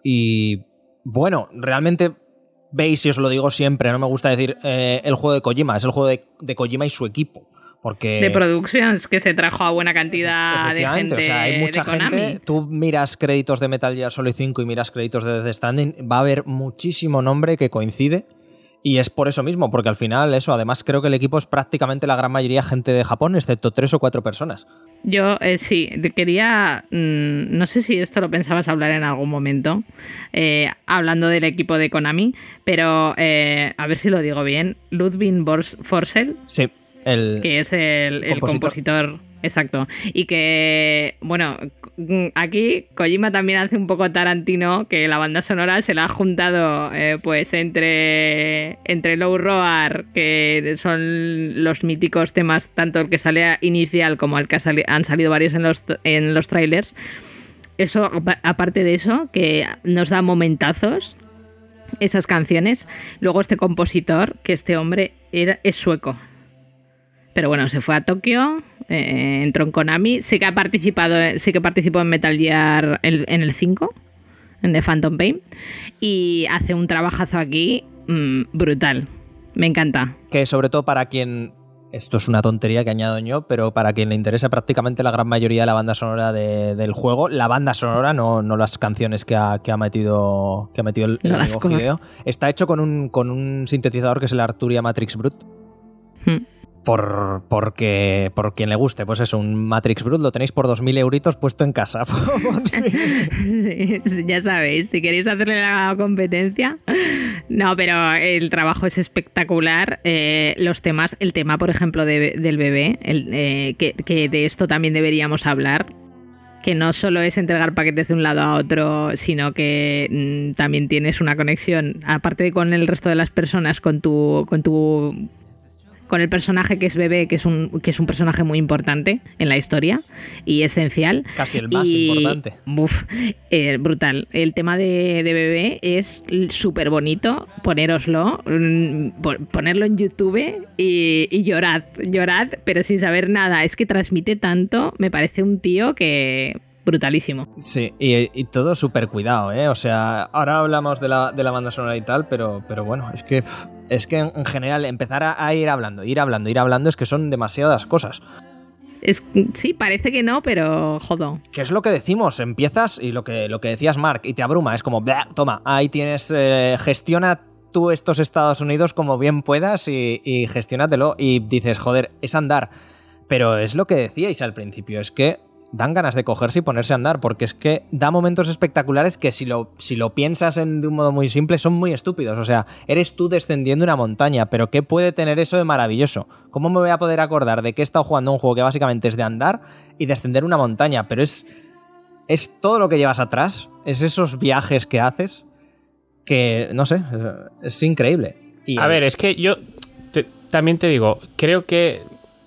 y bueno, realmente veis, y os lo digo siempre, no me gusta decir eh, el juego de Kojima, es el juego de, de Kojima y su equipo. Porque, de Productions, que se trajo a buena cantidad de gente. O sea, hay mucha gente. Tú miras créditos de Metal Gear Solid cinco y miras créditos de Death Stranding, va a haber muchísimo nombre que coincide. Y es por eso mismo, porque al final eso, además creo que el equipo es prácticamente la gran mayoría gente de Japón, excepto tres o cuatro personas. Yo eh, sí, quería, mmm, no sé si esto lo pensabas hablar en algún momento, eh, hablando del equipo de Konami, pero eh, a ver si lo digo bien, Ludwig Forssell, sí, el que es el, el compositor. compositor, exacto, y que, bueno, aquí Kojima también hace un poco Tarantino, que la banda sonora se la ha juntado eh, pues entre, entre Low Roar, que son los míticos temas, tanto el que sale inicial como el que sali- han salido varios en los, en los trailers. Eso, aparte de eso, que nos da momentazos esas canciones. Luego este compositor, que este hombre era, es sueco. Pero bueno, se fue a Tokio, eh, entró en Konami, sí que ha participado, sí que participó en Metal Gear en, en el cinco, en The Phantom Pain, y hace un trabajazo aquí mmm, brutal. Me encanta. Que sobre todo para quien, esto es una tontería que añado yo, pero para quien le interesa prácticamente la gran mayoría de la banda sonora de, del juego, la banda sonora, no, no las canciones que ha, que ha metido, que ha metido el, el no amigo Hideo, está hecho con un, con un sintetizador que es el Arturia Matrix Brut. Hmm. Por, porque, por quien le guste, pues eso, un Matrix Brut lo tenéis por dos mil euritos puesto en casa. Sí. Sí, ya sabéis, si queréis hacerle la competencia. No, pero el trabajo es espectacular. Eh, los temas, el tema, por ejemplo, de, del bebé, el, eh, que, que de esto también deberíamos hablar. Que no solo es entregar paquetes de un lado a otro, sino que mmm, también tienes una conexión, aparte de con el resto de las personas, con tu... Con tu con el personaje que es Bebé, que es un que es un personaje muy importante en la historia y esencial. Casi el más y, importante. Uf, eh, brutal. El tema de, de Bebé es súper bonito. Ponéroslo, ponerlo en YouTube y, y llorad, llorad, pero sin saber nada. Es que transmite tanto, me parece un tío que... brutalísimo. Sí, y, y todo súper cuidado, ¿eh? O sea, ahora hablamos de la, de la banda sonora y tal, pero, pero bueno, es que es que en general empezar a, a ir hablando, ir hablando, ir hablando, es que son demasiadas cosas. Es, sí, parece que no, pero jodo. ¿Qué es lo que decimos? Empiezas y lo que, lo que decías, Mark, y te abruma, es como, toma, ahí tienes, eh, gestiona tú estos Estados Unidos como bien puedas y, y gestiónatelo, y dices, joder, es andar. Pero es lo que decíais al principio, es que dan ganas de cogerse y ponerse a andar, porque es que da momentos espectaculares que si lo, si lo piensas en, de un modo muy simple son muy estúpidos. O sea, eres tú descendiendo una montaña, pero ¿qué puede tener eso de maravilloso? ¿Cómo me voy a poder acordar de que he estado jugando un juego que básicamente es de andar y descender una montaña? Pero es, es todo lo que llevas atrás, es esos viajes que haces que, no sé, es increíble. Y a ver, es que yo te, también te digo, creo que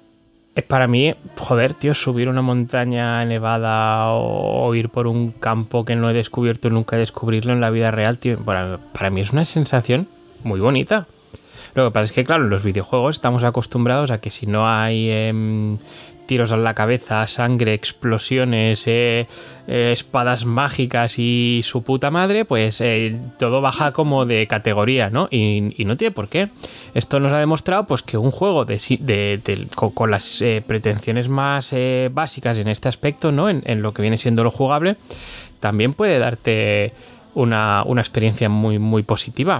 es para mí, joder, tío, subir una montaña nevada o, o ir por un campo que no he descubierto nunca, descubrirlo en la vida real, tío, para, para mí es una sensación muy bonita. Lo que pasa es que, claro, en los videojuegos estamos acostumbrados a que si no hay eh, tiros a la cabeza, sangre, explosiones, eh, eh, espadas mágicas y su puta madre, pues eh, todo baja como de categoría, ¿no? Y, y no tiene por qué. Esto nos ha demostrado pues que un juego de, de, de, con, con las eh, pretensiones más eh, básicas en este aspecto, ¿no? En, en lo que viene siendo lo jugable, también puede darte una, una experiencia muy, muy positiva.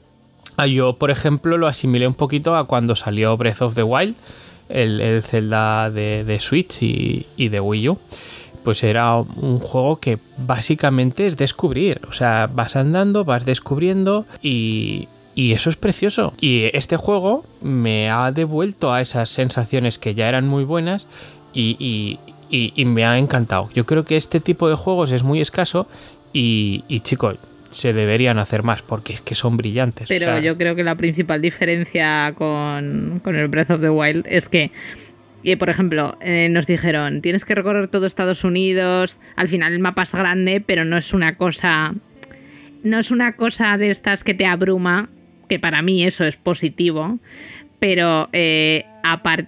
Yo, por ejemplo, lo asimilé un poquito a cuando salió Breath of the Wild, el, el Zelda de, de Switch y, y de Wii U. Pues era un juego que básicamente es descubrir. O sea, vas andando, vas descubriendo y, y eso es precioso. Y este juego me ha devuelto a esas sensaciones que ya eran muy buenas y, y, y, y me ha encantado. Yo creo que este tipo de juegos es muy escaso y, y chicos, se deberían hacer más porque es que son brillantes. Pero o sea, yo creo que la principal diferencia con, con el Breath of the Wild es que, eh, por ejemplo, eh, nos dijeron, tienes que recorrer todo Estados Unidos, al final el mapa es grande, pero no es una cosa, no es una cosa de estas que te abruma, que para mí eso es positivo, pero eh, aparte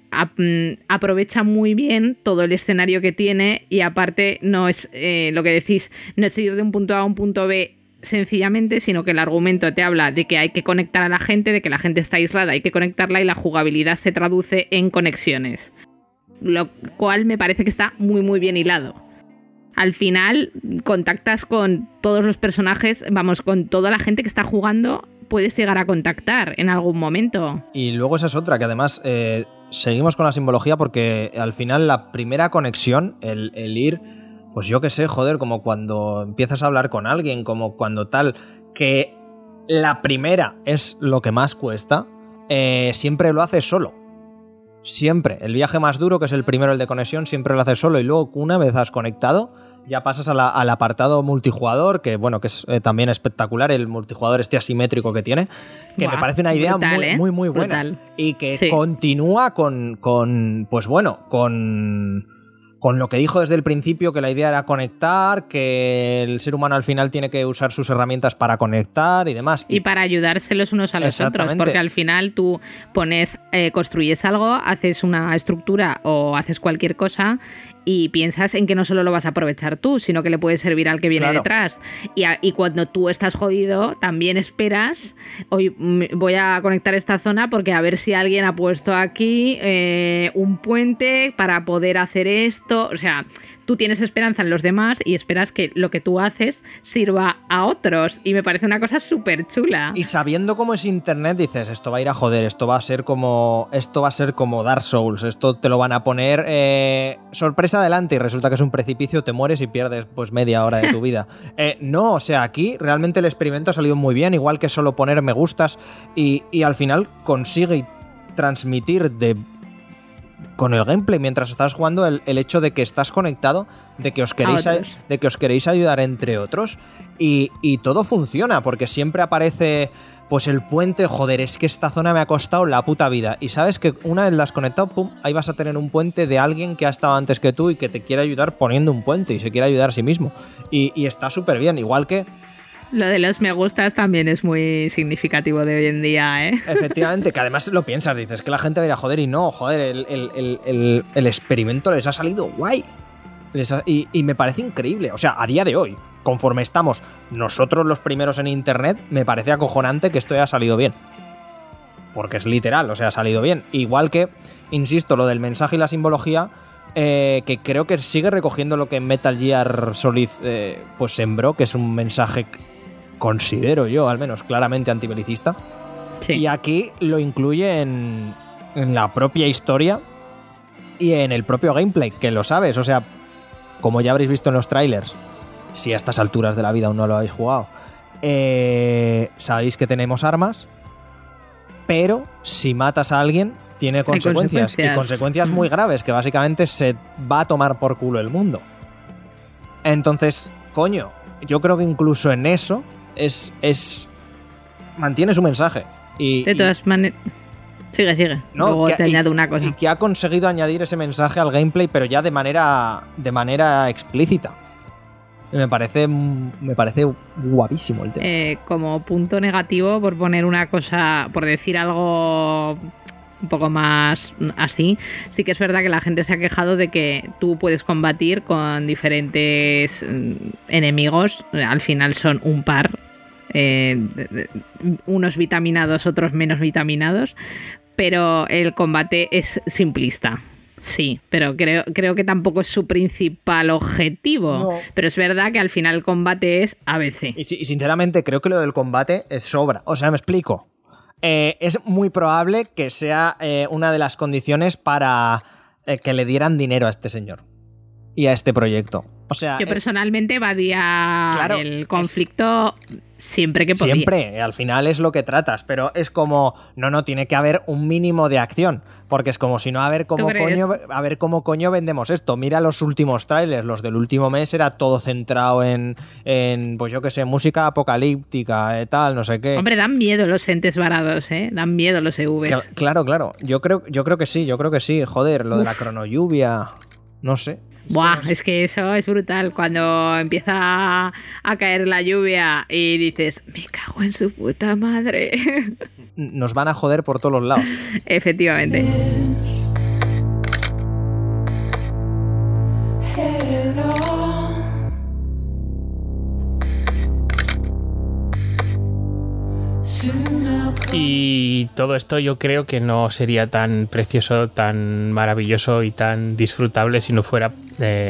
aprovecha muy bien todo el escenario que tiene y aparte no es eh, lo que decís, no es ir de un punto A a un punto B sencillamente, sino que el argumento te habla de que hay que conectar a la gente, de que la gente está aislada, hay que conectarla y la jugabilidad se traduce en conexiones, lo cual me parece que está muy muy bien hilado. Al final contactas con todos los personajes, vamos, con toda la gente que está jugando puedes llegar a contactar en algún momento. Y luego esa es otra, que además eh, seguimos con la simbología porque al final la primera conexión, el, el ir, pues yo qué sé, joder, como cuando empiezas a hablar con alguien, como cuando tal, que la primera es lo que más cuesta, eh, siempre lo haces solo. Siempre. El viaje más duro, que es el primero, el de conexión, siempre lo haces solo y luego una vez has conectado ya pasas a la, al apartado multijugador, que bueno, que es eh, también espectacular el multijugador este asimétrico que tiene, que Buah, me parece una idea brutal, muy, ¿eh? muy, muy buena. Brutal. Y que Sí. continúa con, con, pues bueno, con... con lo que dijo desde el principio, que la idea era conectar, que el ser humano al final tiene que usar sus herramientas para conectar y demás. Y para ayudarse los unos a los otros, Exactamente. porque al final tú pones, eh, construyes algo, haces una estructura o haces cualquier cosa y piensas en que no solo lo vas a aprovechar tú, sino que le puede servir al que viene Claro. detrás. Y, a- y cuando tú estás jodido, también esperas, hoy mm, voy a conectar esta zona porque a ver si alguien ha puesto aquí eh, un puente para poder hacer esto. O sea, tú tienes esperanza en los demás y esperas que lo que tú haces sirva a otros. Y me parece una cosa súper chula. Y sabiendo cómo es internet, dices, esto va a ir a joder, esto va a ser como. Esto va a ser como Dark Souls, esto te lo van a poner eh, sorpresa adelante y resulta que es un precipicio, te mueres y pierdes pues media hora de tu vida. Eh, no, o sea, aquí realmente el experimento ha salido muy bien, igual que solo poner me gustas, y, y al final consigue transmitir de. Con el gameplay mientras estás jugando el, el hecho de que estás conectado, de que os queréis, A a- otros. de que os queréis ayudar entre otros y, y todo funciona porque siempre aparece pues el puente, joder, es que esta zona me ha costado la puta vida y sabes que una vez la has conectado, pum, ahí vas a tener un puente de alguien que ha estado antes que tú y que te quiere ayudar poniendo un puente y se quiere ayudar a sí mismo y, y está súper bien, igual que Lo de los me gustas también es muy significativo de hoy en día, ¿eh? efectivamente, que además lo piensas, dices que la gente va a ir a joder y no, joder, el, el- el- el- el experimento les ha salido guay. Les ha- y, y me parece increíble. O sea, a día de hoy, conforme estamos nosotros los primeros en internet, me parece acojonante que esto haya salido bien. Porque es literal, o sea, ha salido bien. Igual que, insisto, lo del mensaje y la simbología, eh, que creo que sigue recogiendo lo que Metal Gear Solid eh, pues sembró, que es un mensaje, considero yo, al menos, claramente antibelicista. Sí. Y aquí lo incluye en, en la propia historia y en el propio gameplay, que lo sabes. O sea, como ya habréis visto en los trailers, si a estas alturas de la vida aún no lo habéis jugado, eh, sabéis que tenemos armas, pero si matas a alguien, tiene consecuencias. consecuencias. Y consecuencias Mm. muy graves, que básicamente se va a tomar por culo el mundo. Entonces, coño, yo creo que incluso en eso es. es mantiene su mensaje. Y, De y- todas maneras... Sigue, sigue. no, Luego que- te y- añado una cosa. Y que ha conseguido añadir ese mensaje al gameplay, pero ya de manera, de manera explícita. Y me parece, me parece guapísimo el tema. Eh, como punto negativo, por poner una cosa, por decir algo un poco más así, sí que es verdad que la gente se ha quejado de que tú puedes combatir con diferentes mm, enemigos, al final son un par, eh, de- de- unos vitaminados, otros menos vitaminados, pero el combate es simplista. Sí, pero creo, creo que tampoco es su principal objetivo. No. Pero es verdad que al final el combate es A B C. Y, si- y sinceramente creo que lo del combate es sobra. O sea, me explico. Eh, es muy probable que sea eh, una de las condiciones para eh, que le dieran dinero a este señor y a este proyecto. O sea, Yo es- personalmente evadía Claro, el conflicto siempre que podía. siempre, al final es lo que tratas, pero es como, no, no, tiene que haber un mínimo de acción, porque es como si no, a ver cómo ¿Tú crees? coño, a ver cómo coño vendemos esto. Mira los últimos trailers, los del último mes era todo centrado en, en pues yo qué sé, música apocalíptica, eh, tal, no sé qué. Hombre, dan miedo los entes varados, ¿eh? Dan miedo los E Vs. Cla- claro, claro, yo creo, yo creo que sí, yo creo que sí, joder, lo de la Uf. cronolluvia, no sé. Buah, es que eso es brutal. Cuando empieza a, a caer la lluvia y dices, me cago en su puta madre. Nos van a joder por todos los lados. Efectivamente. Y todo esto yo creo que no sería tan precioso, tan maravilloso y tan disfrutable si no fuera eh,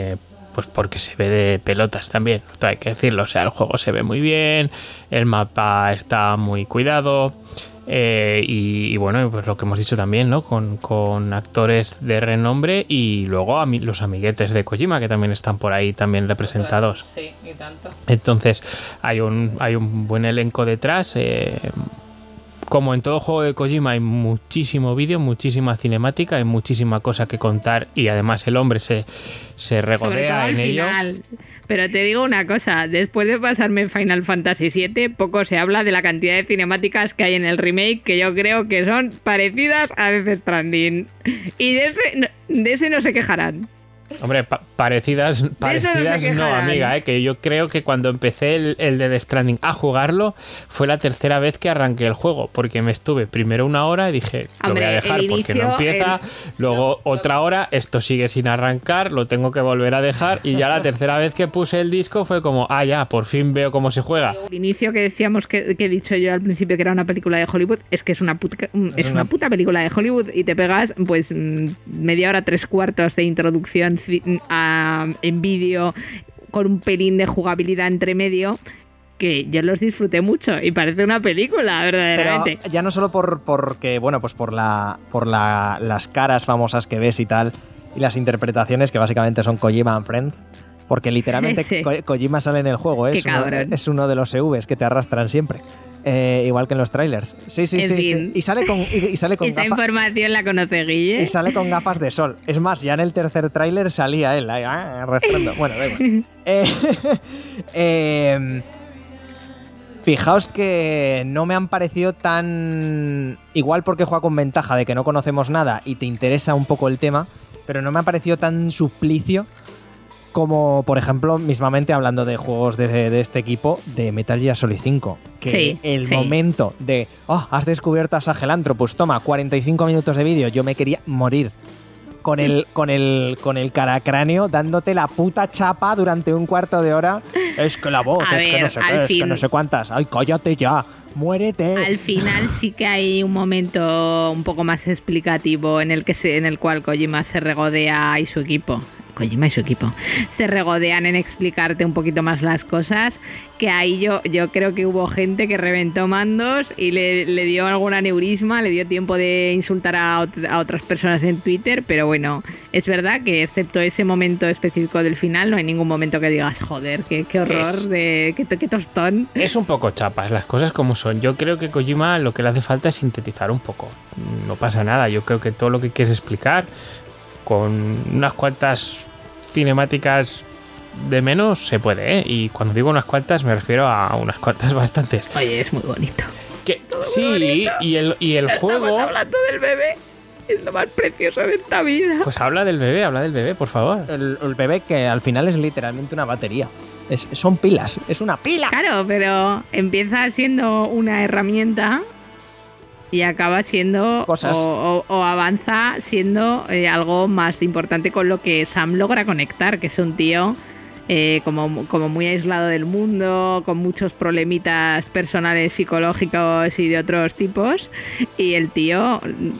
pues porque se ve de pelotas también, esto hay que decirlo. O sea, el juego se ve muy bien, el mapa está muy cuidado. Eh, y, y bueno, pues lo que hemos dicho también, ¿no? Con, con actores de renombre y luego a mi, los amiguetes de Kojima que también están por ahí también representados. Sí, y tanto. Entonces hay un, hay un buen elenco detrás. Eh, como en todo juego de Kojima hay muchísimo vídeo, muchísima cinemática, hay muchísima cosa que contar y además el hombre se, se regodea en ello. Final. Pero te digo una cosa, después de pasarme Final Fantasy siete, poco se habla de la cantidad de cinemáticas que hay en el remake, que yo creo que son parecidas a Death Stranding. Y de ese, de ese no se quejarán. Hombre, pa parecidas, parecidas no, no, amiga, ¿eh? Que yo creo que cuando empecé el, el de Death Stranding a jugarlo, fue la tercera vez que arranqué el juego, porque me estuve primero una hora y dije, Hombre, lo voy a dejar inicio, porque no empieza, el... luego no, otra hora, esto sigue sin arrancar, lo tengo que volver a dejar, y ya la tercera vez que puse el disco fue como, ah, ya, por fin veo cómo se juega. El inicio que decíamos, que, que he dicho yo al principio que era una película de Hollywood, es que es una puta, es una puta película de Hollywood y te pegas pues media hora, tres cuartos de introducción a en vídeo con un pelín de jugabilidad entre medio, que yo los disfruté mucho y parece una película, verdaderamente. Pero ya no solo por porque, bueno, pues por la por la, las caras famosas que ves y tal, y las interpretaciones que básicamente son Kojima and Friends, porque literalmente sí. Ko Kojima sale en el juego, ¿eh? es, uno, es uno de los E Vs que te arrastran siempre. Eh, igual que en los trailers. Sí, sí, sí, sí. Y sale con, y, y sale con Esa gafas. información la conoce Guille. Y sale con gafas de sol. Es más, ya en el tercer tráiler salía él ahí, arrastrando. Bueno, da igual. eh, eh, fijaos que no me han parecido tan... Igual porque juega con ventaja de que no conocemos nada y te interesa un poco el tema, pero no me ha parecido tan suplicio como, por ejemplo, mismamente hablando de juegos de, de este equipo, de Metal Gear Solid cinco. Que sí, el sí. momento de, oh, has descubierto a Sahelanthropus, toma, cuarenta y cinco minutos de vídeo, yo me quería morir. Con el, con el, con el caracráneo dándote la puta chapa durante un cuarto de hora. Es que la voz, a es ver, que no sé qué, es que no sé cuántas. Ay, cállate ya, muérete. Al final sí que hay un momento un poco más explicativo en el que se, en el cual Kojima se regodea y su equipo. Kojima y su equipo se regodean en explicarte un poquito más las cosas, que ahí yo, yo creo que hubo gente que reventó mandos y le, le dio algún aneurisma, le dio tiempo de insultar a, ot a otras personas en Twitter, pero bueno, es verdad que excepto ese momento específico del final no hay ningún momento que digas, joder, qué, qué horror, es, de, qué, qué tostón. Es un poco chapas, las cosas como son. Yo creo que Kojima lo que le hace falta es sintetizar un poco, no pasa nada. Yo creo que todo lo que quieres explicar con unas cuantas cinemáticas de menos se puede, ¿eh? Y cuando digo unas cuantas me refiero a unas cuantas bastantes. Oye, es muy bonito. Que, sí, bonito. y el, y el juego... Estamos hablando del bebé. Es lo más precioso de esta vida. Pues habla del bebé, habla del bebé, por favor. El, el bebé que al final es literalmente una batería. Es, son pilas, es una pila. Claro, pero empieza siendo una herramienta y acaba siendo cosas o, o, o avanza siendo eh, algo más importante con lo que Sam logra conectar, que es un tío eh, como, como muy aislado del mundo, con muchos problemitas personales, psicológicos y de otros tipos, y el tío,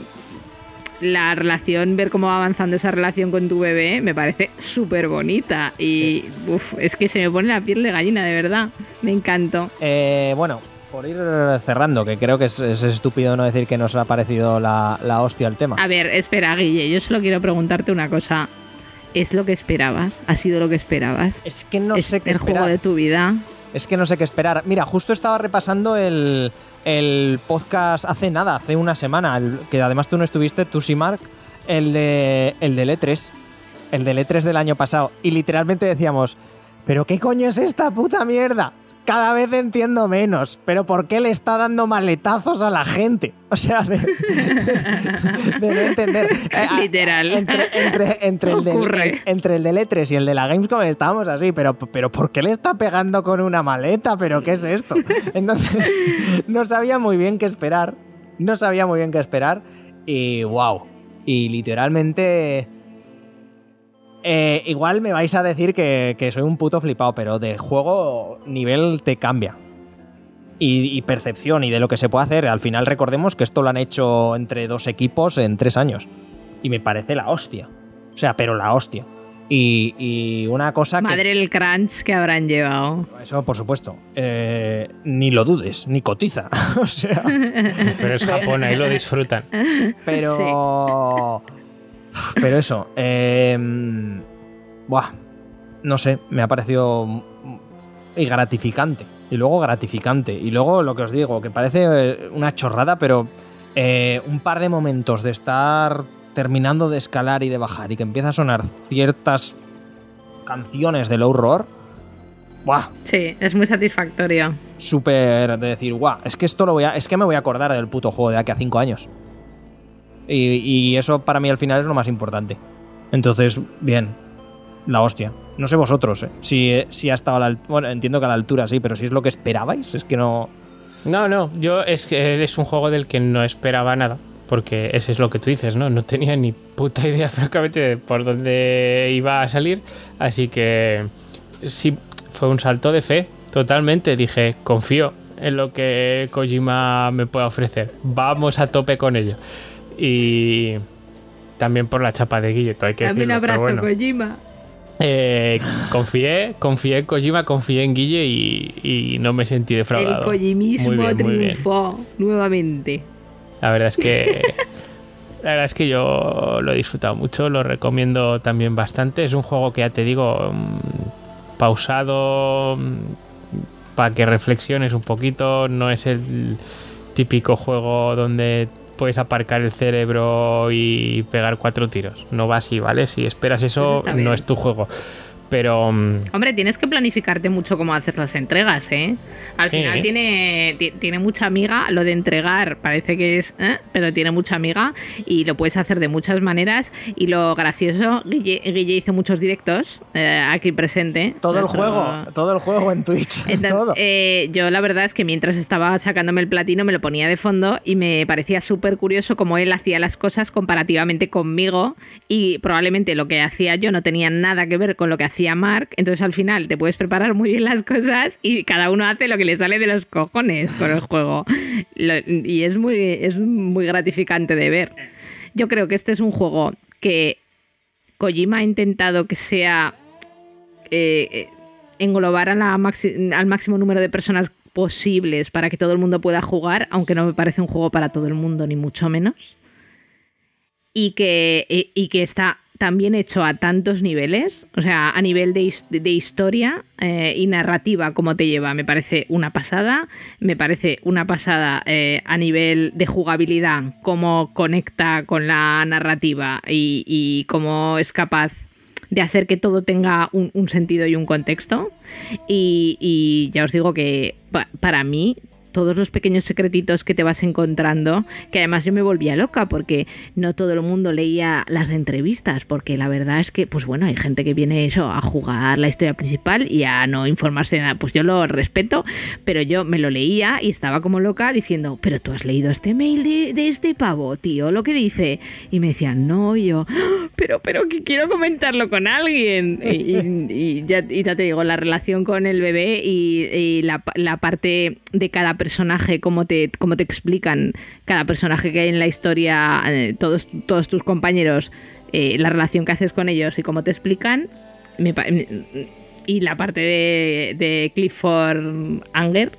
la relación, ver cómo va avanzando esa relación con tu bebé me parece súper bonita y sí. uf, es que se me pone la piel de gallina, de verdad, me encantó. Eh, bueno, por ir cerrando, que creo que es, es estúpido no decir que nos ha parecido la, la hostia el tema. A ver, espera, Guille, yo solo quiero preguntarte una cosa. ¿Es lo que esperabas? ¿Ha sido lo que esperabas? Es que no ¿Es sé qué el esperar. juego de tu vida? Es que no sé qué esperar. Mira, justo estaba repasando el, el podcast hace nada, hace una semana, el, que además tú no estuviste, tú sí, Marc, el de el del E tres, el del E tres del año pasado, y literalmente decíamos, ¿pero qué coño es esta puta mierda? Cada vez entiendo menos, pero ¿por qué le está dando maletazos a la gente? O sea, de, de, de no entender. Literal. Entre, entre, entre, el del, el, entre el del E tres y el de la Gamescom estábamos así, pero, pero ¿por qué le está pegando con una maleta? ¿Pero qué es esto? Entonces, no sabía muy bien qué esperar. No sabía muy bien qué esperar. Y wow. Y literalmente... Eh, igual me vais a decir que, que soy un puto flipado, pero de juego nivel te cambia. Y, y percepción y de lo que se puede hacer. Al final recordemos que esto lo han hecho entre dos equipos en tres años. Y me parece la hostia. O sea, pero la hostia. Y, y una cosa Madre que... el crunch que habrán llevado. Eso, por supuesto. Eh, ni lo dudes, ni cotiza. O sea... Pero es Japón, ahí lo disfrutan. Pero... Sí. Pero eso... Eh, buah, no sé, me ha parecido... Y gratificante. Y luego gratificante. Y luego lo que os digo, que parece una chorrada, pero eh, un par de momentos de estar terminando de escalar y de bajar y que empieza a sonar ciertas canciones de Low Roar. ¡Buah! Sí, es muy satisfactorio. Súper de decir, ¡guau! Es que esto lo voy a. Es que me voy a acordar del puto juego de aquí a cinco años. Y, y eso para mí al final es lo más importante. Entonces, bien. La hostia. No sé vosotros, ¿eh? Si, si ha estado a la altura. Bueno, entiendo que a la altura sí, pero si es lo que esperabais, es que no. No, no, yo es que es un juego del que no esperaba nada. Porque ese es lo que tú dices, ¿no? No tenía ni puta idea, francamente, de por dónde iba a salir. Así que sí, fue un salto de fe, totalmente. Dije, confío en lo que Kojima me pueda ofrecer. Vamos a tope con ello. Y también por la chapa de Guille, hay que Dame decirlo. un abrazo, bueno. Kojima. Eh, confié, confié en Kojima, confié en Guille y, y no me sentí defraudado. El kojimismo Muy bien, muy bien. triunfó nuevamente. La verdad es que la verdad es que yo lo he disfrutado mucho, lo recomiendo también bastante. Es un juego que ya te digo, pausado, para que reflexiones un poquito. No es el típico juego donde puedes aparcar el cerebro y pegar cuatro tiros. No va así, ¿vale? Si esperas eso, Pues no es tu juego. Pero... Hombre, tienes que planificarte mucho cómo hacer las entregas, ¿eh? Al Sí. final tiene, ti- tiene mucha miga. Lo de entregar parece que es... ¿eh? Pero tiene mucha miga y lo puedes hacer de muchas maneras. Y lo gracioso, Guille, Guille hizo muchos directos eh, aquí presente. Todo el Nuestro- juego, todo el juego en Twitch. Entonces, todo. eh, yo la verdad es que mientras estaba sacándome el platino me lo ponía de fondo y me parecía súper curioso cómo él hacía las cosas comparativamente conmigo y probablemente lo que hacía yo no tenía nada que ver con lo que hacía Mark. Entonces al final te puedes preparar muy bien las cosas y cada uno hace lo que le sale de los cojones con el juego. Lo- y es muy, es muy gratificante de ver. Yo creo que este es un juego que Kojima ha intentado que sea... eh, eh, englobar a la maxi- al máximo número de personas posibles para que todo el mundo pueda jugar, aunque no me parece un juego para todo el mundo, ni mucho menos. Y que, y, y que está también hecho a tantos niveles, o sea, a nivel de, his- de historia eh, y narrativa, como te lleva, me parece una pasada. Me parece una pasada eh, a nivel de jugabilidad, cómo conecta con la narrativa y, y cómo es capaz de hacer que todo tenga un, un sentido y un contexto. Y, y ya os digo que pa- para mí todos los pequeños secretitos que te vas encontrando, que además yo me volvía loca porque no todo el mundo leía las entrevistas, porque la verdad es que, pues bueno, hay gente que viene eso a jugar la historia principal y a no informarse de nada. Pues yo lo respeto, pero yo me lo leía y estaba como loca diciendo, pero tú has leído este mail de, de este pavo, tío, lo que dice. Y me decían, no, y yo, "Ah, pero, pero que quiero comentarlo con alguien". Y, y- y ya, y ya te digo, la relación con el bebé y, y la, la parte de cada personaje, cómo te, cómo te explican cada personaje que hay en la historia, eh, todos, todos tus compañeros, eh, la relación que haces con ellos y cómo te explican. Me pa- y la parte de, de Clifford Anger,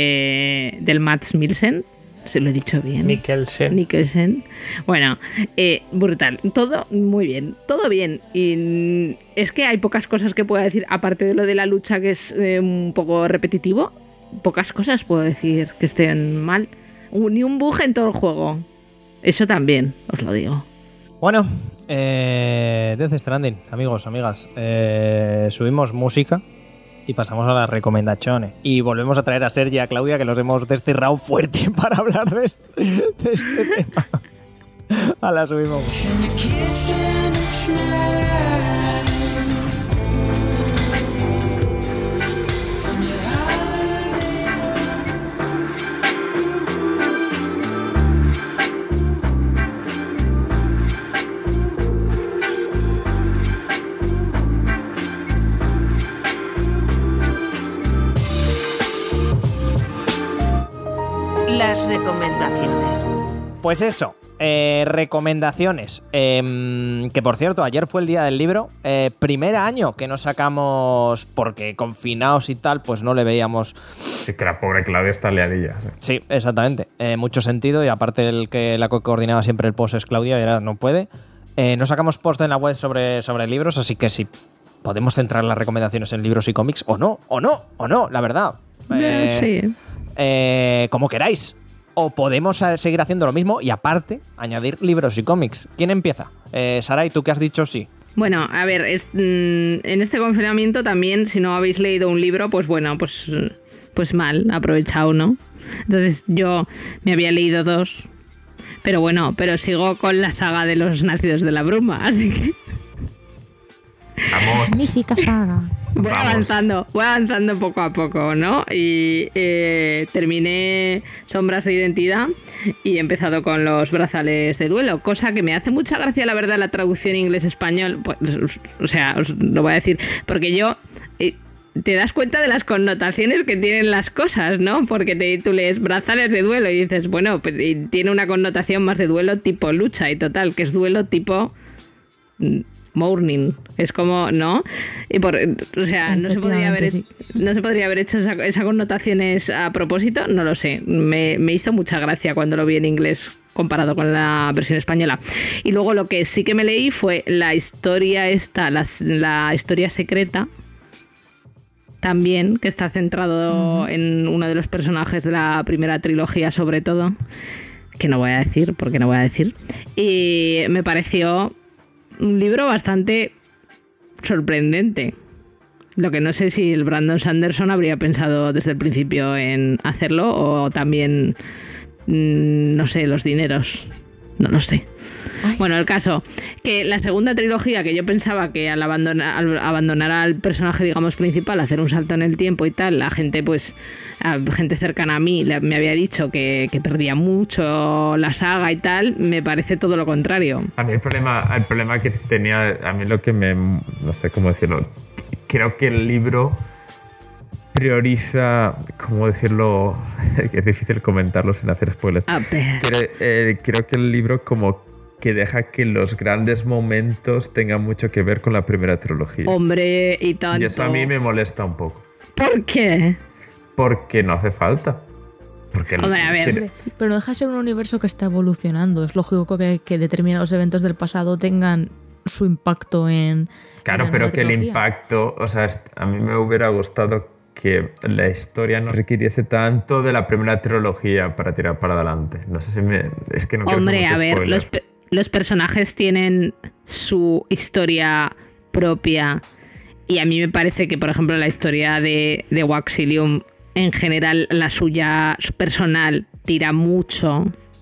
de, del Mads Mikkelsen, se lo he dicho bien. Mikkelsen. Mikkelsen. Bueno, eh, brutal. Todo muy bien. Todo bien. Y mm, es que hay pocas cosas que puedo decir, aparte de lo de la lucha, que es eh, un poco repetitivo. Pocas cosas puedo decir que estén mal. Un- Ni un bug en todo el juego. Eso también, os lo digo. Bueno, eh, Death Stranding, amigos, amigas. Eh, subimos música y pasamos a las recomendaciones. Y volvemos a traer a Sergi y a Claudia, que los hemos desterrado fuerte para hablar de este, de este tema. A la subimos. Las recomendaciones. Pues eso, eh, recomendaciones. Eh, que por cierto, ayer fue el día del libro. Eh, primer año que nos sacamos, porque confinados y tal, pues no le veíamos. Sí, que la pobre Claudia está liadilla. Sí, sí exactamente. Eh, mucho sentido. Y aparte, el que la que coordinaba siempre el post es Claudia y ahora no puede. Eh, no sacamos post en la web sobre, sobre libros, así que si podemos centrar las recomendaciones en libros y cómics, o no, o no, o no, la verdad. Eh, sí. eh, como queráis. O podemos seguir haciendo lo mismo y aparte añadir libros y cómics. ¿Quién empieza? Eh, Saray, tú que has dicho sí. Bueno, a ver, es, mm, en este confinamiento también, si no habéis leído un libro, pues bueno, pues, pues mal, aprovechado, ¿no? Entonces yo me había leído dos, pero bueno, pero sigo con la saga de los nacidos de la bruma, así que... Vamos. Magnífica saga. Voy Vamos. avanzando, voy avanzando poco a poco, ¿no? Y eh, terminé Sombras de Identidad y he empezado con los brazales de duelo, cosa que me hace mucha gracia, la verdad, la traducción inglés-español. Pues, o sea, os lo voy a decir, porque yo... Eh, te das cuenta de las connotaciones que tienen las cosas, ¿no? Porque te, tú lees brazales de duelo y dices, bueno, pues, y tiene una connotación más de duelo tipo lucha y total, que es duelo tipo... Mourning, es como, ¿no? Y por, o sea, no se podría haber, sí. no se podría haber hecho esa, esa connotaciones a propósito, no lo sé. Me, me hizo mucha gracia cuando lo vi en inglés comparado con la versión española. Y luego lo que sí que me leí fue la historia esta, la, la historia secreta, también, que está centrado uh-huh. en uno de los personajes de la primera trilogía, sobre todo, que no voy a decir, porque no voy a decir. Y me pareció un libro bastante sorprendente. Lo que no sé si el Brandon Sanderson habría pensado desde el principio en hacerlo o también, mmm, no sé, los dineros. No lo sé. Ay. Bueno, el caso, que la segunda trilogía, que yo pensaba que al abandonar, al abandonar al personaje, digamos, principal, hacer un salto en el tiempo y tal, la gente, pues, a gente cercana a mí me había dicho que, que perdía mucho la saga y tal, me parece todo lo contrario. A mí el problema, el problema que tenía, a mí lo que me, no sé cómo decirlo, creo que el libro prioriza, ¿cómo decirlo? Que es difícil comentarlo sin hacer spoilers. Pero, eh, creo que el libro como que deja que los grandes momentos tengan mucho que ver con la primera trilogía. Hombre, y tanto. Y eso a mí me molesta un poco. ¿Por qué? Porque no hace falta. Porque Hombre, a ver. Hombre, pero no deja de ser un universo que está evolucionando. Es lógico que, que determinados eventos del pasado tengan su impacto en... Claro, en pero que trilogía. el impacto... O sea, a mí me hubiera gustado que la historia no requiriese tanto de la primera trilogía para tirar para adelante. No sé si me... Es que no quiero Hombre, hacer mucho a ver, spoiler. los, pe- los personajes tienen su historia propia y a mí me parece que, por ejemplo, la historia de, de Waxilium, en general, la suya personal tira mucho.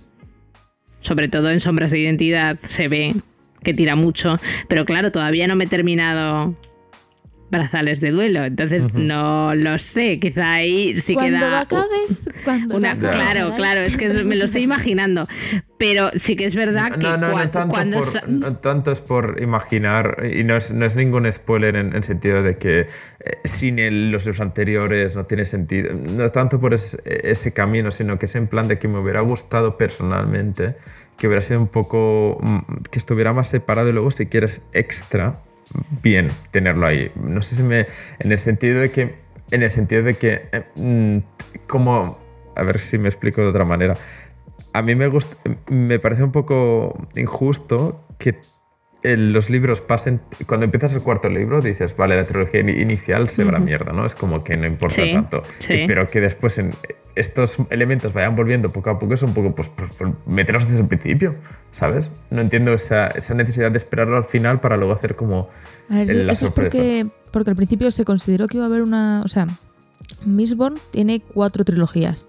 Sobre todo en Sombras de Identidad se ve que tira mucho. Pero claro, todavía no me he terminado Brazales de Duelo, entonces uh-huh. no lo sé, quizá ahí sí cuando queda lo acabes, cuando una, lo acabes, claro, claro, es que me lo estoy imaginando, pero sí que es verdad que no, no, cua- no, tanto cuando por, sa- no tanto es por imaginar, y no es, no es ningún spoiler en el sentido de que eh, sin el, los libros anteriores no tiene sentido, no tanto por es, ese camino, sino que es en plan de que me hubiera gustado personalmente que hubiera sido un poco, que estuviera más separado y luego si quieres extra, bien tenerlo ahí. No sé si me... En el sentido de que... En el sentido de que... Eh, como... A ver si me explico de otra manera. A mí me gusta... Me parece un poco injusto que los libros pasen... Cuando empiezas el cuarto libro dices, vale, la trilogía inicial se va a la mierda, ¿no? Es como que no importa Sí, tanto. sí. Pero que después en estos elementos vayan volviendo poco a poco es un poco, pues, pues, pues meterlos desde el principio, ¿sabes? No entiendo esa, esa necesidad de esperarlo al final para luego hacer como A ver, la eso sorpresa. es porque, porque al principio se consideró que iba a haber una... O sea, Mistborn tiene cuatro trilogías.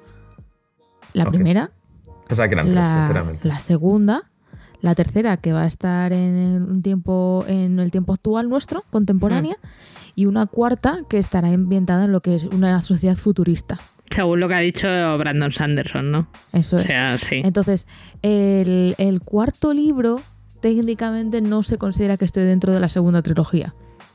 La Ok. primera, O sea, que eran tres, la, sinceramente. la segunda, la tercera, que va a estar en un tiempo, en el tiempo actual nuestro, contemporánea, y una cuarta que estará ambientada en lo que es una sociedad futurista. según lo que ha dicho Brandon Sanderson, ¿no? Eso O es. sea, sí. Entonces, el, el cuarto libro técnicamente no se considera que esté dentro de la segunda trilogía.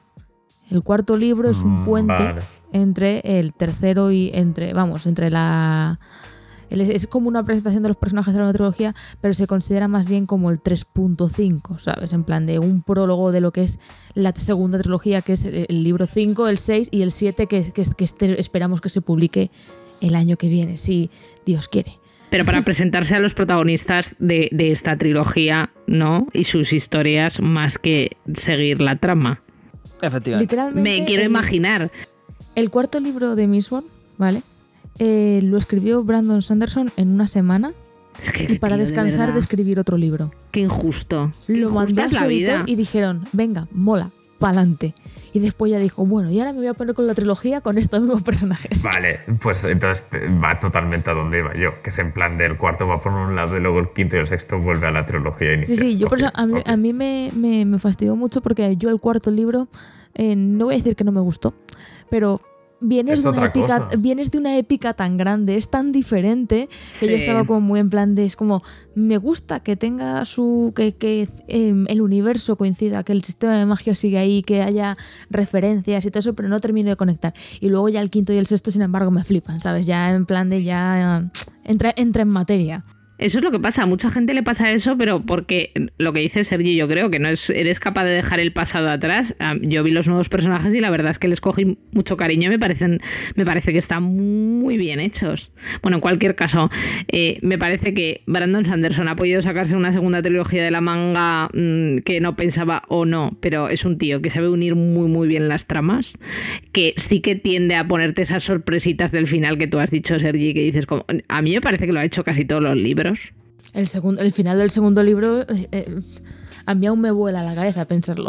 El cuarto libro es un Mm, puente vale. entre el tercero y entre, vamos, entre la Es como una presentación de los personajes de la nueva trilogía, pero se considera más bien como el tres punto cinco, ¿sabes? En plan de un prólogo de lo que es la segunda trilogía, que es el libro cinco, el seis y el siete, que, que, que este, esperamos que se publique el año que viene, si Dios quiere. Pero para presentarse a los protagonistas de, de esta trilogía, ¿no? Y sus historias, más que seguir la trama. Efectivamente. Literalmente, Me quiero el, imaginar. El cuarto libro de Mistborn, ¿vale? Eh, lo escribió Brandon Sanderson en una semana. Es que, y para tío, descansar de, de escribir otro libro. Qué injusto. Qué lo injusta mandó a es su la editor vida. y dijeron, venga, mola, pa'lante. Y después ya dijo, bueno, y ahora me voy a poner con la trilogía con estos mismos personajes. Vale, pues entonces va totalmente a donde iba yo, que es en plan del cuarto va por un lado y luego el quinto y el sexto vuelve a la trilogía inicial. Sí, sí, yo okay, por eso, a mí, okay. a mí me, me, me fastidió mucho porque yo el cuarto libro, eh, no voy a decir que no me gustó, pero vienes es de, una épica, cosa. vienes de una épica tan grande, es tan diferente, Sí. que yo estaba como muy en plan de, es como, me gusta que tenga su, que, que eh, el universo coincida, que el sistema de magia sigue ahí, que haya referencias y todo eso, pero no termino de conectar. Y luego ya el quinto y el sexto, sin embargo, me flipan, ¿sabes? Ya en plan de ya entra, entra en materia. Eso es lo que pasa, a mucha gente le pasa eso, pero porque lo que dice Sergi, yo creo que no es, eres capaz de dejar el pasado atrás. Yo vi los nuevos personajes y la verdad es que les cogí mucho cariño y me parecen, me parece que están muy bien hechos. Bueno, en cualquier caso, eh, me parece que Brandon Sanderson ha podido sacarse una segunda trilogía de la manga mmm, que no pensaba o no, pero es un tío que sabe unir muy muy bien las tramas, que sí que tiende a ponerte esas sorpresitas del final que tú has dicho, Sergi, que dices, como, a mí me parece que lo ha hecho casi todos los libros. El, segundo, el final del segundo libro eh, a mí aún me vuela la cabeza pensarlo.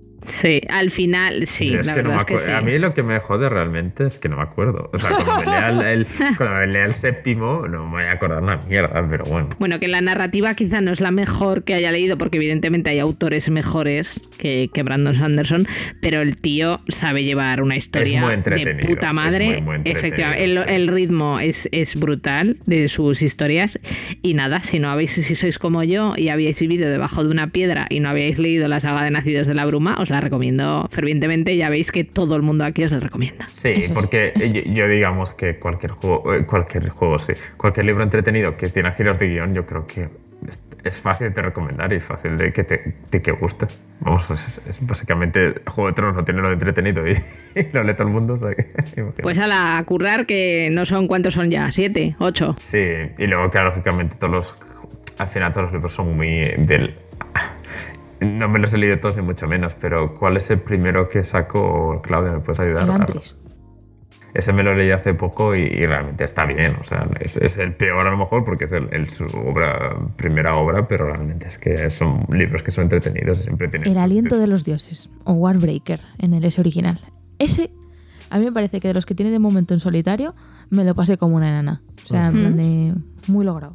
Sí, al final, sí, Yo es la que no verdad me es que sí. A mí lo que me jode realmente es que no me acuerdo. O sea, cuando me lea el, el, cuando me lea el séptimo no me voy a acordar una mierda, pero bueno. Bueno, que la narrativa quizá no es la mejor que haya leído, porque evidentemente hay autores mejores que, que Brandon Sanderson, pero el tío sabe llevar una historia de puta madre. Es muy, muy Efectivamente, el, sí. el ritmo es, es brutal de sus historias. Y nada, si no habéis, si sois como yo y habíais vivido debajo de una piedra y no habíais leído la saga de Nacidos de la Bruma, os la recomiendo fervientemente. Ya veis que todo el mundo aquí os la recomienda. Sí, Eso porque es, eso yo, yo digamos que cualquier juego, cualquier juego, sí, cualquier libro entretenido que tiene giros de guión, yo creo que es, es fácil de recomendar y fácil de que te de que guste. Vamos, es, es básicamente Juego de Tronos no tiene lo de entretenido y, y lo lee todo el mundo. O sea que, pues a la currar, que no son cuántos son ya, siete, ocho. Sí, y luego que lógicamente todos los, al final todos los libros son muy del... No me los he leído todos ni mucho menos, pero ¿cuál es el primero que sacó, Claudia? ¿Me puedes ayudar? El Antris. Ese me lo leí hace poco y, y realmente está bien. O sea, es, es el peor a lo mejor porque es el, el, su obra, primera obra, pero realmente es que son libros que son entretenidos y siempre tienen... El aliento de los dioses, o Warbreaker, en el S original. Ese, a mí me parece que de los que tiene de momento en solitario, me lo pasé como una enana. O sea, en plan de muy logrado.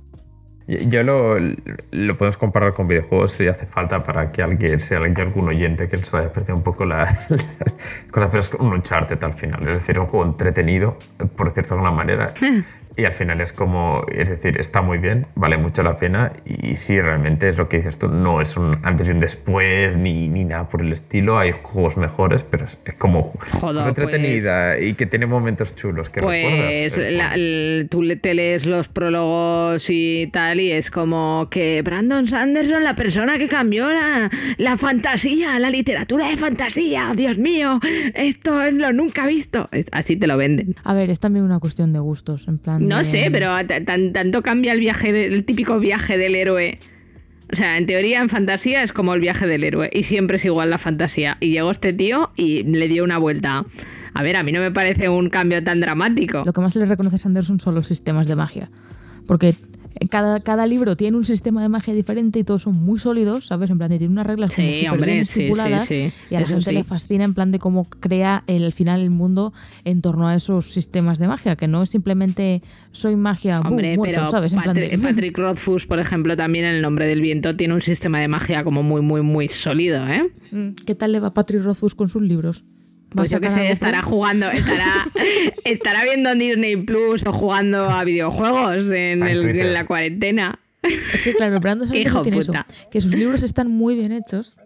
Yo lo, lo podemos comparar con videojuegos si hace falta para que alguien, sea algún oyente que nos haya perdido un poco la, la cosa, pero es un Uncharted al final, es decir, un juego entretenido, por decirlo de alguna manera, y al final es como, es decir, está muy bien, vale mucho la pena, y sí, realmente es lo que dices tú, no es un antes y un después, ni, ni nada por el estilo, hay juegos mejores, pero es, es como Joder, entretenida pues, y que tiene momentos chulos que pues recuerdas. Eh, la, el, tú te lees los prólogos y tal y es como que Brandon Sanderson, la persona que cambió la, la fantasía, la literatura de fantasía, Dios mío, esto es lo nunca visto. Así te lo venden. A ver, es también una cuestión de gustos, en plan... No de... sé, pero tan, tanto cambia el viaje, de, el típico viaje del héroe. O sea, en teoría, en fantasía es como el viaje del héroe y siempre es igual la fantasía. Y llegó este tío y le dio una vuelta. A ver, a mí no me parece un cambio tan dramático. Lo que más se le reconoce a Sanderson son los sistemas de magia. Porque cada, cada libro tiene un sistema de magia diferente y todos son muy sólidos, ¿sabes? En plan, de tiene unas reglas sí, como súper hombre, bien sí, estipuladas sí, sí. y a la Eso gente sí. le fascina en plan de cómo crea el, al final el mundo en torno a esos sistemas de magia, que no es simplemente soy magia, boom, Hombre, muerto, pero ¿sabes? En plan Patri- de... Patrick Rothfuss, por ejemplo, también en El Nombre del Viento tiene un sistema de magia como muy, muy, muy sólido, ¿eh? ¿Qué tal le va a Patrick Rothfuss con sus libros? Pues yo ¿Va a qué sacar sé, algo estará por- jugando, estará, estará viendo Disney Plus o jugando a videojuegos en, En el- Twitter. en la cuarentena. Es que claro, Brandon Qué Sanderson hijo tiene puta. eso, que sus libros están muy bien hechos,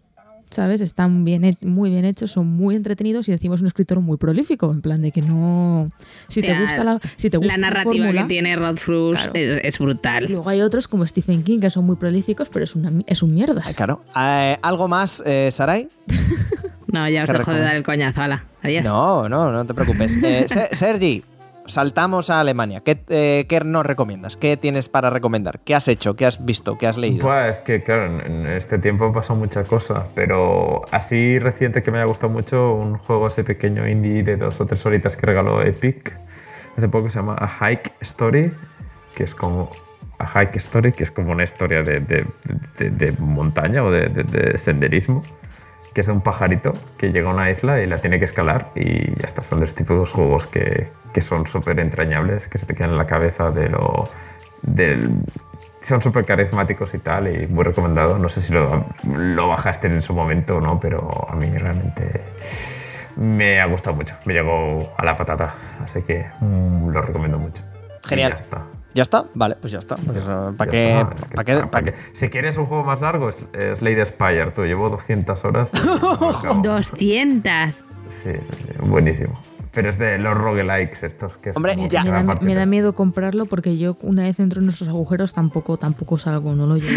¿sabes? Están bien, he- muy bien hechos, son muy entretenidos y encima es un escritor muy prolífico, en plan de que no... Si O sea, te gusta la, si te gusta la narrativa fórmula, que tiene Rod Frost Claro. es, es brutal. luego hay otros como Stephen King que son muy prolíficos, pero es, una, mi- es un mierdas. Claro. Eh, ¿Algo más, eh, Sarai? No, ya os ¿Qué dejo de recomiendo? dar el coñazo, ala. Adiós. No, no, no te preocupes. Eh, Se- Sergi, saltamos a Alemania. ¿Qué, eh, ¿Qué nos recomiendas? ¿Qué tienes para recomendar? ¿Qué has hecho? ¿Qué has visto? ¿Qué has leído? Pues es que, claro, en- en este tiempo han pasado muchas cosas, pero así reciente que me haya gustado mucho, un juego así pequeño indie de dos o tres horitas que regaló Epic hace poco, se llama A Hike Story, que es como A Hike Story, que es como una historia de, de, de- de montaña o de, de- de senderismo, que es de un pajarito que llega a una isla y la tiene que escalar y ya está. Son de los típicos juegos que, que son súper entrañables, que se te quedan en la cabeza de lo... Del, son súper carismáticos y tal, y muy recomendado. No sé si lo, lo bajaste en su momento o no, pero a mí realmente me ha gustado mucho. Me llegó a la patata, así que mm, lo recomiendo mucho. Genial. Y ya está. ¿Ya está? Vale, pues ya está. Pues, eh, ¿Para Ya qué? está. ¿Para qué? ¿Para qué? Si quieres un juego más largo, es, es Slade Spire. Tú, llevo doscientas horas. y no lo acabo. doscientas. Sí, sí, sí, buenísimo. Pero es de los roguelikes estos. Que es Hombre, como ya. Me gran da, parte me da de- miedo comprarlo porque yo una vez entro en esos agujeros tampoco, tampoco salgo, no lo llevo.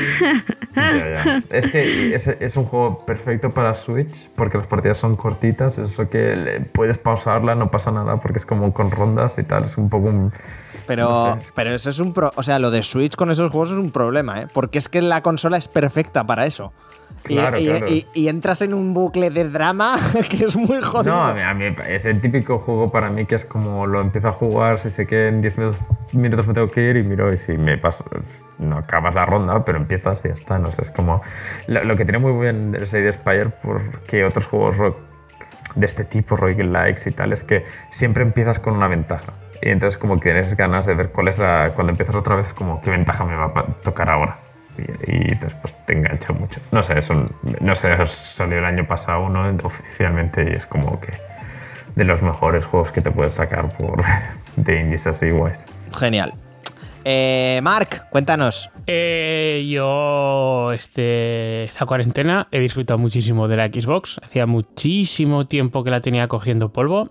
Ya, ya. Es que es, es un juego perfecto para Switch porque las partidas son cortitas. Eso que le- puedes pausarla, no pasa nada porque es como con rondas y tal. Es un poco un... Pero, no sé. pero eso es un pro, o sea, lo de Switch con esos juegos es un problema, ¿eh? Porque es que la consola es perfecta para eso. Y- Claro, y, claro. y- y entras en un bucle de drama que es muy jodido. No, a mí, a mí es el típico juego para mí que es como lo empiezo a jugar, si sé que en diez minutos, minutos me tengo que ir y miro y si me paso, no acabas la ronda, pero empiezas y ya está. No sé, es como lo, lo que tiene muy bien el Slade Spire porque otros juegos ro- de este tipo, roguelikes y tal, es que siempre empiezas con una ventaja. Y entonces como que tienes ganas de ver cuál es la... Cuando empiezas otra vez, como qué ventaja me va a pa- tocar ahora. Y, y entonces pues te engancha mucho. No sé, son, no sé, salió el año pasado, ¿no? Oficialmente, y es como que de los mejores juegos que te puedes sacar por de indies así guays. Genial. Eh, Marc, cuéntanos. Eh, yo este, esta cuarentena he disfrutado muchísimo de la Xbox. Hacía muchísimo tiempo que la tenía cogiendo polvo.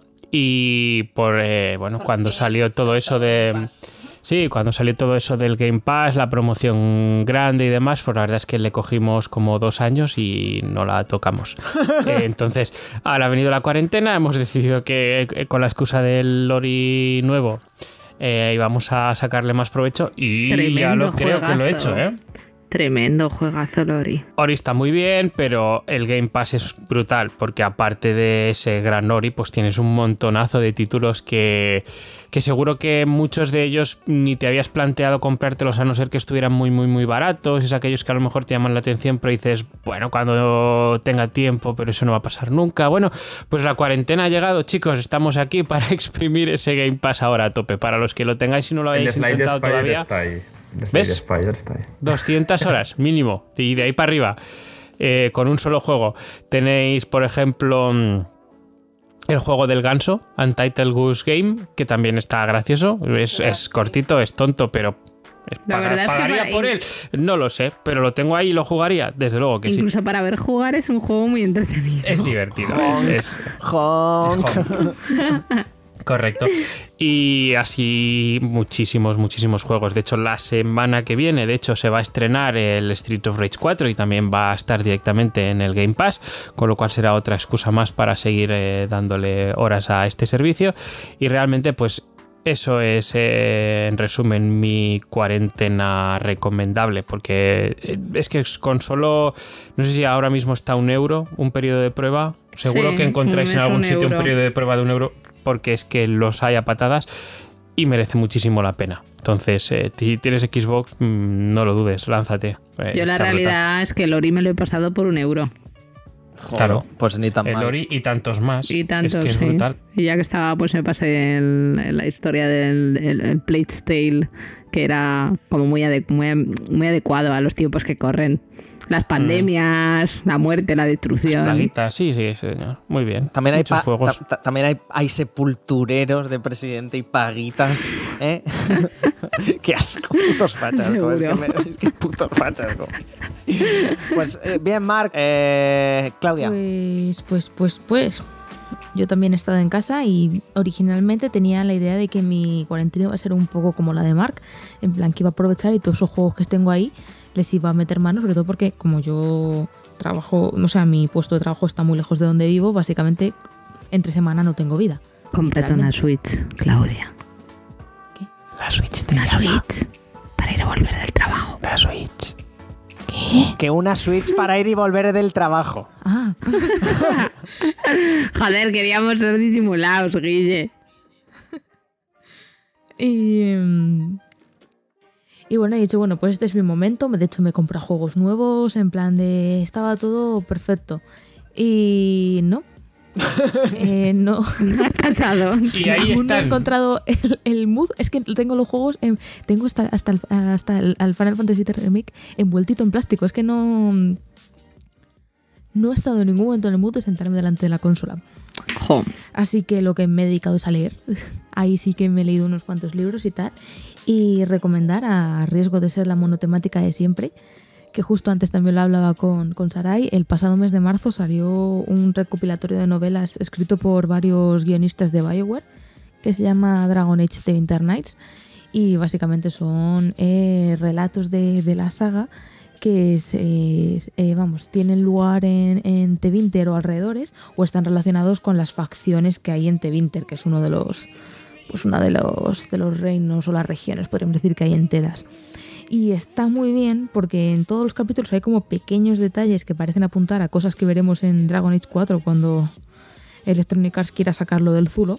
Y por eh, bueno, cuando salió todo eso de. Sí, cuando salió todo eso del Game Pass, la promoción grande y demás, pues la verdad es que le cogimos como dos años y no la tocamos. Eh, entonces, ahora ha venido la cuarentena, hemos decidido que eh, con la excusa del Lori nuevo eh, íbamos a sacarle más provecho y ya Tremendo lo creo que lo he juegazo. hecho, ¿eh? Tremendo juegazo, Lori. Ori está muy bien, pero el Game Pass es brutal, porque aparte de ese gran Ori, pues tienes un montonazo de títulos que, que seguro que muchos de ellos ni te habías planteado comprártelos a no ser que estuvieran muy, muy, muy baratos. Es aquellos que a lo mejor te llaman la atención, pero dices, bueno, cuando tenga tiempo, pero eso no va a pasar nunca. Bueno, pues la cuarentena ha llegado, chicos, estamos aquí para exprimir ese Game Pass ahora a tope. Para los que lo tengáis y no lo El habéis Slade intentado Spire todavía. está ahí. El Slade ¿Ves? Spire está ahí. doscientas horas mínimo y de ahí para arriba eh, con un solo juego. Tenéis, por ejemplo, mm, el juego del ganso, Untitled Goose Game, que también está gracioso. Es, es cortito, es tonto, pero es La pagar- verdad es que ¿pagaría para- por él? No lo sé, pero lo tengo ahí y lo jugaría. Desde luego que sí. Incluso para ver jugar es un juego muy entretenido. Es divertido. es- es, Honk. Correcto. Y así muchísimos, muchísimos juegos. De hecho, la semana que viene, de hecho, se va a estrenar el Street of Rage cuatro y también va a estar directamente en el Game Pass, con lo cual será otra excusa más para seguir eh, dándole horas a este servicio. Y realmente, pues eso es, eh, en resumen, mi cuarentena recomendable, porque eh, es que con solo, no sé si ahora mismo está un euro, un periodo de prueba. Seguro Sí, que encontráis en es algún un sitio un euro. periodo de prueba de un euro, porque es que los hay a patadas y merece muchísimo la pena. Entonces, eh, si tienes Xbox, mmm, no lo dudes, lánzate. Eh, Yo la está realidad es que el Ori me lo he pasado por un euro. Claro. Pues ni tan brutal. El mal. Ori y tantos más. Y tanto, es que es sí. brutal. Y ya que estaba, pues me pasé el- la historia del el, el Plague's Tale, que era como muy, ade- muy, muy adecuado a los tiempos que corren. Las pandemias, la muerte, la destrucción. Plaguitas, sí, sí, señor. Muy bien. También hay, Muchos pa- juegos. ta- ta- también hay, hay sepultureros de presidente y paguitas, ¿eh? Qué asco, putos fachas. jo, Es que, Seguro. me- es que putos fachas. jo. Pues eh, bien, Marc. Eh, Claudia. Pues, pues, pues, pues. Yo también he estado en casa y originalmente tenía la idea de que mi cuarentena iba a ser un poco como la de Marc, en plan que iba a aprovechar y todos esos juegos que tengo ahí les iba a meter manos, sobre todo porque como yo trabajo, no sé, mi puesto de trabajo está muy lejos de donde vivo, básicamente entre semana no tengo vida. Cómprate una Switch, Claudia. ¿Qué? La Switch te Una llama. Switch para ir a volver del trabajo. La Switch. ¿Qué? Que una Switch para ir y volver del trabajo. Ah, Joder, queríamos ser disimulados, Guille. y... mm, Y bueno, he dicho, bueno, pues este es mi momento. De hecho, me he comprado juegos nuevos, en plan de... Estaba todo perfecto. Y no. eh, no. ¿Qué ha pasado? Y ahí Aún no he están. encontrado el, el mood. Es que tengo los juegos, en- tengo hasta, hasta, el, hasta el, al Final Fantasy Remake envueltito en plástico. Es que no... No he estado en ningún momento en el mood de sentarme delante de la consola. Jo. Así que lo que me he dedicado es a leer. Ahí sí que me he leído unos cuantos libros y tal. Y recomendar, a riesgo de ser la monotemática de siempre, que justo antes también lo hablaba con, con Sarai, el pasado mes de marzo salió un recopilatorio de novelas escrito por varios guionistas de BioWare que se llama Dragon Age The Winter Nights. Y básicamente son eh, relatos de, de la saga que se, eh, vamos, tienen lugar en, en Tevinter o alrededores, o están relacionados con las facciones que hay en Tevinter, que es uno de los, pues una de los, de los reinos o las regiones, podríamos decir, que hay en Tedas. Y está muy bien porque en todos los capítulos hay como pequeños detalles que parecen apuntar a cosas que veremos en Dragon Age cuatro cuando Electronic Arts quiera sacarlo del zulo.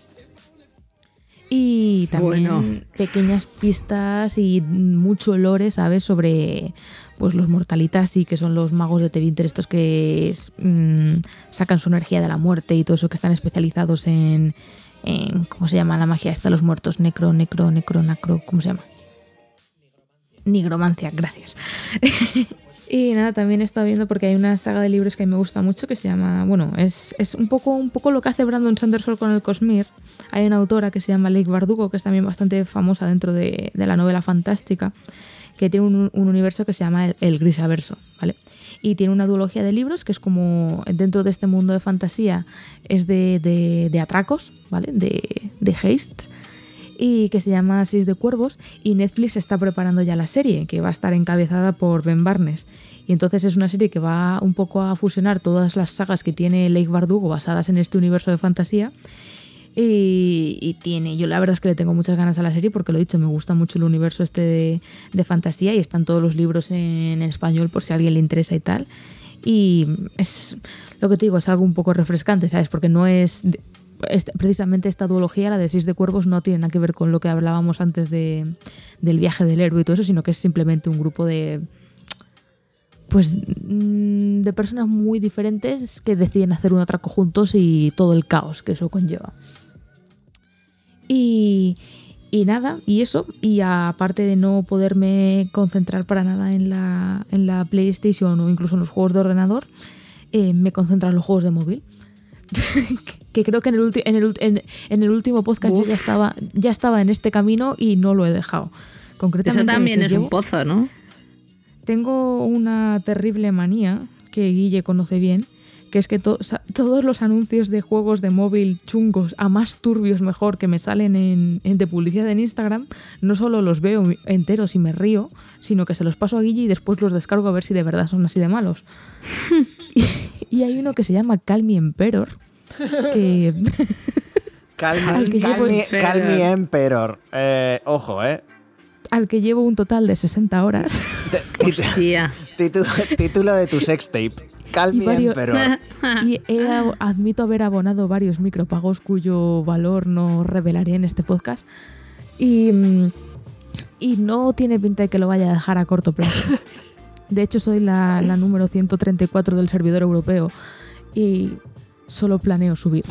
Y también Bueno. pequeñas pistas y mucho lore, ¿sabes? Sobre pues los Mortalitasi, que son los magos de Tevinter, estos que es, mmm, sacan su energía de la muerte y todo eso, que están especializados en, en ¿cómo se llama la magia esta? Los muertos, necro, necro, necro, nacro, ¿cómo se llama? Nigromancia, gracias. Y nada, también he estado viendo porque hay una saga de libros que a mí me gusta mucho que se llama, bueno, es, es un poco un poco lo que hace Brandon Sanderson con el Cosmere. Hay una autora que se llama Leigh Bardugo, que es también bastante famosa dentro de, de la novela fantástica, que tiene un, un universo que se llama el, el Grisaverso, ¿vale? Y tiene una duología de libros que es como, dentro de este mundo de fantasía, es de, de, de atracos, ¿vale? De, de haste. Y que se llama Seis de Cuervos, y Netflix está preparando ya la serie, que va a estar encabezada por Ben Barnes. Y entonces es una serie que va un poco a fusionar todas las sagas que tiene Leigh Bardugo basadas en este universo de fantasía. Y, y tiene, yo la verdad es que le tengo muchas ganas a la serie porque lo he dicho, me gusta mucho el universo este de, de fantasía y están todos los libros en, en español por si a alguien le interesa y tal. Y es lo que te digo, es algo un poco refrescante, ¿sabes? Porque no es... Este, precisamente esta duología, la de Seis de Cuervos, no tiene nada que ver con lo que hablábamos antes de, del viaje del héroe y todo eso, sino que es simplemente un grupo de pues de personas muy diferentes que deciden hacer un atraco juntos y todo el caos que eso conlleva. Y, y nada, y eso, y aparte de no poderme concentrar para nada en la, en la PlayStation o incluso en los juegos de ordenador, eh, me concentro en los juegos de móvil. Que creo que en el, ulti- en el, en, en el último podcast Uf. yo ya estaba, ya estaba en este camino y no lo he dejado. Concretamente, Eso también de es hecho, un llevo- pozo, ¿no? Tengo una terrible manía que Guille conoce bien, que es que to- sa- todos los anuncios de juegos de móvil chungos, a más turbios mejor, que me salen en, en de publicidad en Instagram, no solo los veo enteros y me río, sino que se los paso a Guille y después los descargo a ver si de verdad son así de malos. y, y hay uno que se llama Call Me Emperor, que... Calmi, Al que llevo Calmi, Emperor. Calmi Emperor. Eh, ojo, ¿eh? al que llevo un total de sesenta horas. T- tit- Hostia. titu- Título de tu sextape. Calmi Y varios- Emperor. Y he, ab- admito haber abonado varios micropagos cuyo valor no revelaré en este podcast. Y, mm, y no tiene pinta de que lo vaya a dejar a corto plazo. De hecho, soy la, la número ciento treinta y cuatro del servidor europeo y solo planeo subir.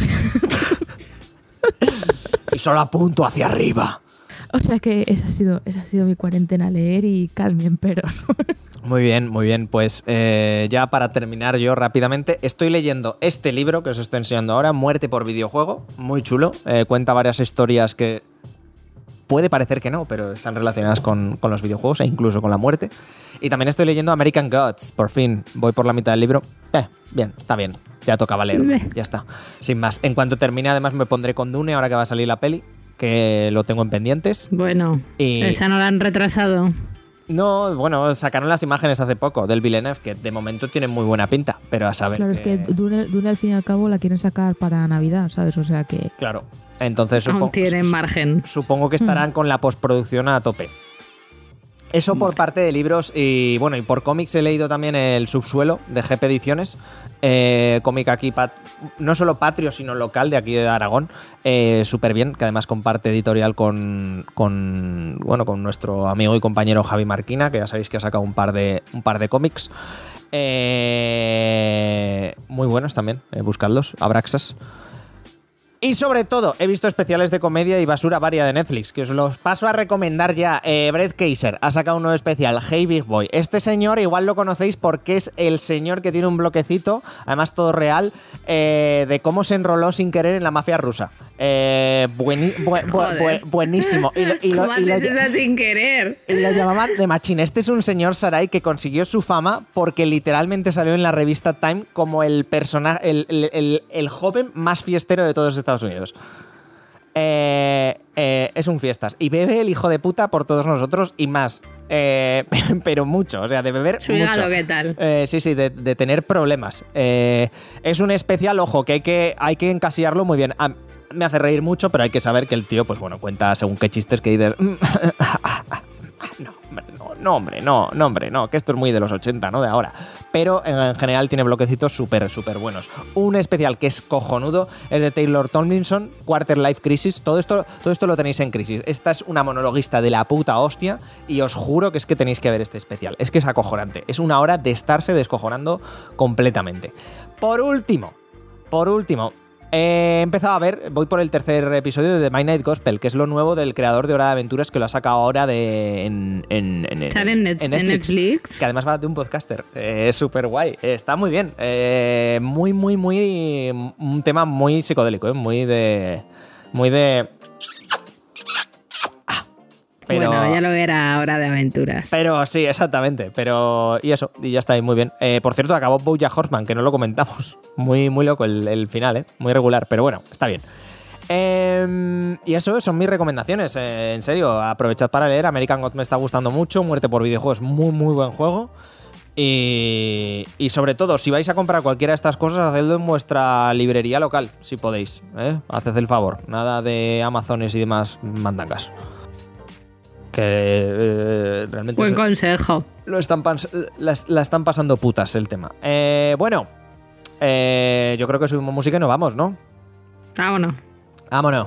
Y solo apunto hacia arriba. O sea que esa ha sido, esa ha sido mi cuarentena, leer y Calm Emperor. Muy bien, muy bien. Pues eh, ya para terminar yo rápidamente, estoy leyendo este libro que os estoy enseñando ahora, Muerte por videojuego, muy chulo. Eh, cuenta varias historias que puede parecer que no, pero están relacionadas con, con los videojuegos e incluso con la muerte. Y también estoy leyendo American Gods, por fin. Voy por la mitad del libro. Eh, bien, está bien. Ya tocaba leer, ya está. Sin más. En cuanto termine, además me pondré con Dune, ahora que va a salir la peli, que lo tengo en pendientes. Bueno, y... esa no la han retrasado. No, bueno, sacaron las imágenes hace poco del Villeneuve, que de momento tienen muy buena pinta, pero a saber. Claro, que... es que Dune, Dune al fin y al cabo la quieren sacar para Navidad, ¿sabes? O sea que... Claro, entonces Aún supongo, tienen margen. Supongo que estarán Mm. con la postproducción a tope. Eso por parte de libros y bueno, y por cómics he leído también El Subsuelo de G P Ediciones, eh, cómic aquí, pat- no solo patrio, sino local de aquí de Aragón, eh, súper bien, que además comparte editorial con, con, bueno, con nuestro amigo y compañero Javi Marquina, que ya sabéis que ha sacado un par de, un par de cómics. Eh, muy buenos también, eh, buscadlos, Abraxas. Y sobre todo, he visto especiales de comedia y basura varia de Netflix, que os los paso a recomendar ya. Eh, Brett Kaiser ha sacado un nuevo especial, Hey Big Boy. Este señor igual lo conocéis porque es el señor que tiene un bloquecito, además todo real, eh, de cómo se enroló sin querer en la mafia rusa. Eh, bueni- bu- bu- bu- buenísimo. Y lo, y lo- ¿Cómo y lo- haces eso sin querer? y lo llamaban de machín. Este es un señor Sarai que consiguió su fama porque literalmente salió en la revista Time como el personaje, el, el, el, el joven más fiestero de todos Estados Unidos. Eh, eh, es un fiestas. Y bebe el hijo de puta por todos nosotros y más. Eh, pero mucho, o sea, de beber Su mucho. hígado, ¿qué tal? Eh, sí, sí, de, de tener problemas. Eh, es un especial, ojo, que hay que, hay que encasillarlo muy bien. Ah, me hace reír mucho, pero hay que saber que el tío, pues bueno, cuenta según qué chistes que dices. No, hombre, no, no, hombre, no, no, hombre, no, que esto es muy de los ochenta, no de ahora. Pero en, en general tiene bloquecitos súper, súper buenos. Un especial que es cojonudo es de Taylor Tomlinson, Quarter Life Crisis. Todo esto, todo esto lo tenéis en Crisis. Esta es una monologuista de la puta hostia y os juro que es que tenéis que ver este especial. Es que es acojonante. Es una hora de estarse descojonando completamente. Por último, por último, he empezado a ver, voy por el tercer episodio de The Midnight Gospel, que es lo nuevo del creador de Hora de Aventuras, que lo ha sacado ahora de, en, en, en, ¿Sale en, Net- en en Netflix, Netflix? que además va de un podcaster. Eh, es súper guay, eh, está muy bien. Eh, muy, muy, muy... Un tema muy psicodélico, eh, muy de... Muy de... Pero, Bueno, ya lo era Hora de Aventuras. pero sí, exactamente. Pero y eso, y ya está ahí, muy bien. Eh, por cierto, acabó BoJack Horseman, que no lo comentamos. Muy, muy loco el, el final, ¿eh? Muy regular, pero bueno, está bien. Eh, y eso son mis recomendaciones. Eh, en serio, aprovechad para leer. American Gods me está gustando mucho. Muerte por videojuegos, muy, muy buen juego. Y, y sobre todo, si vais a comprar cualquiera de estas cosas, hacedlo en vuestra librería local, si podéis. ¿eh? Haced el favor. Nada de Amazones y demás mandangas. Que eh, realmente Buen se- consejo. lo están pas- la, la están pasando putas el tema. Eh, bueno, eh, yo creo que subimos música y nos vamos, ¿no? Vámonos. Vámonos.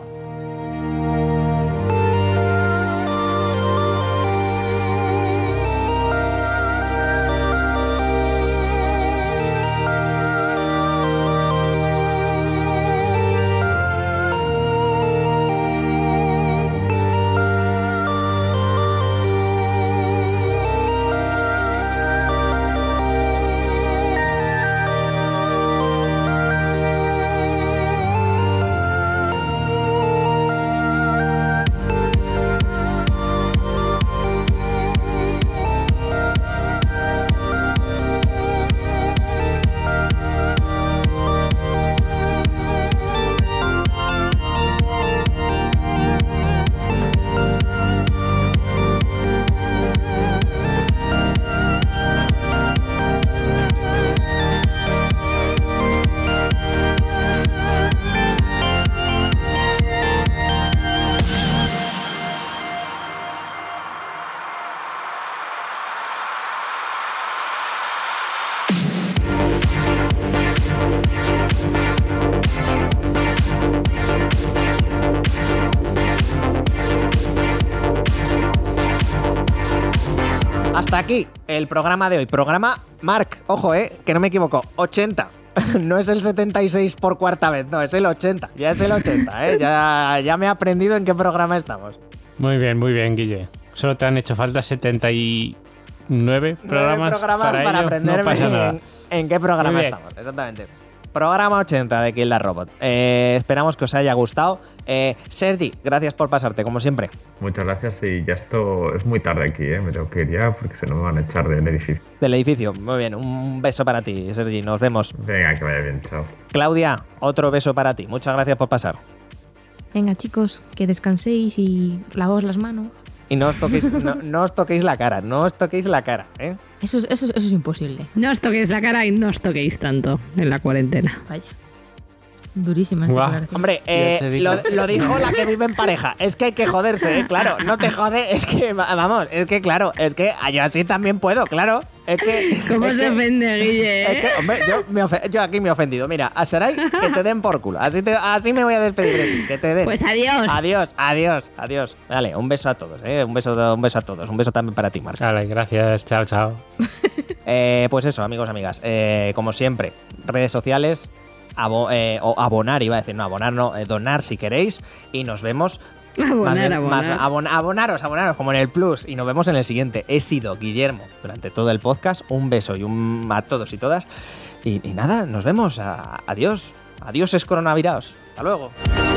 Hasta aquí el programa de hoy. Programa, Marc, ojo, eh, que no me equivoco, ochenta. No es el setenta y seis por cuarta vez, no, es el ochenta. Ya es el ochenta, eh. Ya, ya me he aprendido en qué programa estamos. Muy bien, muy bien, Guille. Solo te han hecho falta setenta y nueve Nueve programas, programas para, para, ello. aprenderme No pasa nada. en, en qué programa Muy bien. estamos, exactamente. programa ochenta de Kill the Robot. Eh, esperamos que os haya gustado. Eh, Sergi, gracias por pasarte, como siempre. Muchas gracias y ya esto es muy tarde aquí, ¿eh? Me tengo que ir ya porque se nos van a echar del edificio. Del edificio, muy bien. Un beso para ti, Sergi. Nos vemos. Venga, que vaya bien, chao. Claudia, otro beso para ti. Muchas gracias por pasar. Venga, chicos, que descanséis y lavaos las manos. Y no os toquéis, no, no os toquéis la cara, no os toquéis la cara, ¿eh? Eso, es- eso, es- eso es imposible. No os toquéis la cara y no os toquéis tanto en la cuarentena. Vaya. Durísima esta Guau. declaración. Hombre, Ya te eh, digo. lo, lo dijo la que vive en pareja. Es que hay que joderse, ¿eh? Claro, no te jode, es que, va- vamos, es que claro, es que yo así también puedo, claro. Es que. ¿Cómo es se que- ofende, Guille? Es que, hombre, yo, me ofe- yo aquí me he ofendido. Mira, a Sarai, que te den por culo. Así, te- así me voy a despedir de ti, que te den. Pues adiós. Adiós, adiós, adiós. Vale, un beso a todos, ¿eh? Un beso, un beso a todos. Un beso también para ti, Marta. Vale, gracias. Chao, chao. Eh, pues eso, amigos, amigas. Eh, como siempre, redes sociales. Abo- eh, o abonar, iba a decir, no, abonar, no, eh, donar si queréis. Y nos vemos. Abonar, más bien- abonar. más- abon- abonaros, abonaros, como en el Plus. Y nos vemos en el siguiente. He sido Guillermo durante todo el podcast. Un beso y un a todos y todas. Y, y nada, nos vemos. A- adiós. Adiós, es coronavirus. Hasta luego.